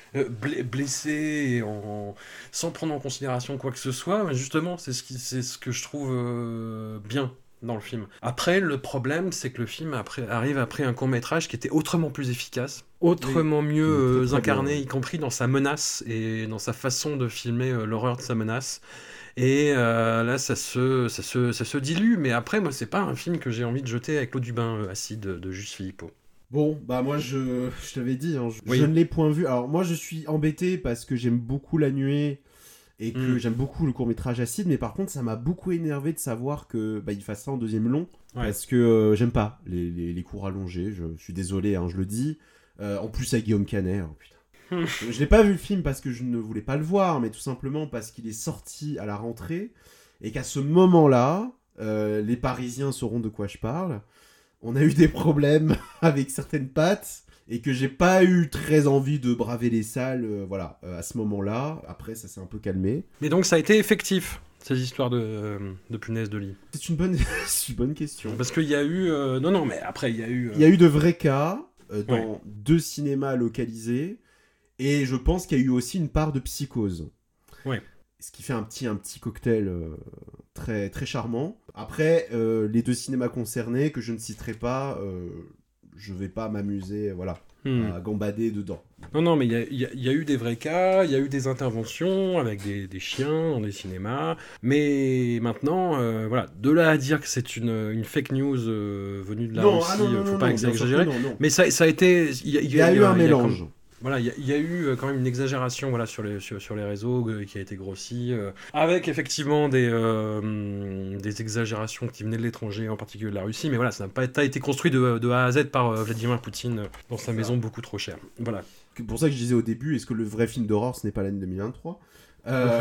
blessé et en, sans prendre en considération quoi que ce soit, justement c'est ce, qui, c'est ce que je trouve euh, bien dans le film. Après, le problème, c'est que le film après, arrive après un court-métrage qui était autrement plus efficace, autrement oui, mieux euh, incarné, bien. Y compris dans sa menace et dans sa façon de filmer euh, l'horreur de sa menace. Et euh, là, ça se, ça, se, ça se dilue, mais après, moi, c'est pas un film que j'ai envie de jeter avec l'eau du bain euh, acide de, de Juste Philippot. Bon, bah moi, je, je t'avais dit, hein, je, oui. je ne l'ai point vu. Alors, moi, je suis embêté parce que j'aime beaucoup La Nuée et que mm. j'aime beaucoup le court-métrage Acide, mais par contre, ça m'a beaucoup énervé de savoir que bah, il fasse ça en deuxième long, ouais. parce que euh, j'aime pas les, les, les cours allongés, je, je suis désolé, hein, je le dis. Euh, en plus, à Guillaume Canet, oh, putain. Mm. Je n'ai pas vu le film parce que je ne voulais pas le voir, mais tout simplement parce qu'il est sorti à la rentrée, et qu'à ce moment-là, euh, les Parisiens sauront de quoi je parle, on a eu des problèmes avec certaines pattes, et que j'ai pas eu très envie de braver les salles, euh, voilà, euh, à ce moment-là. Après, ça s'est un peu calmé. Mais donc, ça a été effectif, ces histoires de, euh, de punaises de lit. C'est une bonne, c'est une bonne question. Parce qu'il y a eu... Euh... Non, non, mais après, il y a eu... Euh... Il y a eu de vrais cas euh, dans ouais. deux cinémas localisés, et je pense qu'il y a eu aussi une part de psychose. Ouais. Ce qui fait un petit, un petit cocktail euh, très, très charmant. Après, euh, les deux cinémas concernés, que je ne citerai pas... Euh, je vais pas m'amuser, voilà, hmm. à gambader dedans. Non, non, mais il y, y, y a eu des vrais cas, il y a eu des interventions avec des, des chiens dans des cinémas, mais maintenant, euh, voilà, de là à dire que c'est une, une fake news euh, venue de la non, Russie, ah non, non, faut non, pas non, exagérer, non, non. mais ça, ça a été... Il y, y, y a eu un mélange. Comme... Voilà, il y, y a eu quand même une exagération voilà, sur, les, sur, sur les réseaux euh, qui a été grossie, euh, avec effectivement des, euh, des exagérations qui venaient de l'étranger, en particulier de la Russie, mais voilà, ça n'a pas été construit de, de A à Z par euh, Vladimir Poutine euh, dans sa maison beaucoup trop chère. Voilà. C'est pour ça que je disais au début, est-ce que le vrai film d'horreur, ce n'est pas l'année deux mille vingt-trois euh,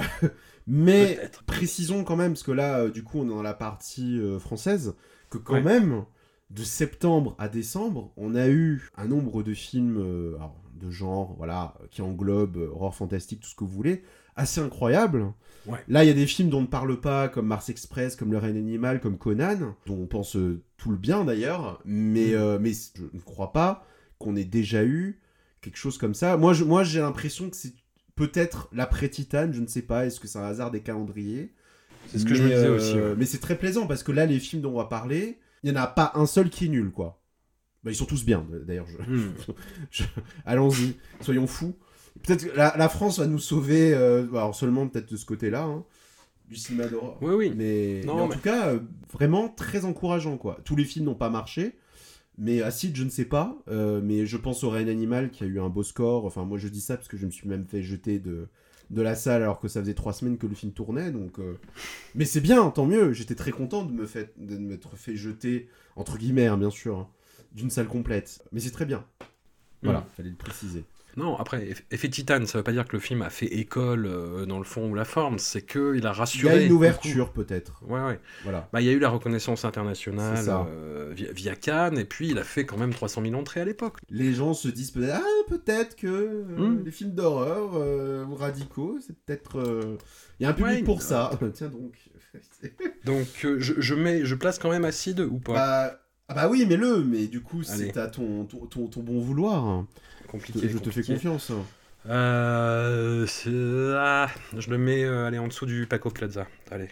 Mais peut-être. Précisons quand même, parce que là, euh, du coup, on est dans la partie euh, française, que quand ouais. même, de septembre à décembre, on a eu un nombre de films... Euh, alors, de genre, voilà, qui englobe euh, horreur fantastique, tout ce que vous voulez, assez incroyable. Ouais. Là, il y a des films dont on ne parle pas, comme Mars Express, comme Le Règne animal, comme Conan, dont on pense euh, tout le bien d'ailleurs, mais, mmh. euh, mais je ne crois pas qu'on ait déjà eu quelque chose comme ça. Moi, je, moi j'ai l'impression que c'est peut-être l'après-Titane, je ne sais pas, est-ce que c'est un hasard des calendriers ? C'est ce que mais, je me disais euh, aussi. Ouais. Mais c'est très plaisant, parce que là, les films dont on va parler, il n'y en a pas un seul qui est nul, quoi. Bah, ils sont tous bien, d'ailleurs. Je... Mm. je... Allons-y, soyons fous. Peut-être que la, la France va nous sauver, euh, alors seulement peut-être de ce côté-là, hein, du cinéma d'horreur. Oui, oui. Mais, non, mais en mais... tout cas, euh, vraiment très encourageant, quoi. Tous les films n'ont pas marché, mais Acide, je ne sais pas. Euh, mais je pense au Règne animal qui a eu un beau score. Enfin, moi, je dis ça parce que je me suis même fait jeter de, de la salle alors que ça faisait trois semaines que le film tournait. Donc, euh... mais c'est bien, tant mieux. J'étais très content de me fait... de m'être fait jeter, entre guillemets, hein, bien sûr, hein, d'une salle complète. Mais c'est très bien. Voilà, mmh. Fallait le préciser. Non, après, effet Titane, ça veut pas dire que le film a fait école euh, dans le fond ou la forme, c'est qu'il a rassuré... Il y a une ouverture, beaucoup. Peut-être. Ouais, ouais. Voilà. Bah, il y a eu la reconnaissance internationale euh, via, via Cannes, et puis il a fait quand même trois cent mille entrées à l'époque. Les gens se disent peut-être, ah, peut-être que euh, mmh. les films d'horreur euh, ou radicaux, c'est peut-être... Euh... Il y a un public ouais, pour ça. Tiens donc. donc, euh, je, je, mets, je place quand même Acide ou pas bah... Ah bah oui, mets-le, mais du coup, Allez. C'est à ton, ton, ton, ton bon vouloir. Compliqué, je, je compliqué. te fais confiance. Euh, ah, je le mets euh, allez, en dessous du Paco Plaza. Allez.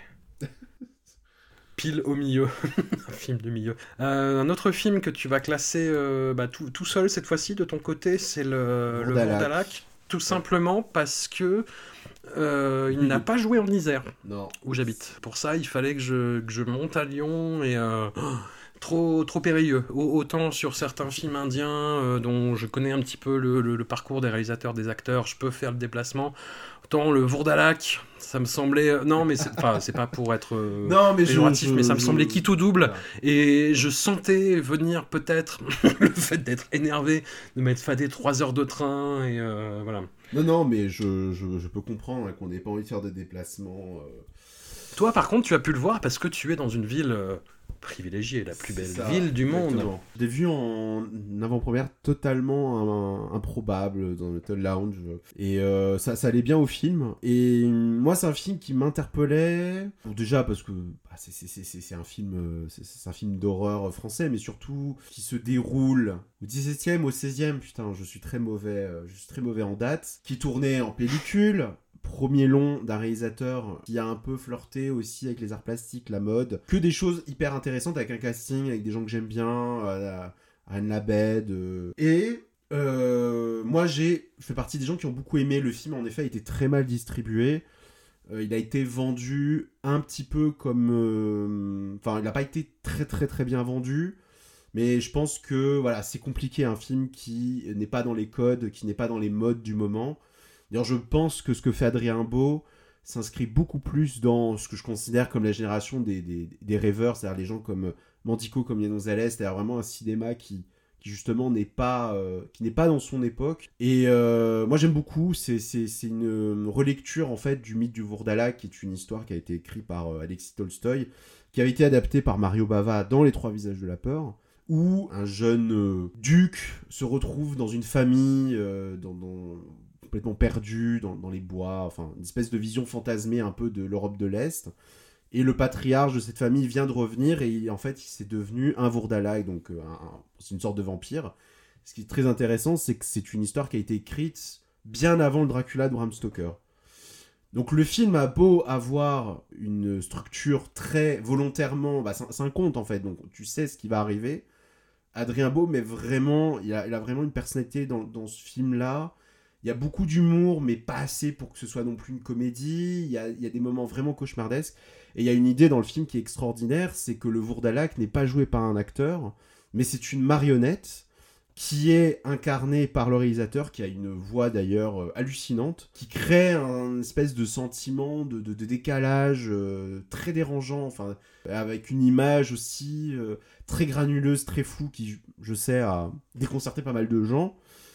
Pile au milieu. Un film du milieu. Euh, un autre film que tu vas classer euh, bah, tout, tout seul cette fois-ci de ton côté, c'est le, le Mandalak. Tout simplement parce que Euh, il n'a pas joué en Isère, Non. où j'habite. Pour ça, il fallait que je, que je monte à Lyon et... Euh, trop, trop périlleux. Autant sur certains films indiens euh, dont je connais un petit peu le, le, le parcours des réalisateurs, des acteurs, je peux faire le déplacement. Autant le Vourdalak, ça me semblait... Non, mais c'est, c'est pas pour être euh, non, mais péjoratif, je, je, mais ça me je, semblait quitte ou double. Voilà. Et je sentais venir peut-être le fait d'être énervé, de m'être fadé trois heures de train, et euh, voilà. Non, non, mais je, je, je peux comprendre hein, qu'on n'ait pas envie de faire des déplacements... Euh... Toi, par contre, tu as pu le voir parce que tu es dans une ville euh, privilégiée, la plus belle ça, ville du monde. Je l'ai vu en avant-première totalement un, improbable dans le Toll Lounge. Et euh, ça, ça allait bien au film. Et moi, c'est un film qui m'interpellait. Bon, déjà parce que bah, c'est, c'est, c'est, c'est, un film, c'est, c'est un film d'horreur français, mais surtout qui se déroule au dix-septième, au seizième. Putain, je suis très mauvais, je suis très mauvais en date. Qui tournait en pellicule. Premier long d'un réalisateur qui a un peu flirté aussi avec les arts plastiques, la mode. Que des choses hyper intéressantes avec un casting, avec des gens que j'aime bien, euh, Anne Labed. Euh. Et euh, moi, j'ai fait partie des gens qui ont beaucoup aimé. Le film, en effet, a été très mal distribué. Euh, il a été vendu un petit peu comme... Enfin, euh... il n'a pas été très très très bien vendu. Mais je pense que voilà, c'est compliqué, un film qui n'est pas dans les codes, qui n'est pas dans les modes du moment. D'ailleurs, je pense que ce que fait Adrien Beau s'inscrit beaucoup plus dans ce que je considère comme la génération des, des, des rêveurs, c'est-à-dire les gens comme Mandico, comme Yann Gonzalez, c'est-à-dire vraiment un cinéma qui, qui justement n'est pas, euh, qui n'est pas dans son époque. Et euh, moi, j'aime beaucoup, c'est, c'est, c'est une relecture en fait du mythe du Vourdalak, qui est une histoire qui a été écrite par euh, Alexis Tolstoï, qui avait été adaptée par Mario Bava dans Les Trois Visages de la Peur, où un jeune euh, duc se retrouve dans une famille, euh, dans... dans complètement perdu dans, dans les bois, enfin une espèce de vision fantasmée un peu de l'Europe de l'Est. Et le patriarche de cette famille vient de revenir et il, en fait il s'est devenu un Vourdalak, donc un, un, c'est une sorte de vampire. Ce qui est très intéressant, c'est que c'est une histoire qui a été écrite bien avant le Dracula de Bram Stoker. Donc le film a beau avoir une structure très volontairement, bah, c'est, c'est un conte en fait, donc tu sais ce qui va arriver. Adrien Beau, mais vraiment, il a, il a vraiment une personnalité dans, dans ce film-là. Il y a beaucoup d'humour, mais pas assez pour que ce soit non plus une comédie. Il y a, il y a des moments vraiment cauchemardesques. Et il y a une idée dans le film qui est extraordinaire, c'est que le Vourdalak n'est pas joué par un acteur, mais c'est une marionnette qui est incarnée par le réalisateur, qui a une voix d'ailleurs euh, hallucinante, qui crée un espèce de sentiment de, de, de décalage euh, très dérangeant, enfin, avec une image aussi euh, très granuleuse, très floue, qui, je sais, a déconcerté pas mal de gens.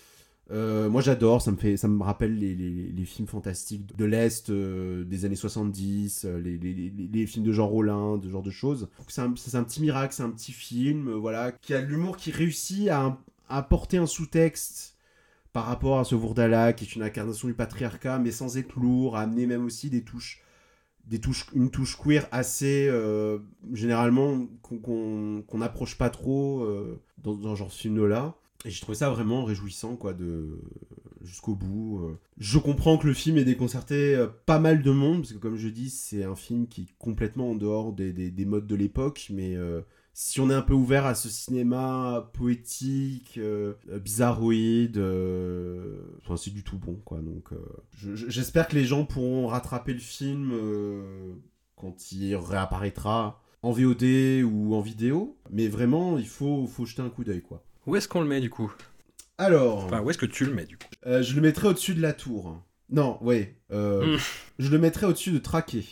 Euh, moi j'adore, ça me fait, ça me rappelle les, les, les films fantastiques de l'Est euh, des années soixante-dix, euh, les, les, les, les films de Jean Rollin, de ce genre de choses. C'est un, c'est un petit miracle, c'est un petit film, euh, voilà, qui a de l'humour, qui réussit à, à apporter un sous-texte par rapport à ce Vourdalak, qui est une incarnation du patriarcat, mais sans être lourd, à amener même aussi des touches, des touches, une touche queer assez, euh, généralement, qu'on, qu'on, qu'on n'approche pas trop euh, dans, dans ce genre de film-là. Et j'ai trouvé ça vraiment réjouissant, quoi, de... jusqu'au bout. Je comprends que le film ait déconcerté pas mal de monde, parce que comme je dis, c'est un film qui est complètement en dehors des, des, des modes de l'époque, mais euh, si on est un peu ouvert à ce cinéma poétique, euh, bizarroïde, euh... enfin, c'est du tout bon, quoi. Donc, euh, je, j'espère que les gens pourront rattraper le film euh, quand il réapparaîtra en V O D ou en vidéo, mais vraiment, il faut, faut jeter un coup d'œil, quoi. Où est-ce qu'on le met, du coup ? Alors... Enfin, où est-ce que tu le mets, du coup ? euh, Je le mettrais au-dessus de La Tour. Non, ouais. Euh, mm. Je le mettrais au-dessus de Traqué.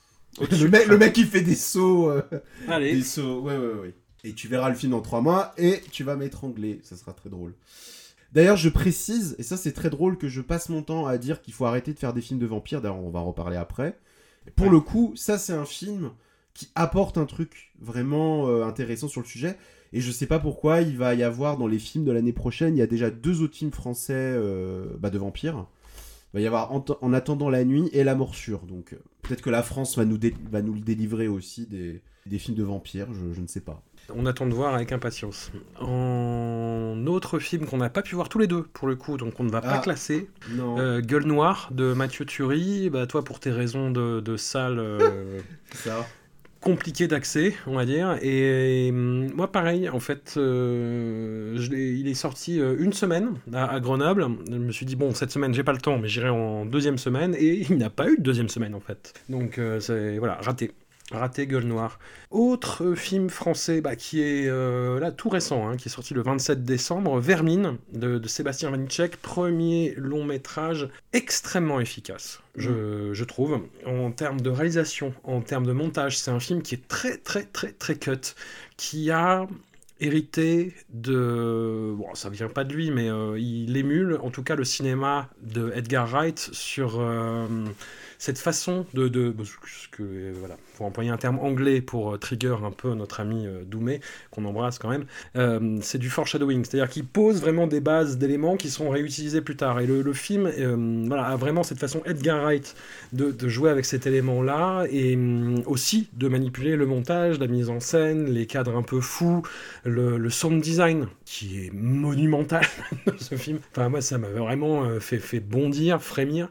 Le, mec, le mec qui fait des sauts. Euh, Allez. Des sauts, ouais, ouais, ouais. Et tu verras le film dans trois mois et tu vas m'étrangler. Ça sera très drôle. D'ailleurs, je précise, et ça c'est très drôle, que je passe mon temps à dire qu'il faut arrêter de faire des films de vampires. D'ailleurs, on va en reparler après. Pour ouais. le coup, ça c'est un film qui apporte un truc vraiment euh, intéressant sur le sujet. Et je sais pas pourquoi, il va y avoir dans les films de l'année prochaine, il y a déjà deux autres films français euh, bah, de vampires. Il va y avoir en, en attendant la nuit et La Morsure. Donc euh, peut-être que la France va nous, dé- va nous délivrer aussi des, des films de vampires, je, je ne sais pas. On attend de voir avec impatience. En autre film qu'on n'a pas pu voir tous les deux, pour le coup, donc on ne va pas ah, classer, non. Euh, Gueule Noire de Mathieu Turi. Bah, toi, pour tes raisons de, de salle... Euh... ça. compliqué d'accès, on va dire. Et, et moi, pareil, en fait, euh, je l'ai, il est sorti euh, une semaine à, à Grenoble. Je me suis dit, bon, cette semaine, j'ai pas le temps, mais j'irai en deuxième semaine. Et il n'a pas eu de deuxième semaine, en fait. Donc, euh, c'est, voilà, raté. Raté, gueule noire. Autre euh, film français bah, qui est euh, là tout récent, hein, qui est sorti le vingt-sept décembre, Vermine, de, de Sébastien Vanitschek, premier long métrage extrêmement efficace, je, mmh. je trouve. En termes de réalisation, en termes de montage, c'est un film qui est très très très très cut, qui a hérité de... Bon, ça vient pas de lui, mais euh, il émule en tout cas le cinéma de Edgar Wright sur... Euh, cette façon de... de ce que, euh, voilà, pour employer un terme anglais pour euh, trigger un peu notre ami euh, Doumé, qu'on embrasse quand même, euh, c'est du foreshadowing, c'est-à-dire qu'il pose vraiment des bases d'éléments qui seront réutilisés plus tard. Et le, le film euh, voilà, a vraiment cette façon Edgar Wright de, de jouer avec cet élément-là, et euh, aussi de manipuler le montage, la mise en scène, les cadres un peu fous, le, le sound design, qui est monumental dans ce film. Enfin, moi, ça m'avait vraiment euh, fait, fait bondir, frémir.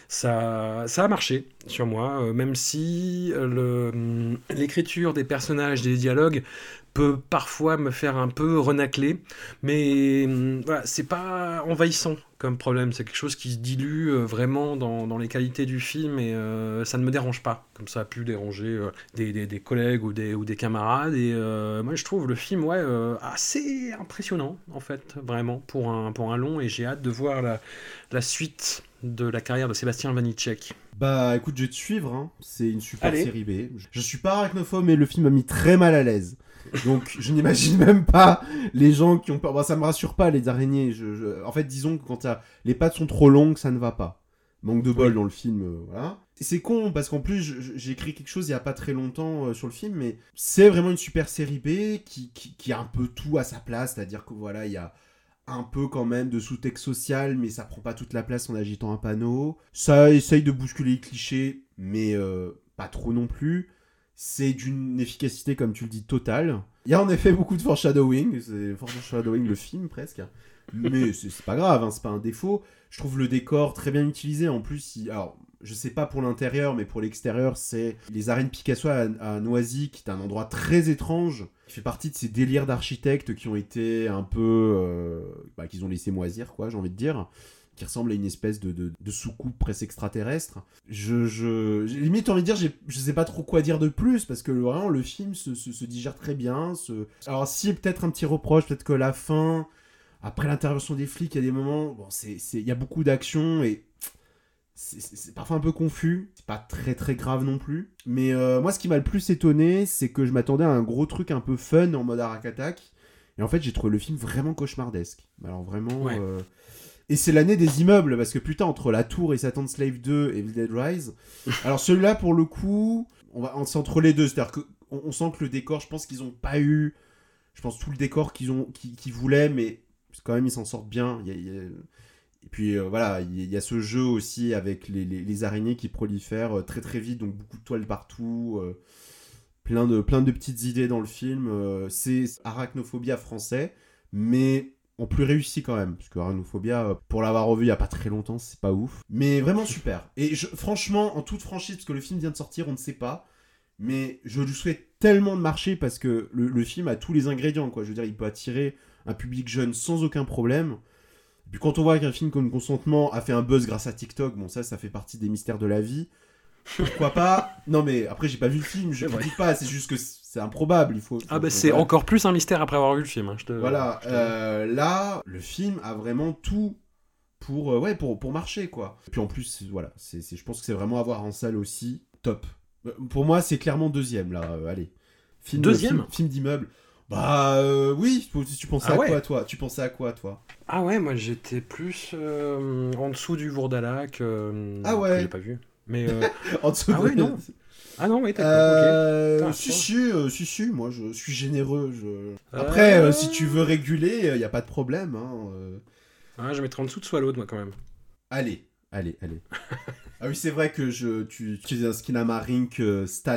Ça, ça a marché sur moi, euh, même si euh, le, l'écriture des personnages, des dialogues peut parfois me faire un peu renacler, mais euh, voilà, c'est pas envahissant comme problème, c'est quelque chose qui se dilue euh, vraiment dans, dans les qualités du film, et euh, ça ne me dérange pas, comme ça a pu déranger euh, des, des, des collègues ou des, ou des camarades, et euh, moi je trouve le film ouais, euh, assez impressionnant, en fait, vraiment, pour un, pour un long, et j'ai hâte de voir la, la suite de la carrière de Sébastien Vanitschek. Bah écoute, je vais te suivre, hein. C'est une super Allez. série B. Je suis pas arachnophobe, mais le film m'a mis très mal à l'aise. Donc je n'imagine même pas les gens qui ont peur. Bah, ça me rassure pas, les araignées. Je, je... En fait, disons que quand t'as... les pattes sont trop longues, ça ne va pas. Manque de bol oui. dans le film, euh, voilà. Et c'est con, parce qu'en plus, je, j'ai écrit quelque chose il y a pas très longtemps euh, sur le film, mais c'est vraiment une super série B qui, qui, qui a un peu tout à sa place, c'est-à-dire que voilà, il y a un peu quand même de sous-texte social, mais ça prend pas toute la place en agitant un panneau. Ça essaye de bousculer les clichés, mais euh, pas trop non plus. C'est d'une efficacité, comme tu le dis, totale. Il y a en effet beaucoup de foreshadowing, c'est foreshadowing le film presque, mais c'est, c'est pas grave, hein, c'est pas un défaut. Je trouve le décor très bien utilisé, en plus, il... alors je sais pas pour l'intérieur, mais pour l'extérieur, c'est les arènes Picasso à, à Noisy, qui est un endroit très étrange, qui fait partie de ces délires d'architectes qui ont été un peu... Euh, bah, qu'ils ont laissé moisir, quoi, j'ai envie de dire, qui ressemble à une espèce de, de, de soucoupe presque extraterrestre. Je, je, j'ai limite envie de dire, j'ai, je sais pas trop quoi dire de plus, parce que vraiment, le film se, se, se digère très bien. Se... Alors si, peut-être un petit reproche, peut-être que la fin, après l'intervention des flics, il y a des moments, bon, c'est, c'est, il y a beaucoup d'action, et... C'est, c'est, c'est parfois un peu confus, c'est pas très très grave non plus. Mais euh, moi, ce qui m'a le plus étonné, c'est que je m'attendais à un gros truc un peu fun en mode Arak Attack. Et en fait, j'ai trouvé le film vraiment cauchemardesque. Alors vraiment... Ouais. Euh... Et c'est l'année des immeubles, parce que putain, entre La Tour et Satan's Slave deux et Evil Dead Rise... Alors celui-là, pour le coup, on va c'est entre les deux. C'est-à-dire qu'on on sent que le décor, je pense qu'ils ont pas eu... Je pense tout le décor qu'ils, ont, qu'ils, qu'ils voulaient, mais quand même, ils s'en sortent bien. Il y a... Il y a... Et puis euh, voilà, il y, y a ce jeu aussi avec les, les, les araignées qui prolifèrent euh, très très vite, donc beaucoup de toiles partout, euh, plein, de, plein de petites idées dans le film. Euh, c'est Arachnophobia français, mais en plus réussi quand même, parce que Arachnophobia, euh, pour l'avoir revu il n'y a pas très longtemps, c'est pas ouf. Mais vraiment super. Et je, franchement, en toute franchise, parce que le film vient de sortir, on ne sait pas, mais je lui souhaite tellement de marcher parce que le, le film a tous les ingrédients, quoi. Je veux dire, il peut attirer un public jeune sans aucun problème. Puis quand on voit qu'un film comme Consentement a fait un buzz grâce à TikTok, bon ça, ça fait partie des mystères de la vie. Pourquoi pas ? Non mais après j'ai pas vu le film, je ne dis pas, c'est juste que c'est improbable, il faut... faut ah bah c'est voilà. Encore plus un mystère après avoir vu le film. Hein, je te... Voilà, je te... Euh, là, le film a vraiment tout pour, euh, ouais, pour, pour marcher, quoi. Et puis en plus, voilà, c'est, c'est, je pense que c'est vraiment à voir en salle aussi, top. Pour moi, c'est clairement deuxième, là, euh, allez. Film, Deuxième film, film d'immeuble. Bah euh, oui, tu pensais ah à ouais. quoi toi Tu pensais à quoi toi Ah ouais, moi j'étais plus euh, en dessous du Vourdalac. Euh, ah ouais. Que j'ai pas vu. Mais euh... en dessous. Ah de... ouais non. Ah non, oui, d'accord. Euh... Okay. Ah, si si, euh, si si, moi je suis généreux. Je... Après, euh... Euh, si tu veux réguler, il euh, y a pas de problème. Hein, euh... Ah, je mettrais en dessous de Swallowed moi quand même. Allez, allez, allez. Ah oui, c'est vrai que je, tu, tu es un Skinamarink euh, Stan.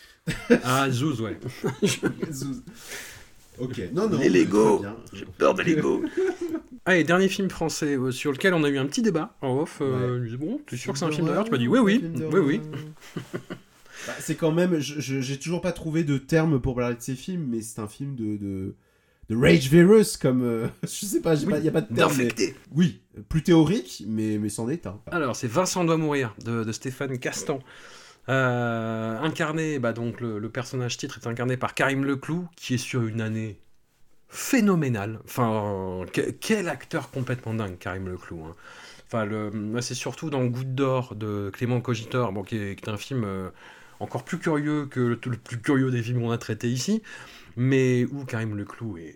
Ah, Zouz, ouais. Zouz. Ok, non, non. Les Lego. J'ai peur des Lego. Allez, dernier film français euh, sur lequel on a eu un petit débat en off. Euh, ouais. Bon, tu es sûr que c'est un film d'horreur ? Tu m'as dit oui, oui, oui, oui. Bah, c'est quand même... Je, je, j'ai toujours pas trouvé de terme pour parler de ces films, mais c'est un film de... de... de rage virus, comme... Euh, je sais pas, il oui, n'y a pas de terme. Mais... Oui, plus théorique, mais, mais sans détail. Alors, c'est Vincent doit mourir, de, de Stéphane Castan. Euh, incarné, bah donc le, le personnage titre est incarné par Karim Leclou, qui est sur une année phénoménale. Enfin, que, quel acteur complètement dingue, Karim Leclou. Hein. Enfin, le, c'est surtout dans Goutte d'or de Clément Cogitor, bon, qui, est, qui est un film euh, encore plus curieux que le, le plus curieux des films qu'on a traités ici, mais où Karim Leclou est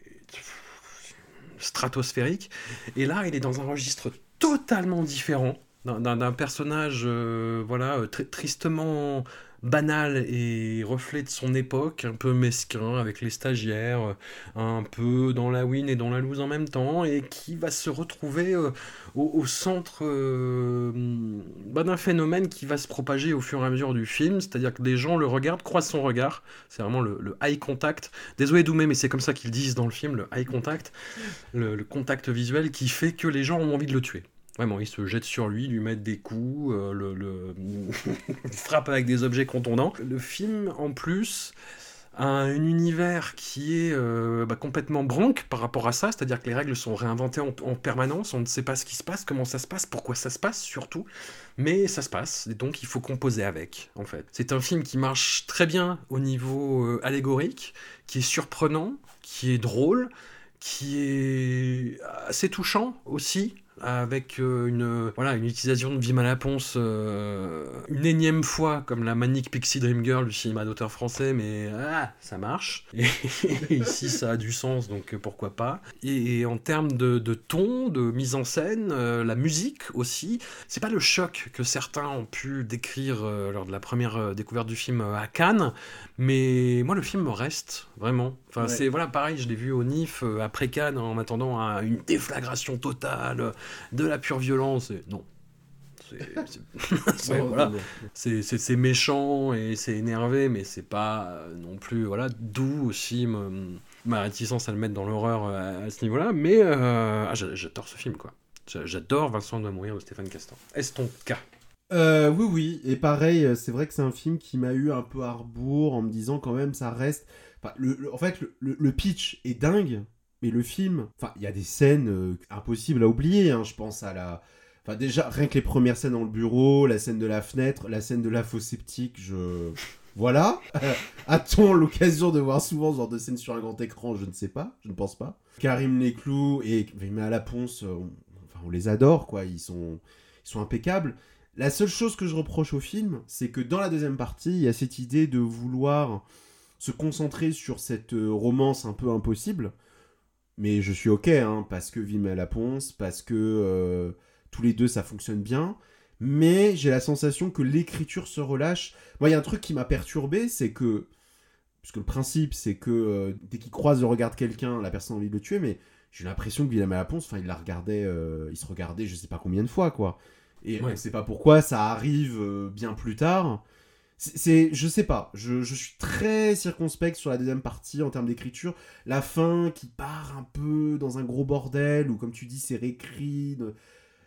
stratosphérique. Et là, il est dans un registre totalement différent. D'un, d'un personnage euh, voilà, tr- tristement banal et reflet de son époque, un peu mesquin avec les stagiaires, un peu dans la win et dans la loose en même temps, et qui va se retrouver euh, au, au centre euh, bah, d'un phénomène qui va se propager au fur et à mesure du film, c'est-à-dire que des gens le regardent, croisent son regard, c'est vraiment le, le eye contact. Désolé Doumé, mais c'est comme ça qu'ils disent dans le film, le eye contact, le, le contact visuel qui fait que les gens ont envie de le tuer. Vraiment, ils se jettent sur lui, lui mettent des coups, euh, le, le... frappent avec des objets contondants. Le film, en plus, a un univers qui est euh, bah, complètement branque par rapport à ça, c'est-à-dire que les règles sont réinventées en, en permanence, on ne sait pas ce qui se passe, comment ça se passe, pourquoi ça se passe, surtout, mais ça se passe, et donc il faut composer avec, en fait. C'est un film qui marche très bien au niveau euh, allégorique, qui est surprenant, qui est drôle, qui est assez touchant aussi, avec euh, une, voilà, une utilisation de Vima Laponce euh, une énième fois comme la Manic Pixie Dream Girl du cinéma d'auteur français, mais ah, ça marche. Et, et ici, ça a du sens, donc pourquoi pas. Et, et en termes de, de ton, de mise en scène, euh, la musique aussi, c'est pas le choc que certains ont pu décrire euh, lors de la première euh, découverte du film euh, à Cannes, mais moi, le film me reste, vraiment. Enfin, ouais. C'est voilà, pareil, je l'ai vu au N I F euh, après Cannes, en attendant à une déflagration totale, de la pure violence. Et... Non. C'est, c'est... c'est, oh, voilà. c'est, c'est, c'est méchant et c'est énervé, mais c'est pas non plus voilà, d'où aussi me... ma réticence à le mettre dans l'horreur à, à ce niveau-là. Mais euh... ah, j'adore ce film, quoi. J'adore Vincent doit mourir de Stéphane Castan. Est-ce ton cas ? Euh, oui, oui, et pareil, c'est vrai que c'est un film qui m'a eu un peu à rebours en me disant quand même ça reste. Enfin, le, le, en fait, le, le, le pitch est dingue, mais le film, enfin, il y a des scènes euh, impossibles à oublier. Hein, je pense à la. Enfin, déjà, rien que les premières scènes dans le bureau, la scène de la fenêtre, la scène de la fosse septique, je. Voilà. Euh, a-t-on l'occasion de voir souvent ce genre de scène sur un grand écran ? Je ne sais pas, je ne pense pas. Karim Leclou et Vima Laponce, on, enfin, on les adore, quoi. Ils sont, ils sont impeccables. La seule chose que je reproche au film, c'est que dans la deuxième partie, il y a cette idée de vouloir se concentrer sur cette romance un peu impossible. Mais je suis ok, hein, parce que Vima Laponce, parce que euh, tous les deux ça fonctionne bien. Mais j'ai la sensation que l'écriture se relâche. Moi, il y a un truc qui m'a perturbé, c'est que... Puisque le principe, c'est que euh, dès qu'il croise le regard de quelqu'un, la personne a envie de le tuer, mais j'ai l'impression que Vima Laponce, enfin, il la regardait, euh, il se regardait je sais pas combien de fois, quoi. Et ouais. On sait pas pourquoi, ça arrive euh, bien plus tard. C'est, c'est, je sais pas, je, je suis très circonspect sur la deuxième partie en termes d'écriture. La fin qui part un peu dans un gros bordel, ou comme tu dis, c'est réécrit. De...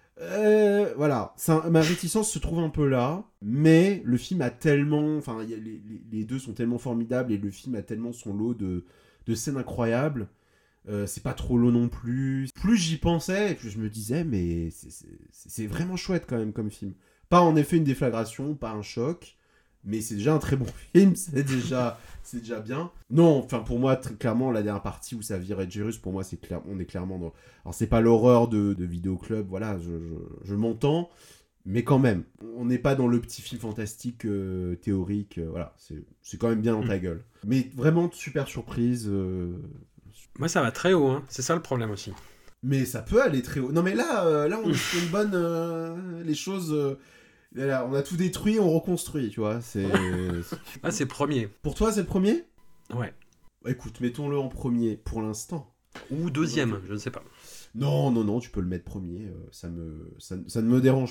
Euh, voilà, ça, ma réticence se trouve un peu là, mais le film a tellement... Enfin, y a, les, les deux sont tellement formidables, et le film a tellement son lot de, de scènes incroyables. Euh, c'est pas trop long non plus. Plus j'y pensais, plus je me disais, mais c'est, c'est, c'est vraiment chouette quand même comme film. Pas en effet une déflagration, pas un choc, mais c'est déjà un très bon film, c'est déjà, c'est déjà bien. Non, enfin pour moi, très clairement, la dernière partie où ça vire Red Jerus, pour moi, c'est clair, on est clairement dans... Alors c'est pas l'horreur de, de Vidéoclub, voilà, je, je, je m'entends, mais quand même, on n'est pas dans le petit film fantastique euh, théorique, euh, voilà, c'est, c'est quand même bien dans ta gueule. Mais vraiment, super surprise... Euh... Moi, ça va très haut, hein. C'est ça le problème aussi. Mais ça peut aller très haut. Non, mais là, euh, là on fait une bonne... Euh, les choses... Euh, là, on a tout détruit, on reconstruit, tu vois. C'est... Ah, c'est premier. Pour toi, c'est le premier ? Ouais. Bah, écoute, mettons-le en premier pour l'instant. Ou deuxième, je ne sais pas. Non, non, non, tu peux le mettre premier. Euh, ça, me, ça, ça ne me dérange pas.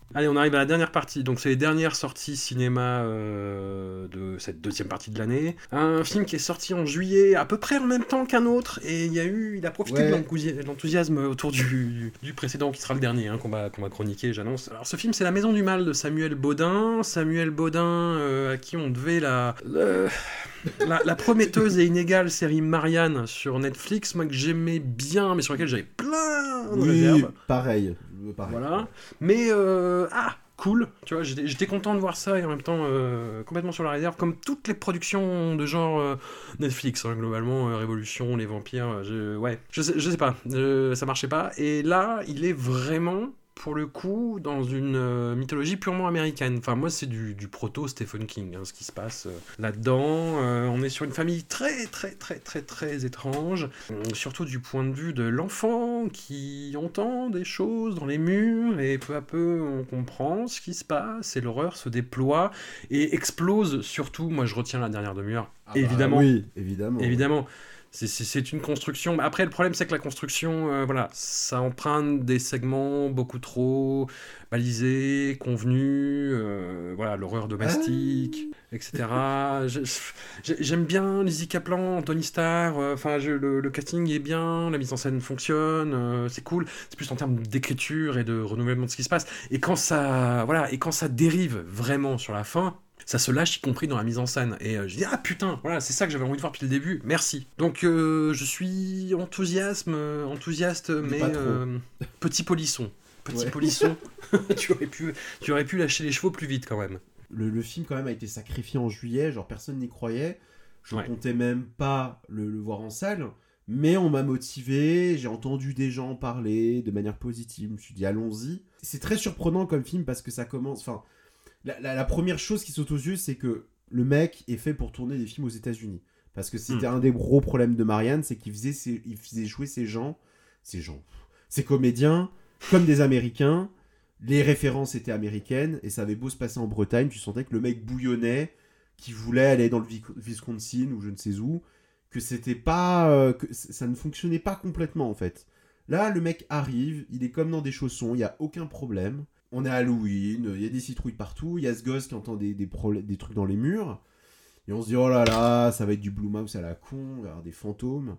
Allez, on arrive à la dernière partie. Donc, c'est les dernières sorties cinéma euh, de cette deuxième partie de l'année. Un film qui est sorti en juillet, à peu près en même temps qu'un autre, et il y a eu, il a profité Ouais. de l'encousi- l'enthousiasme autour du, du précédent, qui sera le dernier, hein, qu'on va, qu'on va chroniquer, j'annonce. Alors, ce film, c'est La Maison du Mal de Samuel Baudin. Samuel Baudin, euh, à qui on devait la, le- la, la prometteuse et inégale série Marianne sur Netflix, moi que j'aimais bien, mais sur laquelle j'avais plein de Oui, réserves. pareil. pareil. Voilà. Mais, euh, ah, cool. Tu vois, j'étais, j'étais content de voir ça et en même temps euh, complètement sur la réserve, comme toutes les productions de genre euh, Netflix, hein, globalement, euh, Révolution, Les Vampires, je, ouais, je sais, je sais pas, euh, ça marchait pas. Et là, il est vraiment, pour le coup, dans une euh, mythologie purement américaine. Enfin, moi, c'est du, du proto-Stephen King, hein, ce qui se passe euh, là-dedans. Euh, on est sur une famille très, très, très, très, très étrange, euh, surtout du point de vue de l'enfant qui entend des choses dans les murs, et peu à peu, on comprend ce qui se passe, et l'horreur se déploie, et explose, surtout, moi, je retiens la dernière demi-heure, Ah bah évidemment. oui, évidemment. Évidemment. C'est, c'est, c'est une construction. Après, le problème, c'est que la construction, euh, voilà, ça emprunte des segments beaucoup trop balisés, convenus, euh, voilà, l'horreur domestique, et cetera. Je- je- j'aime bien Lizzie Kaplan, Anthony Starr, enfin, je- le, le casting est bien, la mise en scène fonctionne, euh, c'est cool. C'est plus en termes d'écriture et de renouvellement de ce qui se passe. Et quand ça, voilà, et quand ça dérive vraiment sur la fin, ça se lâche, y compris dans la mise en scène. Et euh, je dis, ah putain, voilà, c'est ça que j'avais envie de voir depuis le début, merci. Donc euh, je suis enthousiasme, euh, enthousiaste, mais, pas trop. euh, petit polisson. Petit Ouais. polisson. tu, aurais pu, tu aurais pu lâcher les chevaux plus vite quand même. Le, le film, quand même, a été sacrifié en juillet, genre personne n'y croyait. Je Ouais. comptais même pas le, le voir en salle, mais on m'a motivé, j'ai entendu des gens en parler de manière positive, je me suis dit, allons-y. C'est très surprenant comme film parce que ça commence. Enfin, la, la- la première chose qui saute aux yeux, c'est que le mec est fait pour tourner des films aux États-Unis. Parce que c'était Mm. un des gros problèmes de Marianne, c'est qu'il faisait, ses- il faisait jouer ces gens, ces gens, ces comédiens, comme des Américains. Les références étaient américaines, et ça avait beau se passer en Bretagne, tu sentais que le mec bouillonnait, qui voulait aller dans le Vic- Wisconsin ou je ne sais où, que c'était pas, euh, que c- ça ne fonctionnait pas complètement en fait. Là, le mec arrive, il est comme dans des chaussons, il y a aucun problème. On est à Halloween, il y a des citrouilles partout, il y a ce gosse qui entend des, des, problè- des trucs dans les murs, et on se dit oh là là, ça va être du Blumhouse à la con, il va y avoir des fantômes.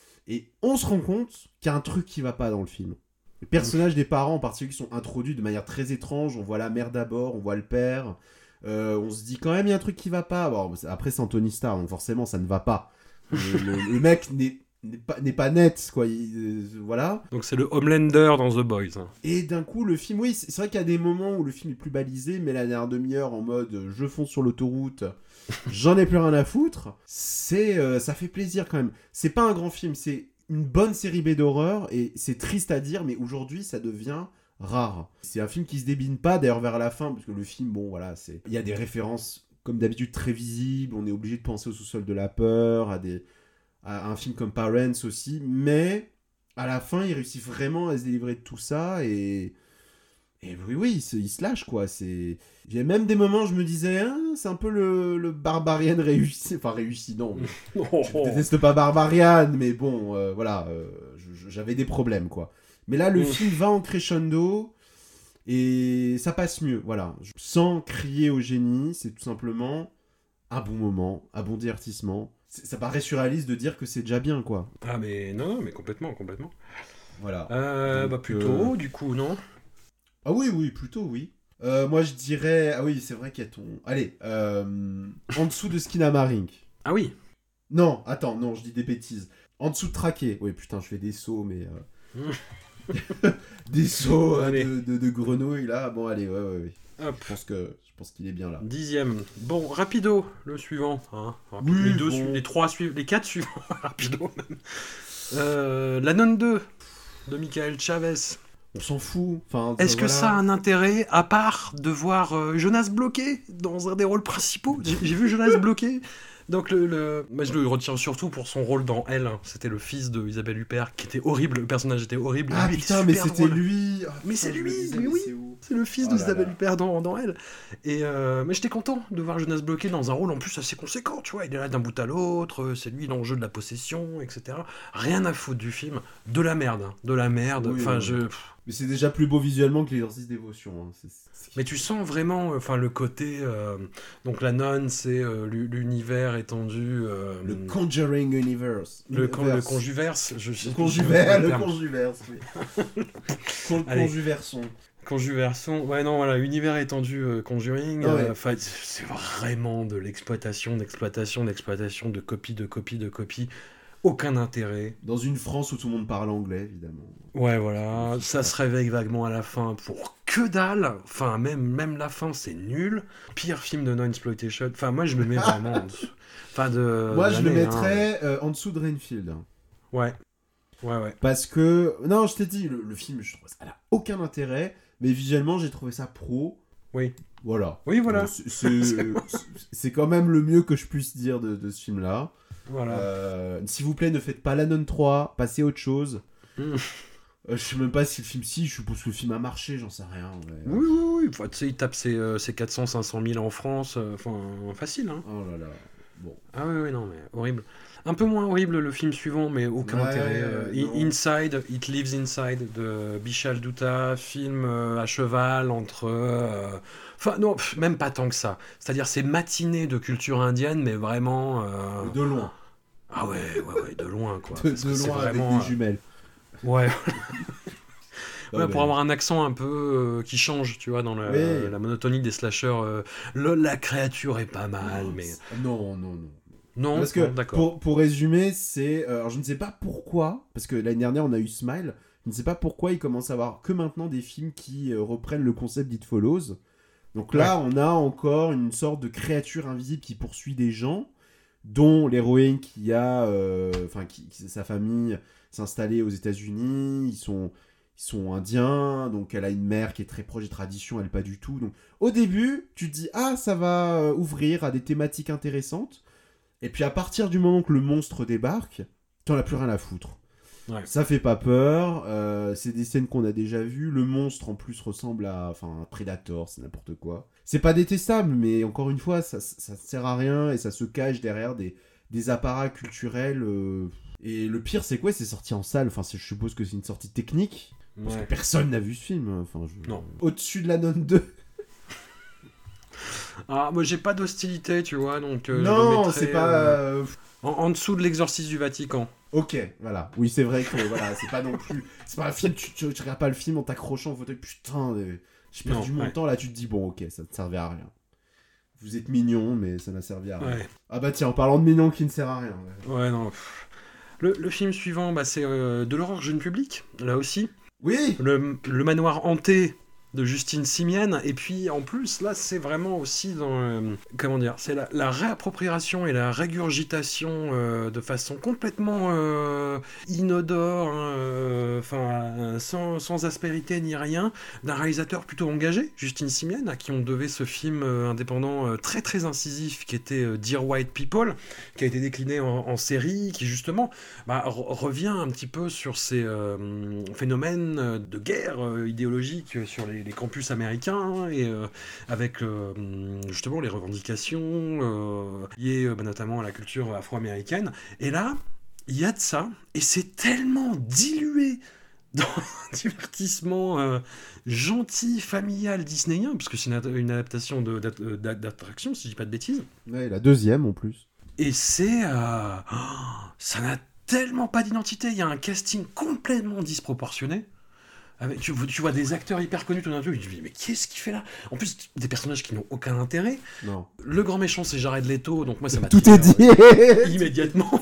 Et on se rend compte qu'il y a un truc qui va pas dans le film. Les personnages des parents en particulier qui sont introduits de manière très étrange, on voit la mère d'abord, on voit le père, euh, on se dit quand même il y a un truc qui va pas. Bon, après c'est Anthony Starr, donc forcément ça ne va pas. Le, le- le mec n'est, n'est, pas, n'est pas net, quoi. Il, euh, voilà. Donc c'est le Homelander dans The Boys. hein. Et d'un coup, le film, oui, c'est c'est vrai qu'il y a des moments où le film est plus balisé, mais la dernière demi-heure en mode euh, je fonce sur l'autoroute, j'en ai plus rien à foutre, c'est, euh, ça fait plaisir quand même. C'est pas un grand film, c'est une bonne série B d'horreur, et c'est triste à dire, mais aujourd'hui ça devient rare. C'est un film qui se débine pas, d'ailleurs vers la fin, parce que le film, bon voilà, c'est, il y a des références comme d'habitude très visibles, on est obligé de penser au sous-sol de la peur, à, des... à un film comme Parents aussi, mais à la fin, il réussit vraiment à se délivrer de tout ça, et, et oui, oui, il se, il se lâche, quoi. C'est... Il y a même des moments où je me disais, ah, c'est un peu le, le Barbarian réussi, enfin réussi, non, mais je déteste pas Barbarian, mais bon, euh, voilà, euh, je- je- j'avais des problèmes, quoi. Mais là, le Mm. film va en crescendo, et ça passe mieux, voilà. Sans crier au génie, c'est tout simplement un bon moment, un bon divertissement. C'est- Ça paraît surréaliste de dire que c'est déjà bien, quoi. Ah mais non, non, mais complètement, complètement. Voilà. Euh, Donc, bah plutôt, euh, du coup, non. Ah oui, oui, plutôt, oui. Euh, moi, je dirais... Ah oui, c'est vrai qu'il y a ton... Allez, euh, en dessous de Skinamarink. Ah oui. Non, attends, non, je dis des bêtises. En dessous de Traqué. Oui, putain, je fais des sauts, mais... euh, des sauts euh, Allez. de, de, de grenouilles, là. Bon, allez, ouais, ouais, ouais. Hop. Je pense que je pense qu'il est bien, là. Dixième. Bon, rapido, le suivant. Hein. Rapido, Oui, les deux, bon. su- les trois suivants, les quatre suivants. rapido même. Euh, La Nonne deux de Michael Chavez. On s'en fout. Enfin, Est-ce que voilà. ça a un intérêt, à part de voir euh, Jonas Bloqué dans un des rôles principaux? J'ai j'ai vu Jonas Bloqué, Donc le, le... Moi, je le retiens surtout pour son rôle dans Elle. Hein. C'était le fils de Isabelle Huppert qui était horrible. Le personnage était horrible. Ah lui, putain, mais c'était drôle. lui. Oh, Mais c'est putain, lui, je me disais, mais mais oui. c'est où C'est le fils Oh là d'Isabelle là. Huppert dans, dans Elle. Et euh, mais j'étais content de voir Jonas Bloqué dans un rôle en plus assez conséquent. Tu vois, il est là d'un bout à l'autre. C'est lui l'enjeu de la possession, et cetera. Rien à foutre du film. De la merde, hein. de la merde. Oui, enfin, oui. je. Mais c'est déjà plus beau visuellement que l'exercice dévotion. Hein. C'est, c'est... Mais tu sens vraiment, enfin le côté, euh, donc la nonne, c'est euh, l'univers étendu. Euh, Le Conjuring Universe. le, con, le Universe. conjuverse. Je, je, Le je- conjuverse. je- Le terme. conjuverse. Oui. Con- Allez. Conjuverson. Conjuverson. Ouais, non, voilà, univers étendu euh, Conjuring. Ah ouais. euh, enfin, c'est vraiment de l'exploitation, d'exploitation, d'exploitation, de copie, de copie, de copie. Aucun intérêt. Dans une France où tout le monde parle anglais, évidemment. Ouais, voilà, ça se réveille vaguement à la fin pour que dalle. Enfin, même, même la fin, c'est nul. Pire film de non-exploitation. Enfin, moi, je le mets vraiment en dessous. Enfin, de. Moi, je le l'année, mettrais euh, en dessous de Renfield. hein. Ouais. Ouais, ouais. Parce que... Non, je t'ai dit, le, le film, je trouve ça n'a aucun intérêt. Mais visuellement, j'ai trouvé ça pro. Oui. Voilà. Oui, voilà. Euh, c'est- C'est c'est quand même le mieux que je puisse dire de, de ce film-là. Voilà. Euh, S'il vous plaît, ne faites pas La Nonne trois, passez à autre chose. Mm. Euh, je sais même pas si le film... Si, je suppose que le film a marché, j'en sais rien. Ouais. Oui, oui, oui. Enfin, tu sais, il tape ses, euh, ses quatre cents à cinq cent mille en France. euh, Enfin, facile, hein. Oh là là. Bon. Ah oui, oui, non, mais horrible. Un peu moins horrible le film suivant, mais aucun Ouais, intérêt. euh, non. In- Inside, It Lives Inside de Bichal Dutta, film euh, à cheval entre. euh, Enfin, non, pff, même pas tant que ça. C'est-à-dire, c'est matiné de culture indienne, mais vraiment. euh, De loin. Ah ouais, ouais, ouais, de loin, quoi. De, Parce de que c'est loin avec vraiment, des jumelles. euh, Ouais, Ah ouais, ben. pour avoir un accent un peu euh, qui change, tu vois, dans la, Oui. la monotonie des slashers. euh, le- la créature est pas mal, mais. Non, non, non. Non, Parce que, non, d'accord. pour, pour résumer, c'est... euh, Alors, je ne sais pas pourquoi, parce que l'année dernière, on a eu Smile, je ne sais pas pourquoi il commence à avoir que maintenant des films qui euh, reprennent le concept d'It Follows. Donc là, on a encore une sorte de créature invisible qui poursuit des gens, dont l'héroïne qui a... euh, Enfin, qui, qui- sa famille s'est installée aux États-Unis, ils sont... Ils sont indiens, donc elle a une mère qui est très proche des traditions, elle pas du tout. Donc au début, tu te dis, ah, ça va euh, ouvrir à des thématiques intéressantes. Et puis à partir du moment que le monstre débarque, t'en as plus rien à foutre. Ouais. Ça fait pas peur, euh, c'est des scènes qu'on a déjà vues. Le monstre en plus ressemble à enfin, un Predator, c'est n'importe quoi. C'est pas détestable, mais encore une fois, ça, ça sert à rien et ça se cache derrière des, des apparats culturels. euh, Et le pire, c'est quoi? C'est sorti en salle, enfin, c'est- je suppose que c'est une sortie technique. Parce Ouais. que personne n'a vu ce film. Enfin, je- Non. Au-dessus de la Nonne deux. Ah, moi j'ai pas d'hostilité, tu vois, donc. euh, je le non, mettrais, c'est pas. euh, euh, en, en dessous de l'exorcisme du Vatican. Ok, voilà. Oui, c'est vrai que voilà, c'est pas non plus. C'est pas un film, tu, tu, tu regardes pas le film en t'accrochant au fauteuil. Putain, euh, j'ai perdu Non, mon ouais. temps là, tu te dis, bon, ok, ça ne servait à rien. Vous êtes mignon, mais ça n'a servi à rien. Ouais, Ah bah tiens, en parlant de mignon qui ne sert à rien. ouais. ouais, non. pff. Le, le film suivant, bah, c'est euh, De l'horreur jeune public, là aussi. Oui. Le, le manoir hanté de Justine Simienne. Et puis en plus, là, c'est vraiment aussi dans. euh, comment dire? C'est la, la réappropriation et la régurgitation euh, de façon complètement euh, inodore, hein, euh, enfin, sans, sans aspérité ni rien, d'un réalisateur plutôt engagé, Justine Simienne, à qui on devait ce film euh, indépendant euh, très très incisif qui était euh, Dear White People, qui a été décliné en, en série, qui justement bah, re- revient un petit peu sur ces euh, phénomènes euh, de guerre euh, idéologique euh, sur les, les campus américains, hein, et euh, avec euh, justement les revendications euh, liées euh, bah, notamment à la culture afro-américaine. Et là, il y a de ça, et c'est tellement dilué dans un divertissement euh, gentil, familial, disneyen, puisque c'est une, une adaptation de- d'at- d'at- d'attraction, si je dis pas de bêtises. Ouais, la deuxième en plus. Et c'est... euh, oh, ça n'a tellement pas d'identité. Il y a un casting complètement disproportionné. Avec, tu, tu vois des acteurs hyper connus tout d'un coup, tu te dis mais qu'est-ce qu'il fait là? En plus, des personnages qui n'ont aucun intérêt. Non. Le grand méchant, c'est Jared Leto, donc moi ça m'a Tout trigger, est dit. euh, immédiatement.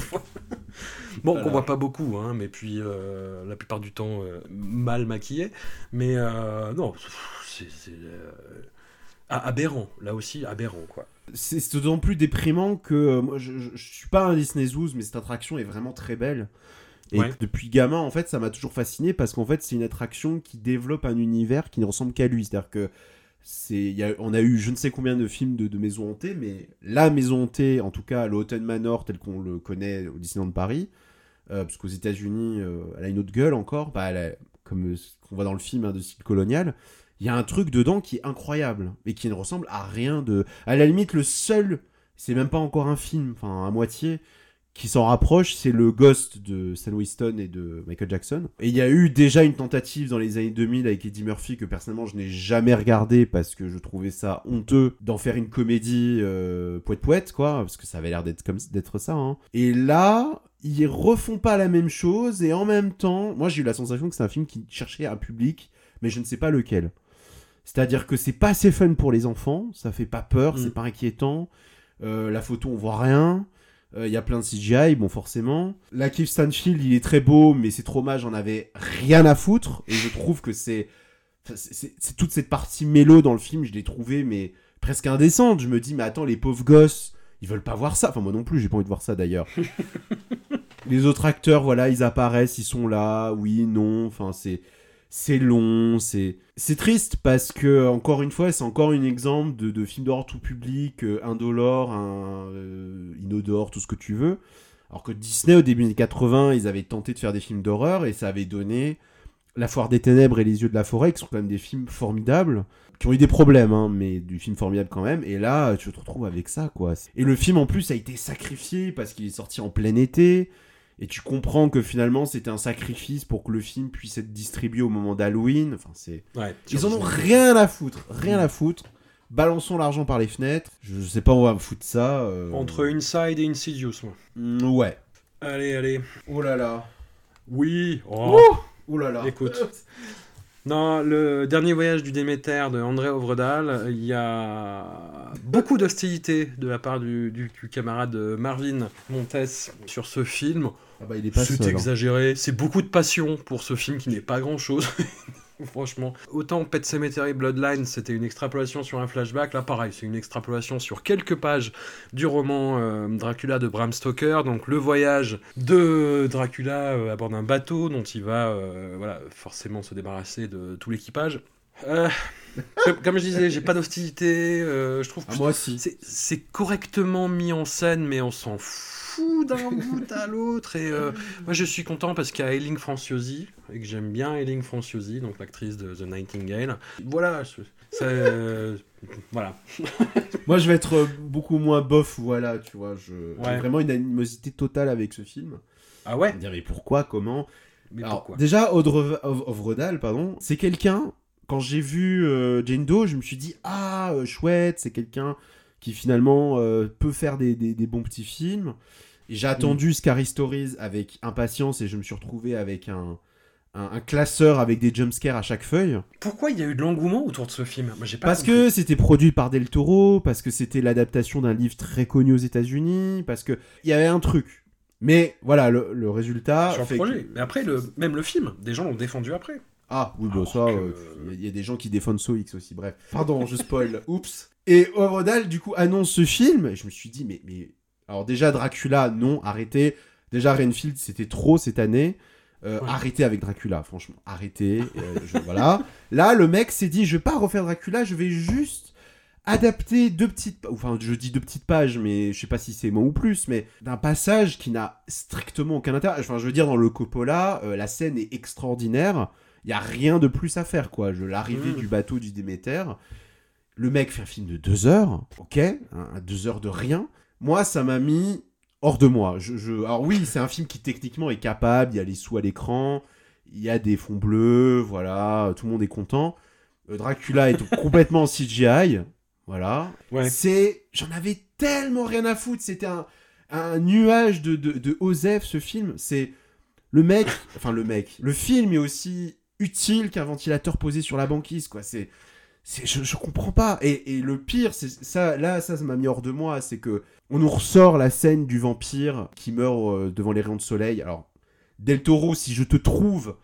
Bon, Voilà. qu'on voit pas beaucoup, hein, mais puis euh, la plupart du temps euh, mal maquillé. Mais euh, non, c'est c'est, euh, ah, aberrant, là aussi aberrant quoi. C'est c'est d'autant plus déprimant que euh, moi je, je, je suis pas un Disney Zoos, mais cette attraction est vraiment très belle. Et Ouais. que depuis gamin, en fait, ça m'a toujours fasciné parce qu'en fait, c'est une attraction qui développe un univers qui ne ressemble qu'à lui. C'est-à-dire que C'est, y a, on a eu je ne sais combien de films de, de maisons hantées, mais la maison hantée, en tout cas le Haunted Manor tel qu'on le connaît au Disneyland de Paris, euh, parce qu'aux États-Unis, euh, elle a une autre gueule encore, bah, elle a, comme ce qu'on voit dans le film hein, de style colonial. Il y a un truc dedans qui est incroyable, mais qui ne ressemble à rien de... À la limite, le seul, c'est même pas encore un film, enfin à moitié, qui s'en rapproche, c'est le Ghost de Stan Winston et de Michael Jackson. Et il y a eu déjà une tentative dans les années deux mille avec Eddie Murphy que personnellement je n'ai jamais regardé parce que je trouvais ça honteux d'en faire une comédie euh, poète-poète, quoi, parce que ça avait l'air d'être, comme, d'être ça. Hein. Et là, ils refont pas la même chose et en même temps, moi j'ai eu la sensation que c'est un film qui cherchait un public, mais je ne sais pas lequel. C'est-à-dire que c'est pas assez fun pour les enfants, ça fait pas peur, mmh. c'est pas inquiétant, euh, la photo on voit rien, il euh, y a plein de C G I, bon forcément. La Keith Stanfield il est très beau, mais c'est trop mal, j'en avais rien à foutre, et je trouve que c'est, c'est, c'est, c'est toute cette partie mélo dans le film, je l'ai trouvé mais presque indécente, je me dis mais attends les pauvres gosses, ils veulent pas voir ça, enfin moi non plus j'ai pas envie de voir ça d'ailleurs. Les autres acteurs voilà ils apparaissent, ils sont là, oui, non, enfin c'est... C'est long, c'est... c'est triste parce que, encore une fois, c'est encore un exemple de, de film d'horreur tout public, euh, indolore, un, euh, inodore, tout ce que tu veux. Alors que Disney, au début des années quatre-vingts, ils avaient tenté de faire des films d'horreur et ça avait donné La Foire des Ténèbres et Les Yeux de la Forêt, qui sont quand même des films formidables, qui ont eu des problèmes, hein, mais du film formidable quand même. Et là, tu te retrouves avec ça, quoi. Et le film, en plus, a été sacrifié parce qu'il est sorti en plein été. Et tu comprends que finalement c'était un sacrifice pour que le film puisse être distribué au moment d'Halloween. Enfin, c'est... Ouais, ils en ont rien à foutre, rien à foutre. Balançons l'argent par les fenêtres. Je sais pas où on va me foutre ça. Euh... Entre Inside et Insidious, moi. Mmh, ouais. Allez, allez. Oh là là. Oui. Oh, oh là là. Écoute. Dans le dernier voyage du Déméter de André Øvredal, il y a beaucoup d'hostilité de la part du, du, du camarade Marvin Montes sur ce film. Ah bah, il est pas c'est seul, exagéré, hein. C'est beaucoup de passion pour ce film qui n'est pas grand-chose. Franchement, autant Pet Sematary Bloodline, c'était une extrapolation sur un flashback. Là, pareil, c'est une extrapolation sur quelques pages du roman euh, Dracula de Bram Stoker. Donc, le voyage de Dracula euh, à bord d'un bateau dont il va euh, voilà, forcément se débarrasser de tout l'équipage. Euh, comme, comme je disais, j'ai pas d'hostilité. Euh, je trouve que ah, moi aussi. C'est, c'est correctement mis en scène, mais on s'en fout d'un bout à l'autre. Et euh, moi, je suis content parce qu'il y a Eileen Franciosi et que j'aime bien Eileen Franciosi, donc l'actrice de The Nightingale. Voilà, c'est, euh, voilà. Moi, je vais être beaucoup moins bof. Voilà, tu vois, je ouais. j'ai vraiment une animosité totale avec ce film. Ah ouais. On dirait mais pourquoi, comment. Mais Alors, pourquoi déjà, Øvredal, pardon, c'est quelqu'un. Quand j'ai vu euh, Jane Doe, je me suis dit ah euh, chouette, c'est quelqu'un qui finalement euh, peut faire des, des, des bons petits films. Et j'ai attendu mmh. Scary Stories avec impatience et je me suis retrouvé avec un, un, un classeur avec des jumpscares à chaque feuille. Pourquoi il y a eu de l'engouement autour de ce film ? Moi, j'ai pas Parce compris. que c'était produit par Del Toro, parce que c'était l'adaptation d'un livre très connu aux États-Unis, parce que il y avait un truc. Mais voilà, le, le résultat. Sur le fait projet. Que... Mais après, le, même le film, des gens l'ont défendu après. Ah, oui, bon, ça, il que... euh, y, y a des gens qui défendent So X aussi, bref. Pardon, je spoil, oups. Et Øvredal, du coup, annonce ce film, et je me suis dit, mais... mais... Alors déjà, Dracula, non, arrêtez. Déjà, Renfield, c'était trop cette année. Euh, ouais. Arrêtez avec Dracula, franchement, arrêtez. Euh, je, voilà. Là, le mec s'est dit, je vais pas refaire Dracula, je vais juste adapter deux petites... Enfin, je dis deux petites pages, mais je sais pas si c'est moins ou plus, mais d'un passage qui n'a strictement aucun intérêt. Enfin, je veux dire, dans le Coppola, euh, la scène est extraordinaire. Il n'y a rien de plus à faire, quoi. Je, l'arrivée mmh. du bateau du Déméter. Le mec fait un film de deux heures, ok, hein, deux heures de rien. Moi, ça m'a mis hors de moi. Je, je... Alors oui, c'est un film qui techniquement est capable. Il y a les sous à l'écran, il y a des fonds bleus, voilà, tout le monde est content. Euh, Dracula est complètement en C G I, voilà. Ouais. C'est... J'en avais tellement rien à foutre. C'était un, un nuage de, de, de Osef, ce film. C'est le mec, enfin le mec, le film est aussi utile qu'un ventilateur posé sur la banquise, quoi. C'est, c'est, je, je comprends pas. Et, et le pire, c'est ça. Là, ça, ça m'a mis hors de moi. C'est que on nous ressort la scène du vampire qui meurt euh, devant les rayons de soleil. Alors, Del Toro, si je te trouve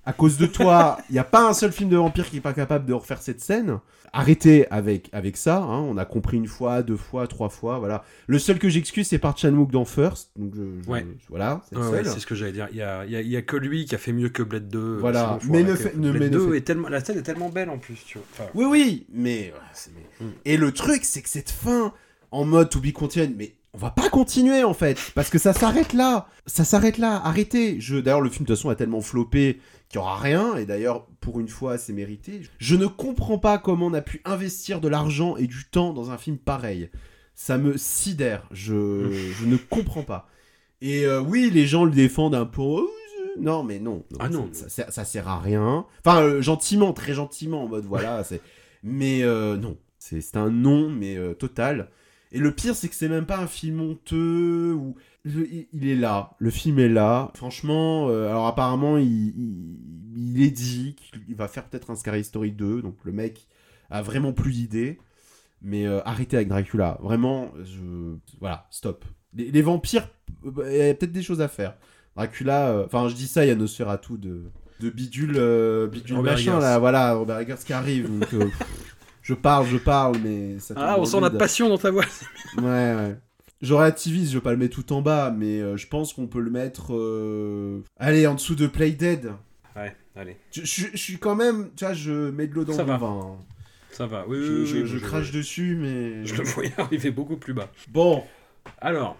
À cause de toi, il n'y a pas un seul film de vampire qui n'est pas capable de refaire cette scène. Arrêtez avec, avec ça, hein. On a compris une fois, deux fois, trois fois, voilà. Le seul que j'excuse, c'est par Chan-wook dans First. Donc je, je, Ouais. je- voilà, c'est le Ouais, seul. ouais, c'est ce que j'allais dire. Il y a, il y a- il y a que lui qui a fait mieux que Blade deux. Voilà. Sinon, faut Mais ne arrêter. fait- ne- Blade mais ne deux fait- est tellement, la scène est tellement belle en plus, tu vois. Enfin, Oui, oui, mais... euh, c'est- mais- Mm. Et le truc, c'est que cette fin, en mode to be continued, mais on va pas continuer, en fait, parce que ça s'arrête là. Ça s'arrête là, arrêtez. Je... D'ailleurs, le film, de toute façon, a tellement floppé qu'il y aura rien, et d'ailleurs, pour une fois, c'est mérité. Je ne comprends pas comment on a pu investir de l'argent et du temps dans un film pareil. Ça me sidère, je, je ne comprends pas. Et euh, oui, les gens le défendent un peu... Oh, je- Non, mais non. non, Ah non. Ça, ça, ça sert à rien. Enfin, euh, gentiment, très gentiment, en mode, voilà, c'est... Mais euh, non, c'est c'est un non, mais euh, total. Et le pire, c'est que c'est même pas un film honteux, ou... Le- il, il est là, le film est là. Franchement, euh, alors apparemment, il, il, il est dit qu'il va faire peut-être un Scary Story deux, donc le mec a vraiment plus d'idées. Mais euh, arrêtez avec Dracula, vraiment, je... voilà, stop. Les, les vampires, il y a peut-être des choses à faire. Dracula, enfin euh, je dis ça, il y a Nosferatu de, de bidule, euh, bidule Robert machin, Eggers. là, voilà, Robert Eggers qui arrive, donc euh, pff, je parle, je parle, mais ça Ah, tombe on dans sent le la vide. passion dans ta voix. Ouais, ouais. Je relativise, je vais pas le mettre tout en bas, mais euh, je pense qu'on peut le mettre, euh... allez, en dessous de Play Dead. Ouais, allez. Je, je, je suis quand même, tu vois, je mets de l'eau dans Ça mon va. vin. hein. Ça va, oui, Je, oui, je- oui, je crache dessus, mais... Je le voyais arriver beaucoup plus bas. Bon, Alors,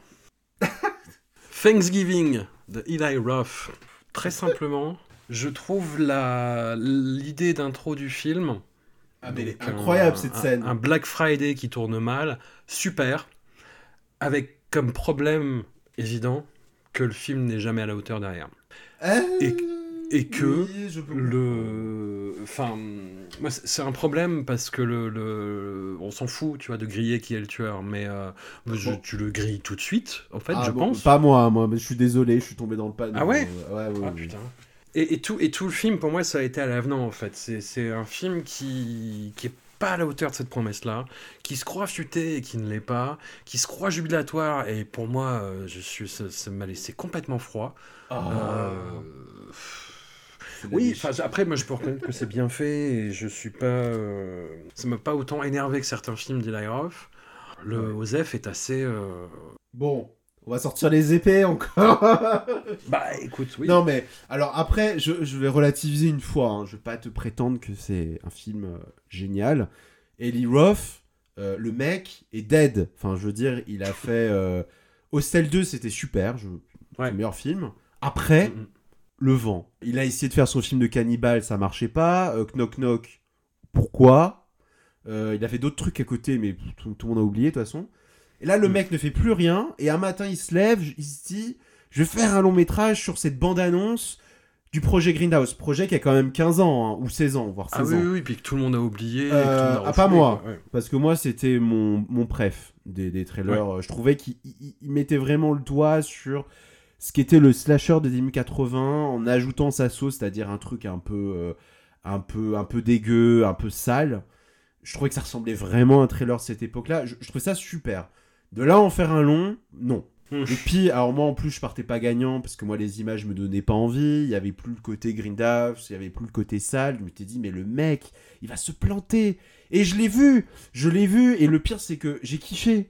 Thanksgiving de Eli Roth. Très simplement, je trouve la l'idée d'intro du film. ah, mais elle est donc incroyable un- cette un- scène. Un Black Friday qui tourne mal, super, avec comme problème évident que le film n'est jamais à la hauteur derrière. Euh, et- et que oui, je peux Le, enfin, moi c'est c'est un problème parce que le, le... on s'en fout, tu vois, de griller qui est le tueur, mais euh, je- Bon. tu le grilles tout de suite, en fait, Ah, je bon, pense. Pas moi, moi, mais je suis désolé, je suis tombé dans le panneau. Ah ouais Euh, ouais, ouais, Ah ouais. putain. Et, et tout, et tout le film, pour moi, ça a été à l'avenant, en fait. C'est, c'est un film qui, qui est pas à la hauteur de cette promesse-là, qui se croit futé et qui ne l'est pas, qui se croit jubilatoire, et pour moi, euh, je suis, ça, ça m'a laissé complètement froid. Ah, Euh, c'est de la Oui, déchet. enfin, après, moi, je peux reconnaître que c'est bien fait, et je suis pas... euh, Ça m'a pas autant énervé que certains films d'Eli Roth. Le Ouais. Osef est assez... euh, Bon, on va sortir les épées encore. Bah, écoute, oui. Non, mais alors après, je, je vais relativiser une fois. Hein. Je vais pas te prétendre que c'est un film euh, génial. Eli Roth, euh, le mec est dead. Enfin, je veux dire, il a fait euh, Hostel deux, c'était super. Je... Ouais. Le meilleur film. Après, Mm, mm. Le Vent. Il a essayé de faire son film de cannibale, ça marchait pas. Euh, Knock Knock, pourquoi Euh, Il a fait d'autres trucs à côté, mais tout, tout le monde a oublié de toute façon. Et là, le Mm. mec ne fait plus rien. Et un matin, il se lève, il se dit, je vais faire un long métrage sur cette bande-annonce du projet Grindhouse. Projet qui a quand même quinze ans, hein, ou seize ans, voire Ah seize oui, ans. oui, oui, puis que tout le monde a oublié. et que Euh, tout le monde a ah, refoulé, pas moi. quoi, ouais. Parce que moi, c'était mon, mon préf des, des trailers. Euh, Je trouvais qu'il il- il mettait vraiment le doigt sur ce qu'était le slasher des années quatre-vingts en ajoutant sa sauce, c'est-à-dire un truc un peu, euh, un peu, un peu dégueu, un peu sale. Je trouvais que ça ressemblait vraiment à un trailer de cette époque-là. Je, je trouvais ça super. De là à en faire un long, non. Hmm. Et puis, alors moi en plus, je partais pas gagnant parce que moi les images me donnaient pas envie. Il y avait plus le côté Grindhouse, il y avait plus le côté sale. Je m'étais dit, mais le mec, il va se planter. Et je l'ai vu, je l'ai vu. Et le pire, c'est que j'ai kiffé.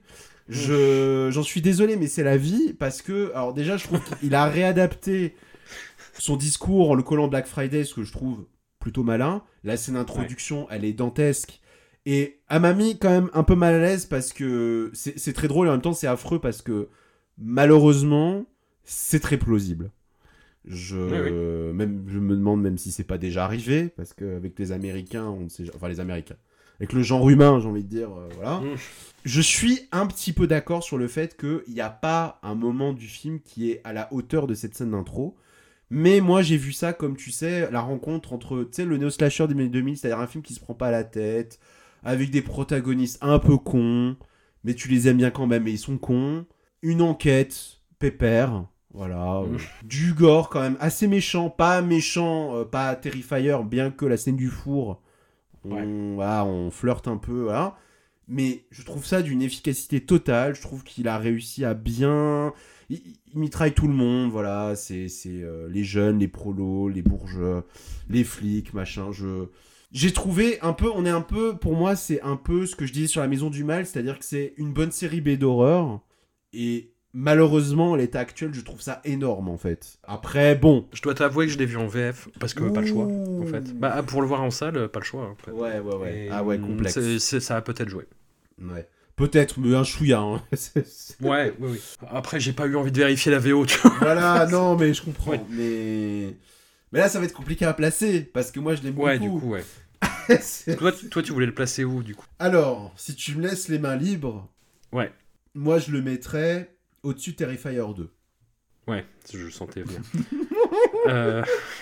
Je, j'en suis désolé, mais c'est la vie parce que, alors déjà, je trouve qu'il a réadapté son discours en le collant Black Friday, ce que je trouve plutôt malin. La scène d'introduction, elle est dantesque. Et elle m'a mis quand même un peu mal à l'aise parce que c'est, c'est très drôle et en même temps c'est affreux parce que malheureusement c'est très plausible. Je, Oui, même, je me demande même si c'est pas déjà arrivé parce qu'avec les Américains, on ne sait, enfin les Américains, avec le genre humain, j'ai envie de dire, euh, voilà. Mm. Je suis un petit peu d'accord sur le fait qu'il n'y a pas un moment du film qui est à la hauteur de cette scène d'intro. Mais moi, j'ai vu ça comme, tu sais, la rencontre entre, tu sais, le néo-slasher des années deux mille, c'est-à-dire un film qui se prend pas la tête, avec des protagonistes un peu cons, mais tu les aimes bien quand même, et ils sont cons. Une enquête, pépère, voilà. Mmh. euh, du gore quand même, assez méchant, pas méchant, euh, pas Terrifier, bien que la scène du four, on, Ouais. voilà, on flirte un peu, voilà. Mais je trouve ça d'une efficacité totale, je trouve qu'il a réussi à bien... il, il mitraille tout le monde, voilà, c'est, c'est euh, les jeunes, les prolos, les bourgeois, les flics, machin, je... J'ai trouvé un peu, on est un peu, pour moi, c'est un peu ce que je disais sur La Maison du Mal, c'est-à-dire que c'est une bonne série B d'horreur, et malheureusement, à l'état actuel, je trouve ça énorme, en fait. Après, bon... Je dois t'avouer que je l'ai vu en V F, parce que Ouh. pas le choix, en fait. Bah, pour le voir en salle, pas le choix, en fait. Ouais, ouais, ouais. Et ah ouais, complexe. C'est, c'est, ça a peut-être joué. Ouais. Peut-être, mais un chouïa, hein. c'est, c'est... Ouais, oui, oui. Après, j'ai pas eu envie de vérifier la V O, tu vois. Voilà, non, mais je comprends, ouais. mais... Mais là, ça va être compliqué à placer, parce que moi, je l'aime beaucoup. Ouais, du coup, ouais. toi, tu, toi, tu voulais le placer où, du coup? Alors, si tu me laisses les mains libres... Ouais. Moi, je le mettrais au-dessus de Terrifier deux. Ouais, je le sentais venir. euh...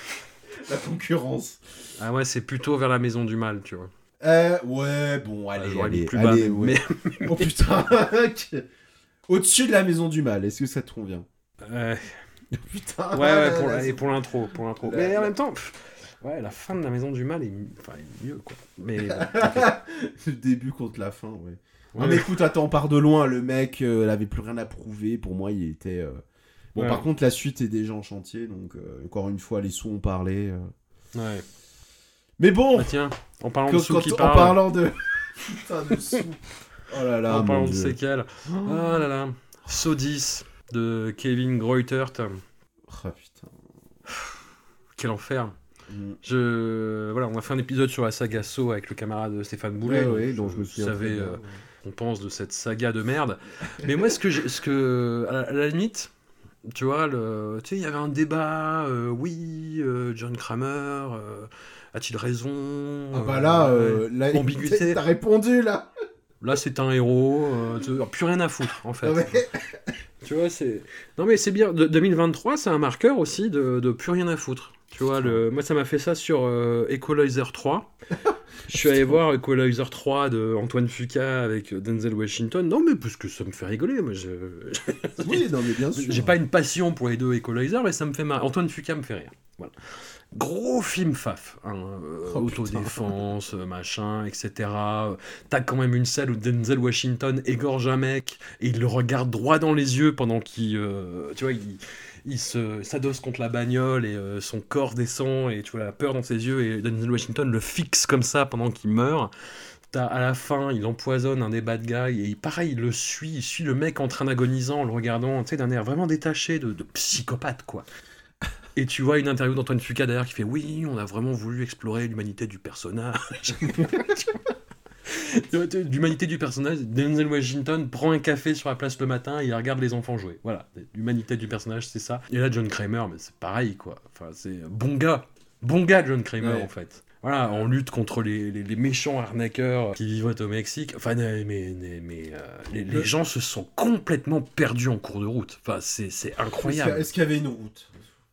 La concurrence. Ah ouais, c'est plutôt vers La Maison du Mal, tu vois. Euh, ouais, bon, allez, ouais, allez, plus allez, bas, ouais. mais... Oh putain. Au-dessus de La Maison du Mal, est-ce que ça te convient? euh... Putain. Ouais, ouais, pour, la, et pour l'intro, pour l'intro. La, mais la... en même temps, pff, ouais, la fin de La Maison du Mal est, enfin, est mieux, quoi. Mais bon, le début contre la fin, ouais. ouais. Non ouais. mais écoute, attends, on part de loin. Le mec, euh, il avait plus rien à prouver. Pour moi, il était. Euh... Bon, ouais. Par contre, la suite est déjà en chantier, donc euh, encore une fois, les sous ont parlé. Euh... Ouais. Mais bon. Bah tiens, en parlant quand, de sous quand, qui en parle. parlant de. Putain de sous. Oh là là. En parlant mon de Dieu. séquelles. Oh là là. Saw dix de Kevin Greutert. Oh putain. Quel enfer. Mm. Je... Voilà, on a fait un épisode sur la saga Saw avec le camarade Stéphane Boulet. Ouais, ouais, dont je me souviens. Vous savez, euh, on pense de cette saga de merde. Mais moi, ce que, j'ai, ce que à, la, à la limite, tu vois, le, tu sais, il y avait un débat. Euh, oui, euh, John Kramer euh, a-t-il raison? Ah bah là, euh, ouais, là ambiguïté. T'as répondu là. Là, c'est un héros. Euh, tu, plus rien à foutre, en fait. Ouais. Tu vois, c'est. Non, mais c'est bien. De, deux mille vingt-trois, c'est un marqueur aussi de, de plus rien à foutre. Tu vois, le... moi, ça m'a fait ça sur euh, Equalizer trois. Je suis allé voir Equalizer trois de Antoine Fuqua avec Denzel Washington. Non, mais parce que ça me fait rigoler. Moi, je... Oui, non, mais bien sûr. J'ai pas une passion pour les deux Equalizer, mais ça me fait marrer. Antoine Fuqua me fait rire. Voilà. Gros film faf, hein, euh, oh, autodéfense, putain. Machin, et cetera. T'as quand même une scène où Denzel Washington égorge un mec et il le regarde droit dans les yeux pendant qu'il, euh, tu vois, il, il se s'adosse contre la bagnole et euh, son corps descend et tu vois la peur dans ses yeux et Denzel Washington le fixe comme ça pendant qu'il meurt. T'as, à la fin, il empoisonne un des bad guys et pareil, il le suit, il suit le mec en train d'agonisant en le regardant, tu sais, d'un air vraiment détaché de, de psychopathe, quoi. Et tu vois une interview d'Antoine Fuqua derrière qui fait « Oui, on a vraiment voulu explorer l'humanité du personnage. » L'humanité du personnage, Denzel Washington prend un café sur la place le matin et il regarde les enfants jouer. Voilà, l'humanité du personnage, c'est ça. Et là, John Kramer, mais c'est pareil, quoi. Enfin, c'est bon gars. Bon gars, John Kramer, ouais. En fait. Voilà, en lutte contre les, les, les méchants arnaqueurs qui vivotent au Mexique. Enfin, mais, mais, mais euh, les, les gens se sont complètement perdus en cours de route. Enfin, c'est, c'est incroyable. Est-ce qu'il y avait une route?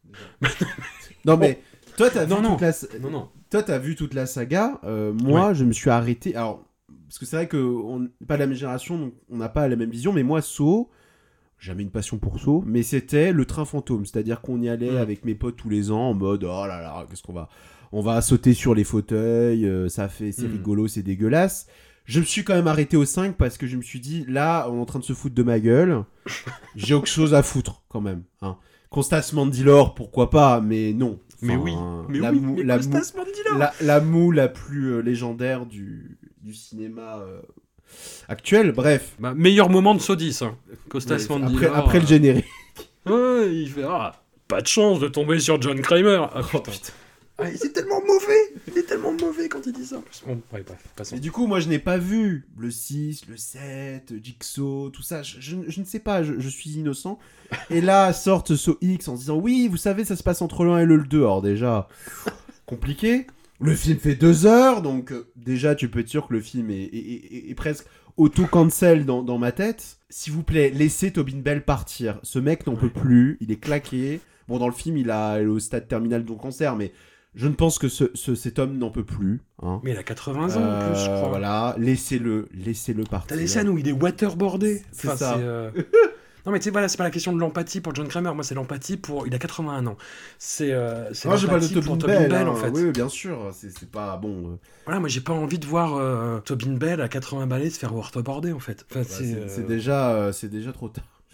Non mais toi t'as vu non, non. toute la non, non. toi t'as vu toute la saga. Euh, moi ouais. je me suis arrêté. Alors parce que c'est vrai que on n'est pas de la même génération, donc on n'a pas la même vision. Mais moi Saw, j'avais une passion pour Saw, mais c'était le train fantôme, c'est-à-dire qu'on y allait mmh. avec mes potes tous les ans en mode oh là là qu'est-ce qu'on va, on va sauter sur les fauteuils, euh, ça fait c'est mmh. rigolo, c'est dégueulasse. Je me suis quand même arrêté au cinq parce que je me suis dit là on est en train de se foutre de ma gueule, j'ai autre chose à foutre quand même. Hein. Constance Mandylor, pourquoi pas, mais non. Enfin, mais oui, mais la oui, mou, mais la, Constance mou, Mandylor. La, la moue la plus euh, légendaire du, du cinéma euh, actuel, bref. Bah, meilleur moment de Saw dix, hein. Constance ouais, Mandylor. Après, après euh... le générique. Ouais, il fait ah, pas de chance de tomber sur John Kramer. Ah, putain. Oh, putain. Ah, il est tellement mauvais. Il est tellement mauvais quand il dit ça. Bon, ouais, bref, passons. Et du coup, moi, je n'ai pas vu le six, le sept, Jigsaw, tout ça. Je, je, je ne sais pas, je, je suis innocent. Et là, sortent Saw X en se disant, oui, vous savez, ça se passe entre le un et le deux. Alors déjà, compliqué. Le film fait deux heures, donc euh, déjà, tu peux être sûr que le film est, est, est, est presque auto-cancel dans, dans ma tête. S'il vous plaît, laissez Tobin Bell partir. Ce mec n'en ouais. peut plus, il est claqué. Bon, dans le film, il, a, il est au stade terminal de son cancer, mais... Je ne pense que ce, ce, cet homme n'en peut plus. Hein. Mais il a quatre-vingts ans euh, en plus, je crois. Voilà, laissez-le, laissez-le partir. T'as des scènes où il est waterboardé. C'est enfin, ça. C'est, euh... non mais tu sais, voilà, c'est pas la question de l'empathie pour John Kramer. Moi, c'est l'empathie pour... Il a quatre-vingt-un ans. C'est, euh, c'est moi, l'empathie j'ai pas de pour Tobin Tobin Bell, Bell, hein. en fait. Oui, bien sûr. C'est, c'est pas bon. Euh... Voilà, moi, j'ai pas envie de voir euh, Tobin Bell à quatre-vingts balais se faire waterboarder, en fait. Enfin, bah, c'est, c'est, euh... c'est, déjà, euh, c'est déjà trop tard.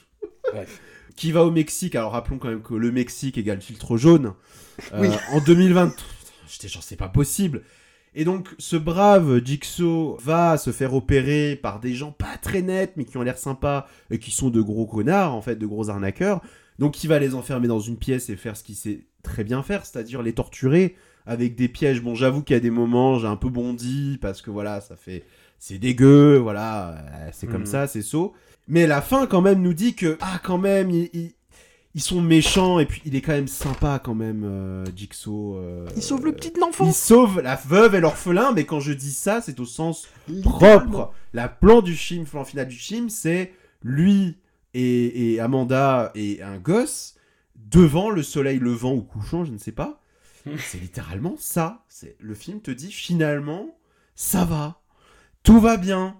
Bref. Qui va au Mexique. Alors rappelons quand même que le Mexique égale filtre jaune. Euh, Oui. En deux mille vingt, j'étais genre c'est pas possible. Et donc ce brave Jigsaw va se faire opérer par des gens pas très nets mais qui ont l'air sympas et qui sont de gros connards en fait, de gros arnaqueurs. Donc il va les enfermer dans une pièce et faire ce qu'il sait très bien faire, c'est-à-dire les torturer avec des pièges. Bon, j'avoue qu'il y a des moments, j'ai un peu bondi parce que voilà, ça fait c'est dégueu, voilà, euh, c'est comme Mhm. ça, c'est saut. Mais la fin quand même nous dit que ah quand même ils, ils, ils sont méchants et puis il est quand même sympa quand même euh, Jigsaw. euh, Il sauve le petit enfant. Il sauve la veuve et l'orphelin, mais quand je dis ça, c'est au sens propre. La plan du film, plan final du film, c'est lui et, et Amanda et un gosse devant le soleil levant ou couchant, je ne sais pas. C'est littéralement ça. C'est le film te dit finalement ça va, tout va bien.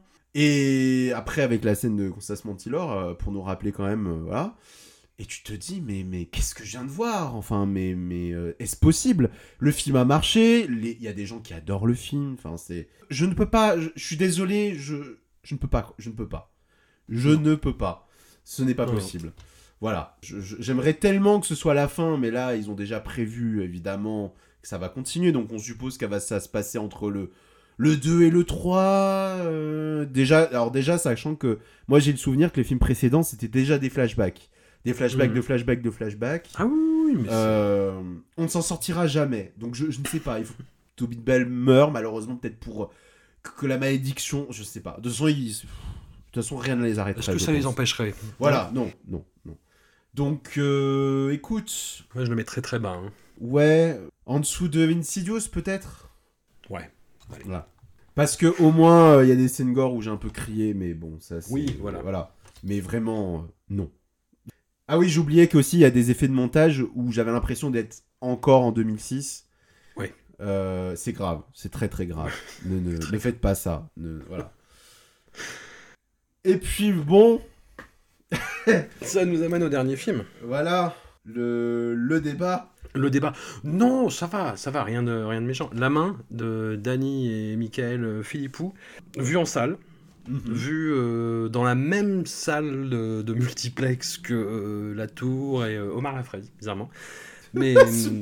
Et après avec la scène de Constance Mantilor euh, pour nous rappeler quand même, euh, voilà. Et tu te dis mais mais qu'est-ce que je viens de voir ? Enfin mais mais euh, est-ce possible ? Le film a marché. Les... Il y a des gens qui adorent le film. Enfin c'est. Je ne peux pas. Je, je suis désolé. Je je ne peux pas. Je ne peux pas. Je ne peux pas. Ce n'est pas Non. possible. Voilà. Je- je- j'aimerais tellement que ce soit la fin, mais là ils ont déjà prévu évidemment que ça va continuer. Donc on suppose qu'elle va ça se passer entre le le deux et le trois. euh, déjà alors déjà sachant que moi j'ai le souvenir que les films précédents c'était déjà des flashbacks. Des flashbacks, Mhm. de flashbacks, de flashbacks. Ah oui, oui, mais c'est- Euh, on ne s'en sortira jamais. Donc je, je ne sais pas. Il faut que Tobin Bell meure, malheureusement, peut-être pour que, que la malédiction. Je sais pas. De toute façon, ils- de toute façon rien ne les arrêterait. Est-ce que je ça les pense. empêcherait ? Voilà, non, non, non. Donc, euh, écoute, Ouais, je le mettrais très bas. hein. ouais, en dessous de Insidious, peut-être. Ouais. Voilà. Parce que au moins, il y a des scènes gore où j'ai un peu crié, mais bon, ça c'est... Oui, voilà. voilà. Mais vraiment, euh, non. Ah oui, j'oubliais qu'aussi, il y a des effets de montage où j'avais l'impression d'être encore en deux mille six. Oui. Euh, c'est grave, c'est très très grave. ne, ne, ne faites pas ça. Ne, voilà. Et puis, bon, Ça nous amène au dernier film. voilà, le, le débat. Le débat. Non, ça va, ça va, rien de, rien de méchant. La main de Danny et Michael Philippou, vu en salle, vu euh, dans la même salle de, de multiplex que euh, La Tour et euh, Omar Lafraise, bizarrement. Mais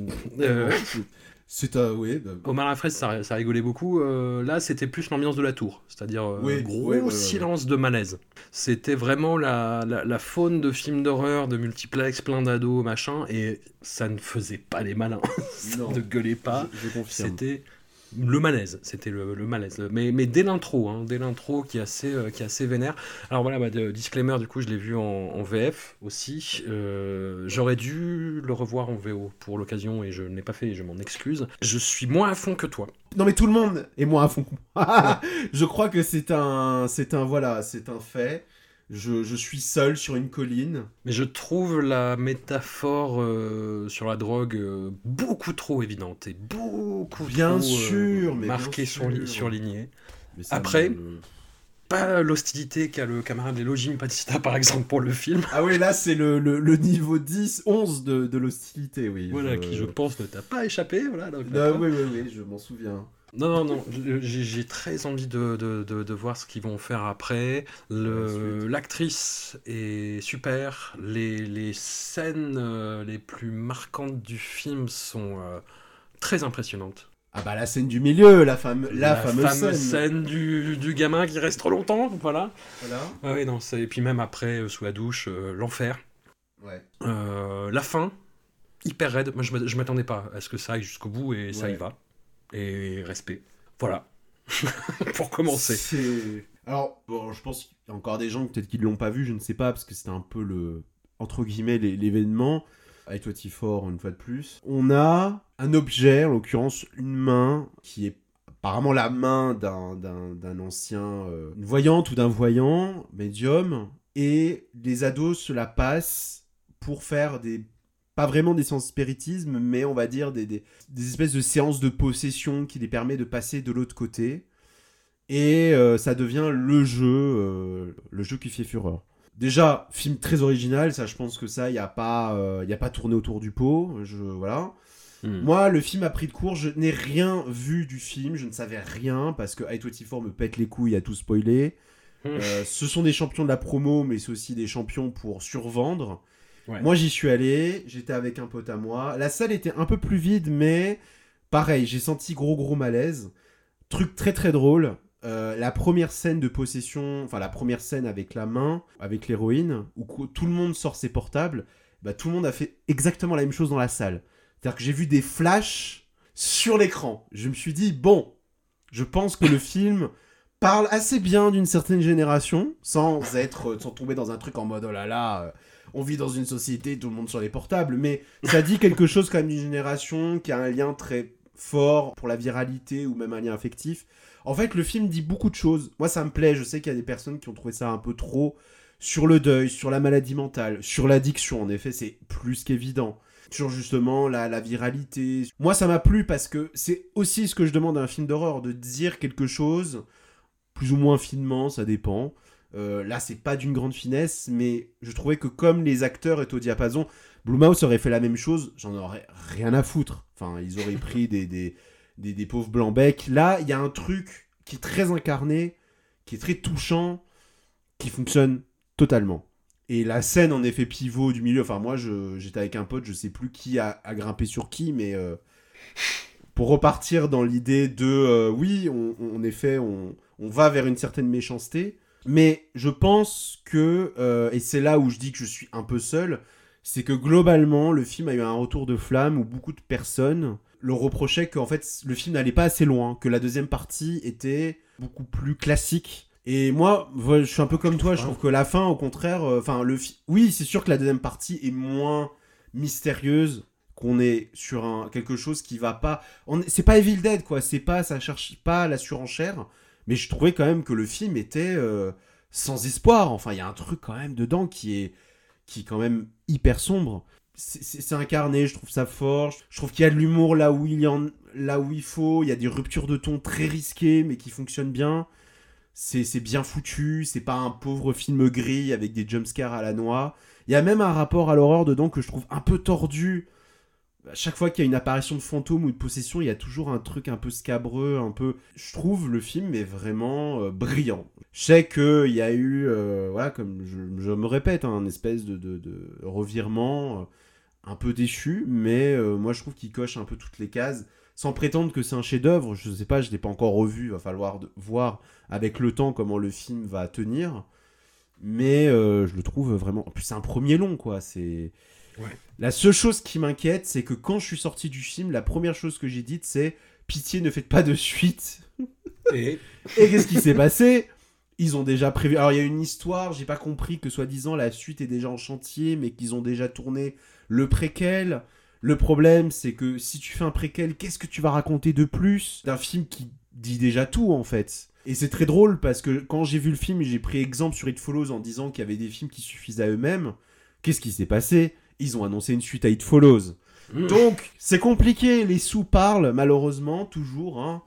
euh, C'est un... Oui, bah, Omar Lafraise, ça, ça rigolait beaucoup. Euh, là, c'était plus l'ambiance de La Tour, c'est-à-dire euh, Oui, gros ouais, ouais, ouais, silence de malaise. C'était vraiment la, la, la faune de films d'horreur, de multiplex, plein d'ados, machin, et ça ne faisait pas les malins. Ça Non. ne gueulait pas. je, je confirme. C'était le malaise, c'était le, le malaise. Mais, mais dès l'intro, hein, dès l'intro qui est assez, euh, qui est assez vénère. Alors voilà, bah, de, disclaimer, du coup, je l'ai vu en, en V F aussi. Euh, j'aurais dû le revoir en V O pour l'occasion et je ne l'ai pas fait et je m'en excuse. Je suis moins à fond que toi. Non mais tout le monde est moins à fond que moi. Je crois que c'est un, c'est un, voilà, c'est un fait. Je, je suis seul sur une colline. Mais je trouve la métaphore euh, sur la drogue euh, beaucoup trop évidente et beaucoup Bien trop sûr, mais marquée, bien surli- sûr. surlignée. Mais ça Après, me- Pas l'hostilité qu'a le camarade Elohim Patista par exemple pour le film. Ah oui, là c'est le, le, le niveau dix, onze de, de l'hostilité, oui. Voilà, je... qui je pense ne t'a pas échappé. Voilà, donc, Ah, oui, oui, oui, je m'en souviens. Non, non, non, j'ai j'ai très envie de, de, de, de voir ce qu'ils vont faire après. Le- L'actrice est super. Les, les scènes euh, les plus marquantes du film sont euh, très impressionnantes. Ah bah la scène du milieu, la, fame... la, fameuse, scène. du, du gamin qui reste trop longtemps, voilà. Voilà. Ah oui, non, c'est- et puis même après, euh, sous la douche, euh, l'enfer. Ouais. Euh, la fin, hyper raide. Moi, je m'a- je m'attendais pas à ce que ça aille jusqu'au bout et ça Ouais. y va. Et respect. Voilà. Pour commencer. C'est... Alors, bon, je pense qu'il y a encore des gens peut-être qui ne l'ont pas vu, je ne sais pas, parce que c'était un peu le... entre guillemets, les- l'événement. I vingt-quatre, une fois de plus. On a un objet, en l'occurrence une main, qui est apparemment la main d'un, d'un, d'un ancien... euh, une voyante ou d'un voyant, médium, et les ados se la passent pour faire des... pas vraiment des séances de spiritisme, mais on va dire des, des, des espèces de séances de possession qui les permet de passer de l'autre côté. Et euh, ça devient le jeu, euh, le jeu qui fait fureur. Déjà, film très original, ça je pense que ça, il n'y a, euh, y a pas tourné autour du pot. Je, voilà. Mm. Moi, le film a pris de court, je n'ai rien vu du film, je ne savais rien, parce que I vingt-quatre me pète les couilles à tout spoiler. Euh, ce sont des champions de la promo, mais c'est aussi des champions pour survendre. Ouais. Moi, j'y suis allé, j'étais avec un pote à moi. La salle était un peu plus vide, mais pareil, j'ai senti gros gros malaise. Truc très très drôle. Euh, la première scène de possession, enfin la première scène avec la main, avec l'héroïne, où co- tout le monde sort ses portables, bah, tout le monde a fait exactement la même chose dans la salle. C'est-à-dire que j'ai vu des flashs sur l'écran. Je me suis dit, bon, je pense que le film parle assez bien d'une certaine génération, sans être, sans tomber dans un truc en mode, oh là là, euh, on vit dans une société, tout le monde sur les portables, mais ça dit quelque chose quand même d'une génération qui a un lien très fort pour la viralité ou même un lien affectif. En fait, le film dit beaucoup de choses. Moi, ça me plaît. Je sais qu'il y a des personnes qui ont trouvé ça un peu trop sur le deuil, sur la maladie mentale, sur l'addiction. En effet, c'est plus qu'évident. Sur justement la, la viralité. Moi, ça m'a plu parce que c'est aussi ce que je demande à un film d'horreur, de dire quelque chose, plus ou moins finement, ça dépend. Euh, là, c'est pas d'une grande finesse, mais je trouvais que comme les acteurs étaient au diapason, Blumhouse aurait fait la même chose, j'en aurais rien à foutre. Enfin, ils auraient pris des... des Des, des pauvres blancs becs. Là, il y a un truc qui est très incarné, qui est très touchant, qui fonctionne totalement. Et la scène, en effet, pivot du milieu, enfin moi, je, j'étais avec un pote, je sais plus qui a, a grimpé sur qui, mais euh, pour repartir dans l'idée de, euh, oui, on, on, en effet, on, on va vers une certaine méchanceté, mais je pense que, euh, et c'est là où je dis que je suis un peu seul, c'est que globalement, le film a eu un retour de flamme où beaucoup de personnes le reprochait qu'en fait le film n'allait pas assez loin, que la deuxième partie était beaucoup plus classique. Et moi, je suis un peu comme toi, je trouve que la fin, au contraire, enfin euh, le fi- oui, c'est sûr que la deuxième partie est moins mystérieuse, qu'on est sur un quelque chose qui va pas, on est... c'est pas Evil Dead quoi, c'est pas, ça cherche pas la surenchère, mais je trouvais quand même que le film était euh, sans espoir. Enfin, il y a un truc quand même dedans qui est qui est quand même hyper sombre. C'est, c'est, c'est incarné, je trouve ça fort. Je trouve qu'il y a de l'humour là où il y en, là où il faut. Il y a des ruptures de ton très risquées, mais qui fonctionnent bien. C'est, c'est bien foutu. C'est pas un pauvre film gris avec des jumpscares à la noix. Il y a même un rapport à l'horreur dedans que je trouve un peu tordu. À chaque fois qu'il y a une apparition de fantôme ou de possession, il y a toujours un truc un peu scabreux, un peu... Je trouve le film est vraiment euh, brillant. Je sais qu'il y a eu, euh, voilà, comme je, je me répète, hein, un espèce de, de, de revirement... Euh, un peu déçu, mais euh, moi je trouve qu'il coche un peu toutes les cases, sans prétendre que c'est un chef-d'œuvre. Je sais pas, je l'ai pas encore revu, il va falloir de, voir avec le temps comment le film va tenir, mais euh, je le trouve vraiment... En plus c'est un premier long, quoi, c'est... Ouais. La seule chose qui m'inquiète, c'est que quand je suis sorti du film, la première chose que j'ai dite, c'est « Pitié, ne faites pas de suite !» Et, Et qu'est-ce qui s'est passé ? Ils ont déjà prévu... Alors il y a une histoire, j'ai pas compris que soi-disant la suite est déjà en chantier, mais qu'ils ont déjà tourné le préquel. Le problème, c'est que si tu fais un préquel, qu'est-ce que tu vas raconter de plus d'un film qui dit déjà tout, en fait ? Et c'est très drôle, parce que quand j'ai vu le film, j'ai pris exemple sur It Follows en disant qu'il y avait des films qui suffisent à eux-mêmes. Qu'est-ce qui s'est passé ? Ils ont annoncé une suite à It Follows. Mmh. Donc, c'est compliqué. Les sous parlent, malheureusement, toujours. Hein.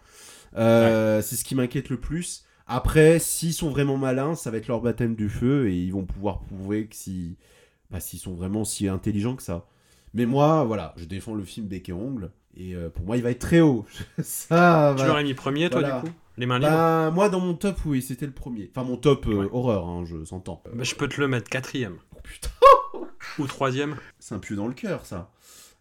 Euh, ouais. C'est ce qui m'inquiète le plus. Après, s'ils sont vraiment malins, ça va être leur baptême du feu, et ils vont pouvoir prouver que si... Bah, s'ils sont vraiment si intelligents que ça. Mais moi, voilà, je défends le film bec et ongles, et euh, pour moi, il va être très haut. Ça, tu bah, l'aurais mis premier, toi, voilà. Du coup Les mains libres bah, moi, dans mon top, oui, c'était le premier. Enfin, mon top euh, ouais. horreur, hein, je s'entends. Bah, je peux te le mettre quatrième. Oh, putain. Ou troisième. C'est un pieu dans le cœur, ça.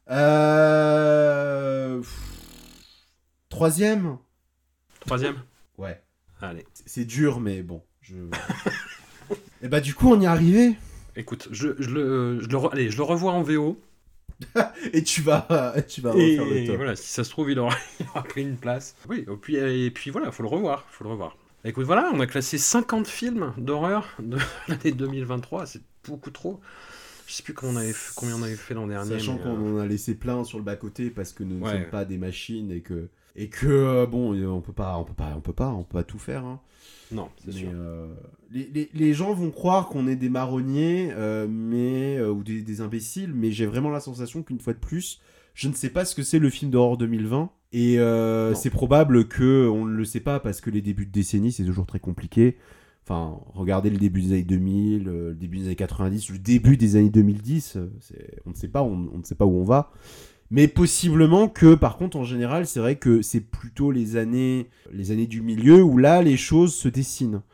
Euh... Troisième Troisième Ouais. Allez. C'est, c'est dur, mais bon, je... Et bah, du coup, on y est arrivé. Écoute, je, je, le, je, le, re... Allez, je le revois en V O. Et tu vas, tu vas refaire et, le top. Et voilà, si ça se trouve, il aura, il aura pris une place. Oui, et puis, et puis voilà, faut le revoir, faut le revoir. Écoute, voilà, on a classé cinquante films d'horreur de l'année deux mille vingt-trois, c'est beaucoup trop. Je sais plus combien on avait fait, combien on avait fait l'an dernier. Sachant mais qu'on euh... en a laissé plein sur le bas-côté parce que nous ne ouais. sommes pas des machines et que, et que euh, bon, on peut pas, on peut pas, on peut pas, on peut pas tout faire. Hein. Non, c'est mais, sûr. Euh, les, les, les gens vont croire qu'on est des marronniers euh, mais, euh, ou des, des imbéciles, mais j'ai vraiment la sensation qu'une fois de plus, je ne sais pas ce que c'est le film d'horreur deux mille vingt. Et euh, c'est probable qu'on ne le sait pas parce que les débuts de décennie, c'est toujours très compliqué. Enfin, regardez le début des années deux mille, le début des années quatre-vingt-dix, le début des années deux mille dix, c'est... on ne sait pas, on, on ne sait pas où on va. Mais possiblement que, par contre, en général, c'est vrai que c'est plutôt les années, les années du milieu où là, les choses se dessinent.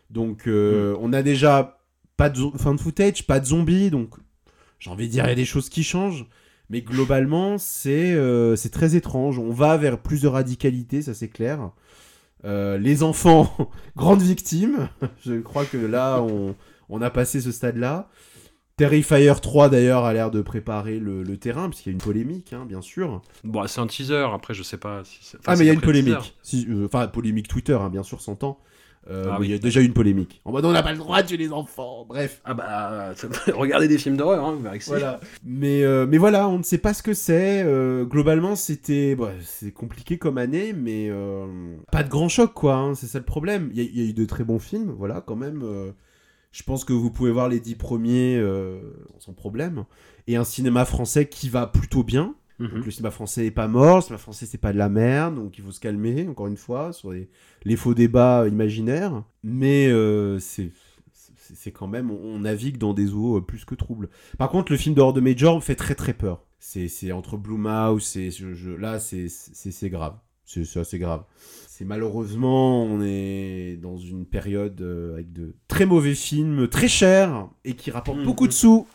Donc, euh, mm. on a déjà pas de fan footage, pas de zombies, donc j'ai envie de dire, il y a des choses qui changent. Mais globalement, c'est, euh, c'est très étrange. On va vers plus de radicalité, ça c'est clair. Euh, les enfants, grandes victimes. Je crois que là, on, on a passé ce stade-là. Terrifier trois, d'ailleurs, a l'air de préparer le, le terrain, puisqu'il y a une polémique, hein, bien sûr. Bon, c'est un teaser, après, je sais pas si c'est... Enfin, ah, mais il y a une polémique. Si, euh, enfin, polémique Twitter, hein, bien sûr, s'entend. Euh, ah, oui. Il y a oui. déjà eu une polémique. En mode, on n'a pas le droit de tuer les enfants. Bref. Ah bah, regardez des films d'horreur, hein, vous verrez que c'est... Voilà. Mais, euh, mais voilà, on ne sait pas ce que c'est. Euh, globalement, c'était... Bon, c'est compliqué comme année, mais euh, pas de grand choc, quoi. Hein, c'est ça le problème. Il y, y a eu de très bons films, voilà, quand même... Euh... Je pense que vous pouvez voir les dix premiers euh, sans problème. Et un cinéma français qui va plutôt bien. Mm-hmm. Donc le cinéma français n'est pas mort, le cinéma français c'est pas de la merde, donc il faut se calmer, encore une fois, sur les, les faux débats imaginaires. Mais euh, c'est, c'est, c'est quand même, on navigue dans des eaux plus que troubles. Par contre, le film d'horreur de Major me fait très très peur. C'est, c'est entre Blumhouse et... Je, je, là, c'est, c'est, c'est grave. C'est, c'est assez grave. C'est malheureusement, on est dans une période euh, avec de très mauvais films, très chers, et qui rapportent mmh. beaucoup de sous.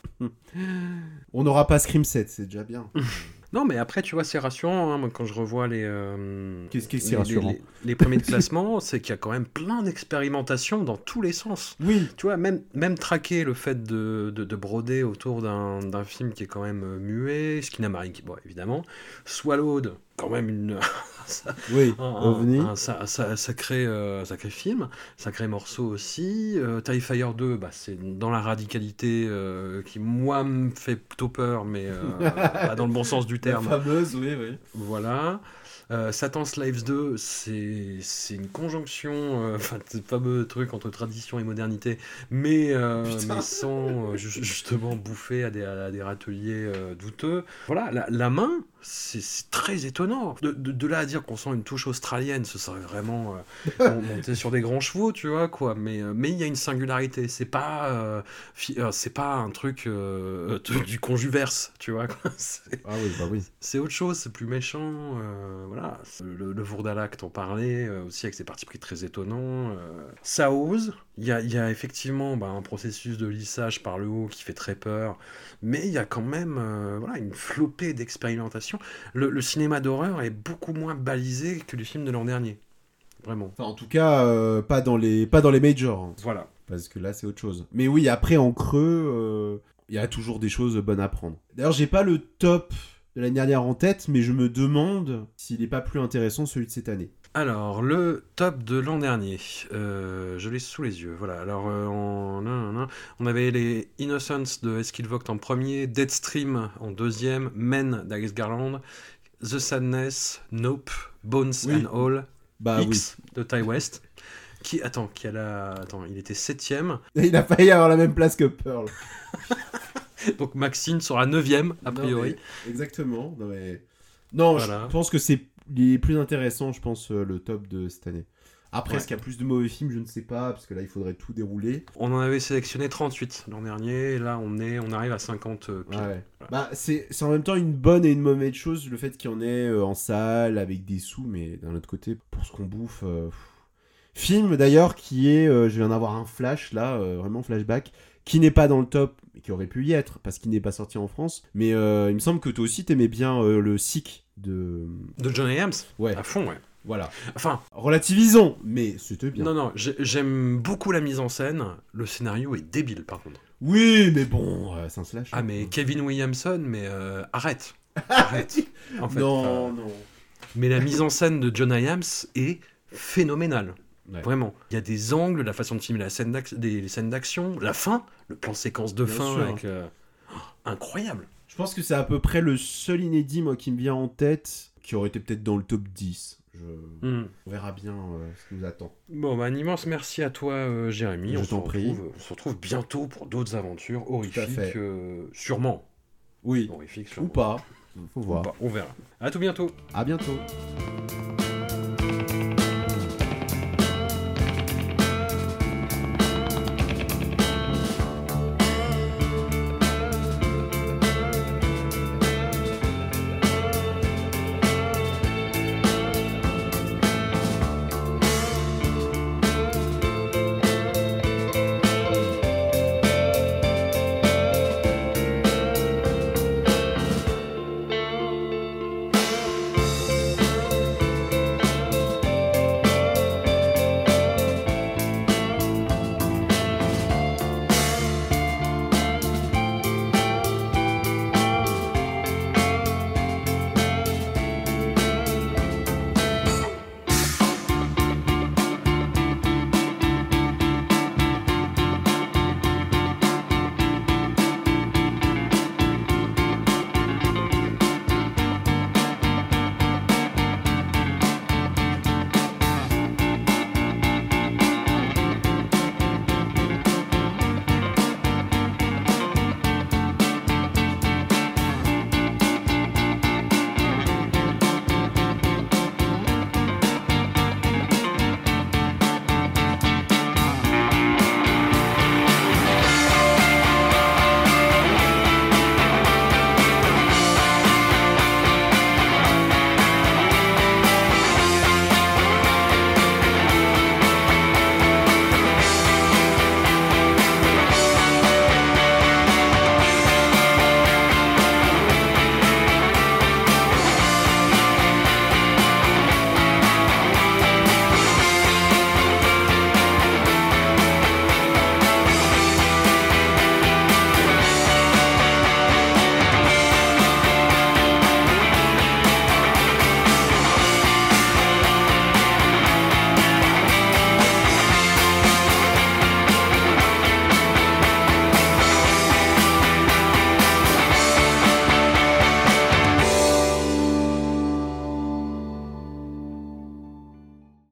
On n'aura pas Scream sept, c'est déjà bien. Non, mais après, tu vois, c'est rassurant. Hein, moi, quand je revois les... Euh, Qu'est-ce qui est les, rassurant les, les, les premiers classements, c'est qu'il y a quand même plein d'expérimentations dans tous les sens. Oui. Tu vois, même, même traquer le fait de, de, de broder autour d'un, d'un film qui est quand même euh, muet, Skinamarink, bon, évidemment. Swallowed, quand même une... ça, oui, un, un, un, un, un sacré, euh, sacré film, sacré morceau aussi. Euh, Terrifier deux, bah, c'est dans la radicalité euh, qui, moi, me fait plutôt peur, mais euh, pas dans le bon sens du terme. La fameuse, oui, oui. Voilà. Euh, Satan Slaves deux, c'est, c'est une conjonction, enfin, euh, ce fameux truc entre tradition et modernité, mais, euh, mais sans euh, ju- justement bouffer à des, à des râteliers euh, douteux. Voilà, la, la main, c'est, c'est très étonnant. De, de, de là à dire qu'on sent une touche australienne, ce serait vraiment euh, monter sur des grands chevaux, tu vois, quoi. Mais euh, mais il y a une singularité. C'est pas, euh, fi- euh, c'est pas un truc euh, de, du conjuverse, tu vois, quoi. C'est, ah oui, bah oui. C'est autre chose, c'est plus méchant. Euh, voilà. Le, le Vourdalak, t'en parlais, euh, aussi avec ses partis pris très étonnants. Euh, ça ose. Il y a, y a effectivement bah, un processus de lissage par le haut qui fait très peur, mais il y a quand même euh, voilà, une flopée d'expérimentation. Le, le cinéma d'horreur est beaucoup moins balisé que les films de l'an dernier. Vraiment. Enfin, en tout cas, euh, pas, dans les, pas dans les majors. Hein. Voilà. Parce que là, c'est autre chose. Mais oui, après, en creux, il euh, y a toujours des choses bonnes à prendre. D'ailleurs, j'ai pas le top de l'année dernière en tête, mais je me demande s'il n'est pas plus intéressant celui de cette année. Alors, le top de l'an dernier, euh, je l'ai sous les yeux. Voilà. Alors, euh, on, on avait les Innocents de Eskil Vogt en premier, Deadstream en deuxième, Men d'Alex Garland, The Sadness, Nope, Bones oui. and All, bah, X oui. de Ty West. Qui, attends, qui a la... attends, il était septième. Il a failli avoir la même place que Pearl. Donc Maxine sera neuvième, a priori. Non, mais, exactement. Non, mais... non voilà. Je pense que c'est les plus intéressants, je pense, euh, le top de cette année. Après, ouais. Est-ce qu'il y a plus de mauvais films ? Je ne sais pas, parce que là, il faudrait tout dérouler. On en avait sélectionné trente-huit l'an dernier, et là, on, est, on arrive à cinquante euh, pile. Ouais. Voilà. Bah, c'est, c'est en même temps une bonne et une mauvaise chose, le fait qu'il y en ait euh, en salle, avec des sous, mais d'un autre côté, pour ce qu'on bouffe... Euh... Film, d'ailleurs, qui est... Euh, je viens d'avoir un flash, là, euh, vraiment flashback, qui n'est pas dans le top, mais qui aurait pu y être, parce qu'il n'est pas sorti en France. Mais euh, il me semble que toi aussi, t'aimais bien euh, le Sick de... De John Williams ? Ouais. À fond, ouais. Voilà. Enfin... Relativisons, mais c'était bien. Non, non, j'aime beaucoup la mise en scène. Le scénario est débile, par contre. Oui, mais bon, euh, c'est un slash. Ah, mais Kevin Williamson, mais euh, arrête. Arrête. En fait, non, non. Mais la mise en scène de John Williams est phénoménale. Ouais. Vraiment. Il y a des angles, la façon de filmer la scène des les scènes d'action, la fin, le plan séquence de bien fin sûr. Avec... Euh... Oh, incroyable. Je pense que c'est à peu près le seul inédit, moi, qui me vient en tête, qui aurait été peut-être dans le top dix. Je... Mm. On verra bien euh, ce qui nous attend. Bon, bah, un immense merci à toi, euh, Jérémy. Je on t'en prie. Retrouve, on se retrouve bientôt pour d'autres aventures horrifiques. Euh, sûrement. Oui. Horrifiques, sûrement. Ou pas. Faut voir. Ou pas. On verra. À tout bientôt. À bientôt.